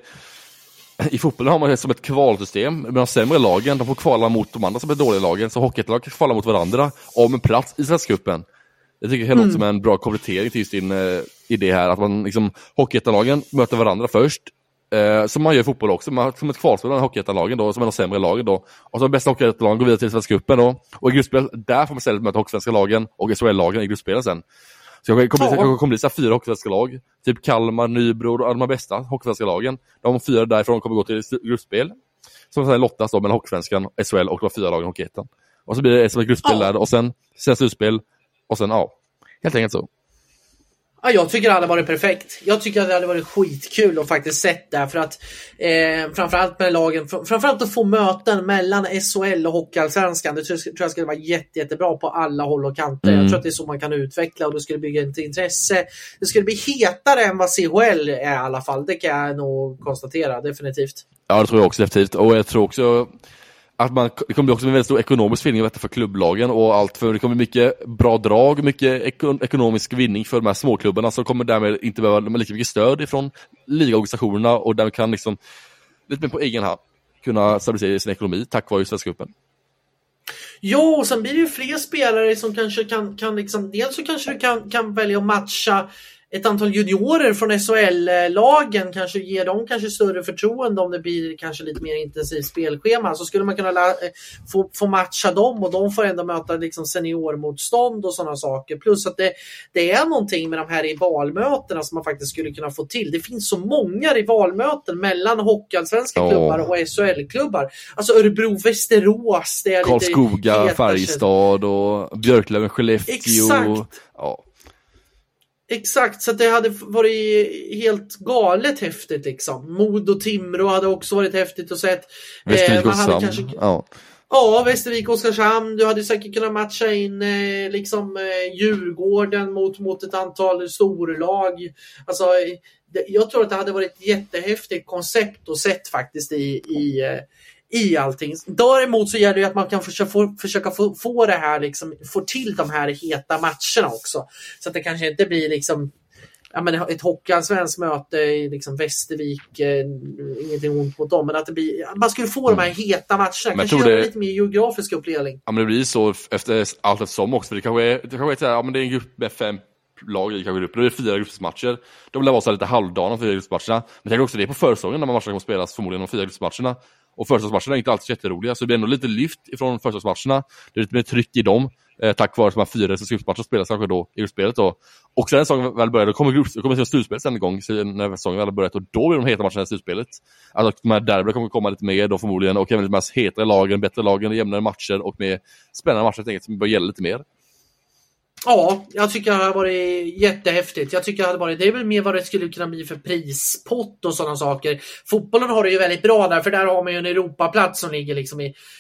i fotbollen har man det som ett kvalsystem. Men de sämre lagen, de får kvala mot de andra som är dåliga lagen. Så hockeyetlag kan kvala mot varandra om en plats i Svenska cupen. Jag tycker det låter som en bra komplettering till just din idé här. Att man liksom, hockeyettanlagen möter varandra först. Som man gör i fotboll också. Man, som ett kvalspel med hockeyettanlagen då, som är de sämre lagen då. Och så de bästa hockeyettanlagen går vidare till Svenska cupen då. Och i gruppspel, där får man istället möta hockeysvenska lagen och SHL-lagen i gruppspelen sen. Så jag kommer bli 4 hockeyvenska lag. Typ Kalmar, Nybro och de bästa hockeyvenska lagen. De 4 därifrån kommer gå till gruppspel. Som sen lottas då mellan hockeysvenskan, SHL och de 4 lagen Hockeyettan. Och så blir det som ett gruppspel där. Och sen slutspel. Och sen helt enkelt så. Ja, jag tycker det hade varit perfekt. Jag tycker att det hade varit skitkul att faktiskt sett det. För att framförallt med lagen, framförallt att få möten mellan SHL och Hockeyallsvenskan. Det tror jag skulle vara jättebra på alla håll och kanter. Jag tror att det är så man kan utveckla och det skulle bygga ett intresse. Det skulle bli hetare än vad CHL är i alla fall. Det kan jag nog konstatera, definitivt. Ja, det tror jag också definitivt. Och jag tror också att det kommer bli också en väldigt stor ekonomisk vinning för klubblagen och allt, för det kommer mycket bra drag, mycket ekonomisk vinning för de här småklubbarna, så kommer därmed inte behöva lika mycket stöd ifrån ligaorganisationerna och därmed kan liksom lite mer på egen hand kunna stabilisera sin ekonomi tack vare Svenska cupen. Jo, och sen blir det ju fler spelare som kanske kan liksom, dels så kanske du kan välja att matcha ett antal juniorer från SHL-lagen, kanske ger dem kanske större förtroende om det blir kanske lite mer intensivt spelschema, så skulle man kunna få matcha dem och de får ändå möta liksom seniormotstånd och sådana saker, plus att det är någonting med de här rivalmötena som man faktiskt skulle kunna få till. Det finns så många rivalmöten mellan hockeyallsvenska klubbar och SHL-klubbar, alltså Örebro, Västerås, det är Karlskoga, Färjestad och Björklöven, Skellefteå. Exakt. Ja. Exakt, så det hade varit helt galet häftigt liksom. Modo och Timrå hade också varit häftigt att sett. Västervik och Oskarshamn. Ja, Västervik och Oskarshamn. Du hade säkert kunnat matcha in Djurgården mot ett antal storlag. Alltså, jag tror att det hade varit ett jättehäftigt koncept och sett faktiskt i allting. Däremot så gäller det att man kan försöka få det här liksom, få till de här heta matcherna också. Så att det kanske inte blir liksom ett hockeyallsvenskt möte i liksom Västervik, ingenting ont mot dem, men att det blir, man skulle få de här heta matcherna, kanske göra lite mer geografisk uppdelning. Ja, men det blir så efter allt eftersom också, för det kanske är så här, men det är en grupp med 5 lag i kanske grupper, det är 4 gruppsmatcher. De vill vara så lite halvdana för 4 gruppsmatcherna. Men det är också det på försäsongen när man matcherna kommer spelas förmodligen de 4 gruppsmatcherna. Och försäsongsmatcherna är inte alltid jätteroliga, så det blir ändå lite lyft ifrån försäsongsmatcherna. Det är lite mer tryck i dem. tack vare de här 4 slutmatcher spelas kanske då i spelet då. Och sen när säsongen väl började, då kommer det slutspel sen en gång när säsongen väl börjat, och då blir de heta matcherna i slutspelet. Alltså de här derbyna kommer komma lite mer då förmodligen, och även lite mer hetare lagen, bättre lagen, jämnare matcher och mer spännande matcher helt enkelt, som bör gälla lite mer. Ja, jag tycker det har varit jättehäftigt. Jag tycker det är väl mer vad det skulle kunna bli för prispott och sådana saker. Fotbollen har det ju väldigt bra där, för där har man ju en Europaplats som ligger liksom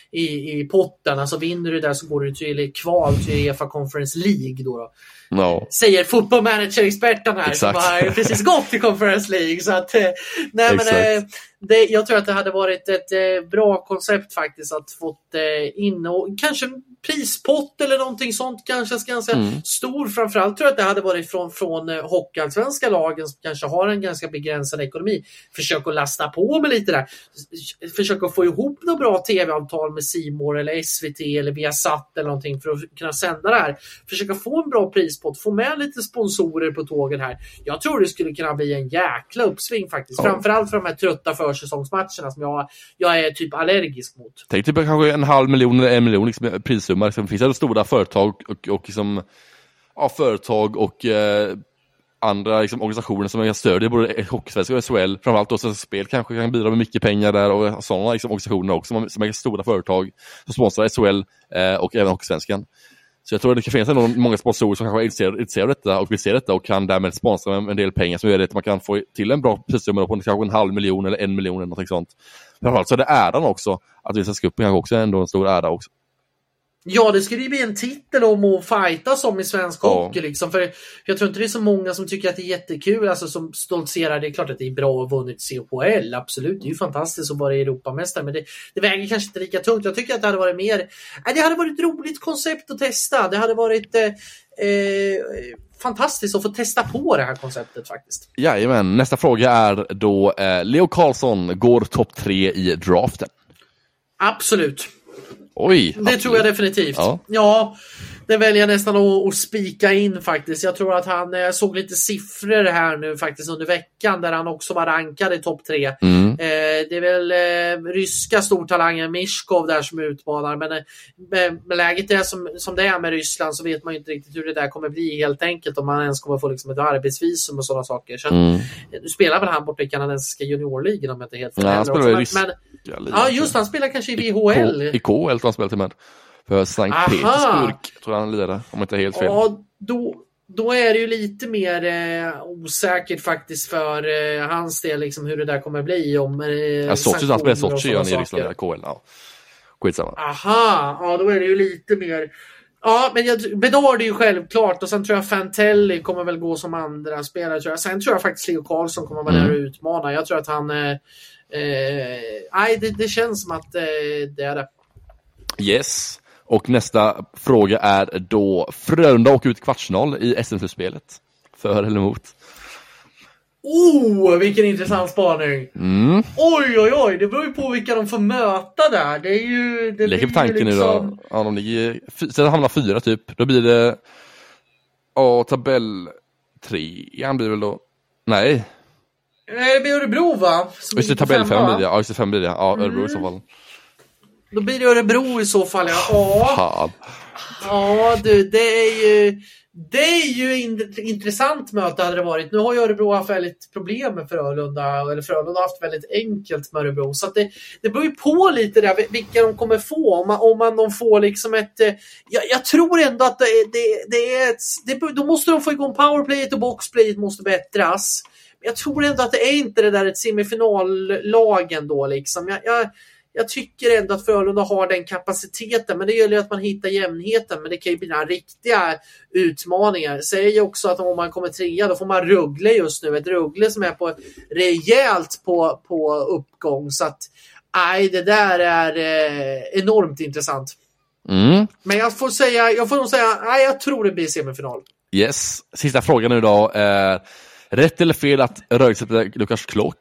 i potten. Alltså vinner du där så går du till kval till UEFA Conference League då. No. Säger fotbollmanager-experten här som har precis gått till Conference League. Så att, nej, men, jag tror att det hade varit ett bra koncept faktiskt att fått in, och kanske prispott eller någonting sånt, kanske ganska stor. Framförallt tror jag att det hade varit från hockeyallsvenska lagen som kanske har en ganska begränsad ekonomi. Försök att lasta på med lite där. Försök att få ihop några bra tv-avtal med C More eller SVT eller Viasat eller någonting för att kunna sända det här. Försöka få en bra prispott, få med lite sponsorer på tågen här. Jag tror det skulle kunna bli en jäkla uppsving faktiskt. Framförallt för de här trötta försäsongsmatcherna som jag är typ allergisk mot. Tänk typ kanske 500 000 eller 1 miljon liksom, prissumma. Det finns det stora företag och liksom, företag och andra liksom, organisationer som stödjer både Hockeysvenska och SHL. Framförallt då Svenska Spel kanske kan bidra med mycket pengar där, och sådana liksom, organisationer också som är stora företag som sponsrar SHL och även Hockeysvenskan. Så jag tror att det kan finnas många sponsorer som kanske är intresserade av detta och vill se detta och kan därmed sponsra med en del pengar som gör det att man kan få till en bra prissumma på kanske 500 000 eller 1 miljon eller något sånt. Framförallt så är det äran också, att Svenska cupen kanske också är ändå en stor ära också. Ja, det skulle ju bli en titel om att fighta som i svensk hockey liksom. För jag tror inte det är så många som tycker att det är jättekul, alltså som stoltserar. Det är klart att det är bra att vunnit CHL, absolut. Det är ju fantastiskt att vara Europamästare, men det väger kanske inte lika tungt. Jag tycker att det hade varit mer, det hade varit ett roligt koncept att testa. Det hade varit fantastiskt att få testa på det här konceptet faktiskt. Jajamän, nästa fråga är då Leo Carlsson går topp 3 i draften. Absolut. Oj, det absolut. Tror jag definitivt. Ja, det väljer jag nästan att spika in faktiskt. Jag tror att han såg lite siffror här nu faktiskt under veckan där han också var rankad i topp 3. Det är väl ryska stortalangen Mishkov där som utmanar, men med läget är som det är med Ryssland så vet man ju inte riktigt hur det där kommer bli helt enkelt, om man ens kommer få liksom ett arbetsvisum och sådana saker. Så nu spelar väl han borta i kanadensiska juniorligan om jag inte helt fel. Ja, just han spelar kanske i VHL. I KHL han spelar till med. För Sankt Petersburg tror jag han lirar, om inte helt fel. Ja, då är det ju lite mer osäkert faktiskt för hans del liksom, hur det där kommer bli om Sochi, han spelar Sochi gör i Ryssland, KHL. Ja. Skitsamma. Aha, ja då är det ju lite mer. Ja, men Bedard är ju självklart, och sen tror jag Fantelli kommer väl gå som andra spelare tror jag. Sen tror jag faktiskt Leo Carlsson kommer vara där och utmana. Jag tror att han det känns som att det är det. Yes. Och nästa fråga är då Frölunda åker ut i kvartsfinal i SM-spelet. För eller emot? Vilken intressant spaning. Oj, det beror ju på vilka de får möta där. Det är ju det leker på tanken liksom... nu då. Ja, de ligger sen hamnar 4 typ. Då blir det tabell 3. Han blir väl då. Nej. Det blir Örebro va? Just det, tabell 5 blir det. Ja, just det, 5 blir det. Ja, Örebro i så fall. Då blir det Örebro i så fall. Ja, du, det är ju intressant möte hade det varit. Nu har ju Örebro haft väldigt problem med Frölunda, eller Frölunda har haft väldigt enkelt med Örebro. Så att det beror ju på lite där vilka de kommer få. Om de får liksom ett... Jag tror ändå att då måste de få igång powerplayet och boxplayet måste bättras. Jag tror ändå att det är inte det där ett semifinallag då liksom. Jag tycker ändå att Frölunda har den kapaciteten, men det gäller ju att man hittar jämnheten, men det kan ju bli några riktiga utmaningar. Säger ju också att om man kommer 3 då får man Rögle just nu, ett Rögle som är på rejält på uppgång, så att det där är enormt intressant. Men jag får nog säga jag tror det blir semifinal. Yes, sista frågan nu då. Rätt eller fel att Rögle sätter Lukas Klock?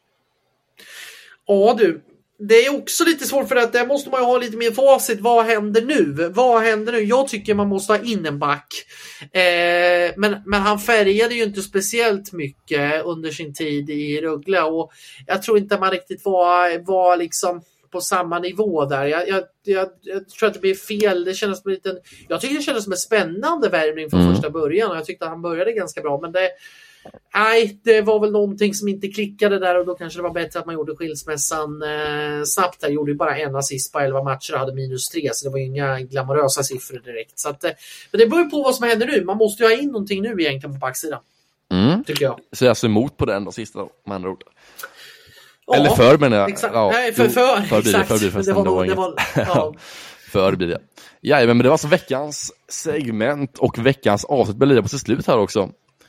Ja du, det är också lite svårt för att där måste man ju ha lite mer facit. Vad händer nu? Jag tycker man måste ha in en back. Men han färgade ju inte speciellt mycket under sin tid i Rögle, och jag tror inte man riktigt var liksom på samma nivå där. Jag tror att det blir fel. Det kändes som jag tycker det kändes som en spännande värvning från första början, och jag tyckte att han började ganska bra, men det var väl någonting som inte klickade där, och då kanske det var bättre att man gjorde skilsmässan snabbt. Jag gjorde ju bara en assist på 11 matcher och hade -3, så det var inga glamorösa siffror direkt. Så att, men det beror ju på vad som händer nu. Man måste ju ha in någonting nu egentligen på backsidan. Tycker jag. Så jag ser emot på den då sista då, med andra ord. Ja, eller för, menar jag. Exakt. Ja, för blir det. Ja, men det var alltså veckans segment och veckans avsnitt blir på sitt slut här också.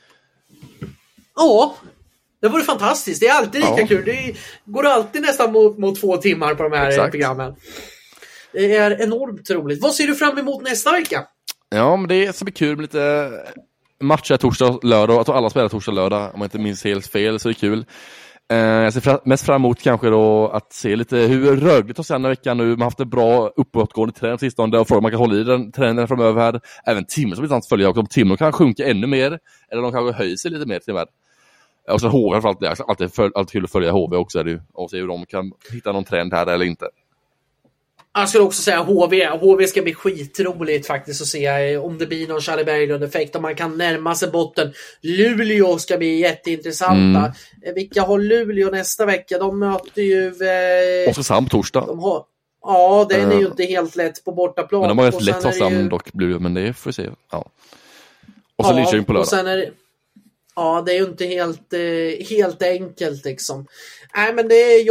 Ja, det vore fantastiskt. Det är alltid lika kul. Det går alltid nästan mot 2 timmar på de här programmen. Det är enormt roligt. Vad ser du fram emot nästa vecka? Ja, men det ska bli kul med lite matcher torsdag och lördag. Jag tror alla spelar torsdag och lördag, om jag inte minns helt fel, så det är kul. Jag ser mest fram emot kanske då att se lite hur Rögle tar sig den veckan nu. Man har haft en bra uppåtgående trend sistone, och frågan man kan hålla i den trenden framöver här. Även Timrå som är intressant att följa, och om Timrå kan sjunka ännu mer, eller de kanske höjer sig lite mer till med. Och så HV framförallt, det är alltid kul att följa HV också, är det ju, och se hur de kan hitta någon trend här eller inte. Jag skulle också säga HV ska bli skitroligt faktiskt att se om det blir någon Charlie Berglund-effekt, om man kan närma sig botten. Luleå ska bli jätteintressanta. Vilka har Luleå nästa vecka? De möter ju Oskarshamn på torsdag. Den är ju inte helt lätt på bortaplan. Men de har rätt lätt Oskarshamn dock, men det får vi se. Ja. Och så Linköping på lördag. Och sen det är ju inte helt enkelt liksom. Nej, men det är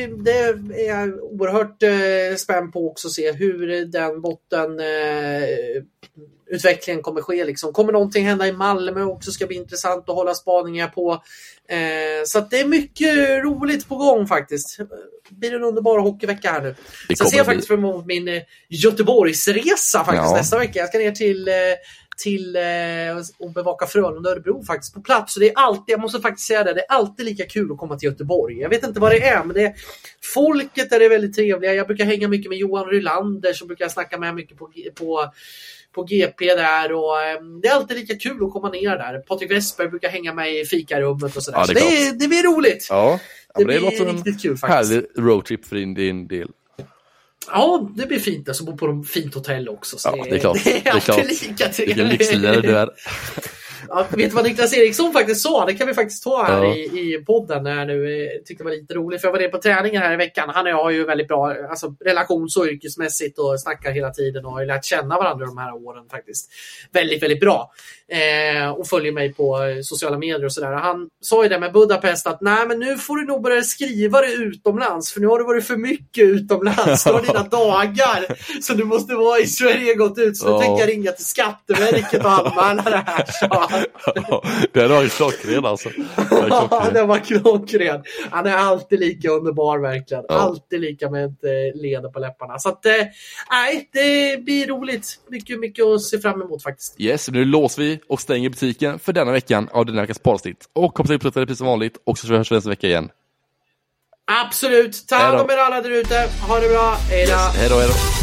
jag oerhört spänd på också att se hur den botten utvecklingen kommer ske liksom. Kommer någonting hända i Malmö också, ska bli intressant att hålla spaningar på. Så att det är mycket roligt på gång faktiskt. Det blir en underbar hockeyvecka här nu. Så jag ser faktiskt fram emot min Göteborgsresa faktiskt nästa vecka. Jag ska ner till och bevaka Frölunda och Örebro faktiskt på plats. Så det är alltid, jag måste faktiskt säga det är alltid lika kul att komma till Göteborg. Jag vet inte vad det är, men folket är väldigt trevliga. Jag brukar hänga mycket med Johan Rylander, så brukar jag snacka med mycket på GP där, och det är alltid lika kul att komma ner där. Patrik Westberg brukar hänga med i fikarummet och sådär. Ja, det blir roligt. Ja, det blir riktigt kul faktiskt. Härlig roadtrip för din del. Ja, det blir fint. Alltså bo på de fint hotell också. Så det är klart. Det är alltid lika trevligt. Vilken lyxlirare du är. Ja, vet du vad Niklas Eriksson faktiskt sa? Det kan vi faktiskt ta här i podden. När nu tyckte det var lite roligt. För jag var på träningen här i veckan. Han och jag har ju väldigt bra relation så yrkesmässigt, och snackar hela tiden och har lärt känna varandra de här åren faktiskt. Väldigt, väldigt bra. Och följer mig på sociala medier och sådär. Han sa ju det med Budapest att nej, men nu får du nog börja skriva det utomlands, för nu har du varit för mycket utomlands. Du har dina dagar, så du måste vara i Sverige gått ut. Så nu tänker jag ringa till Skatteverket och anmäla det här. Det var ju klockren alltså. Det var klockren. Han är alltid lika underbar verkligen. Alltid lika med ett leende på läpparna. Så att det blir roligt. Mycket att se fram emot faktiskt. Yes, nu låser vi och stänger butiken för denna veckan av den här veckas poddavsnitt. Och hoppas att ni upptäckte det precis som vanligt. Och så hörs vi nästa vecka igen. Absolut. Ta hand om er alla där ute. Ha det bra. Hej då. Yes, hej då.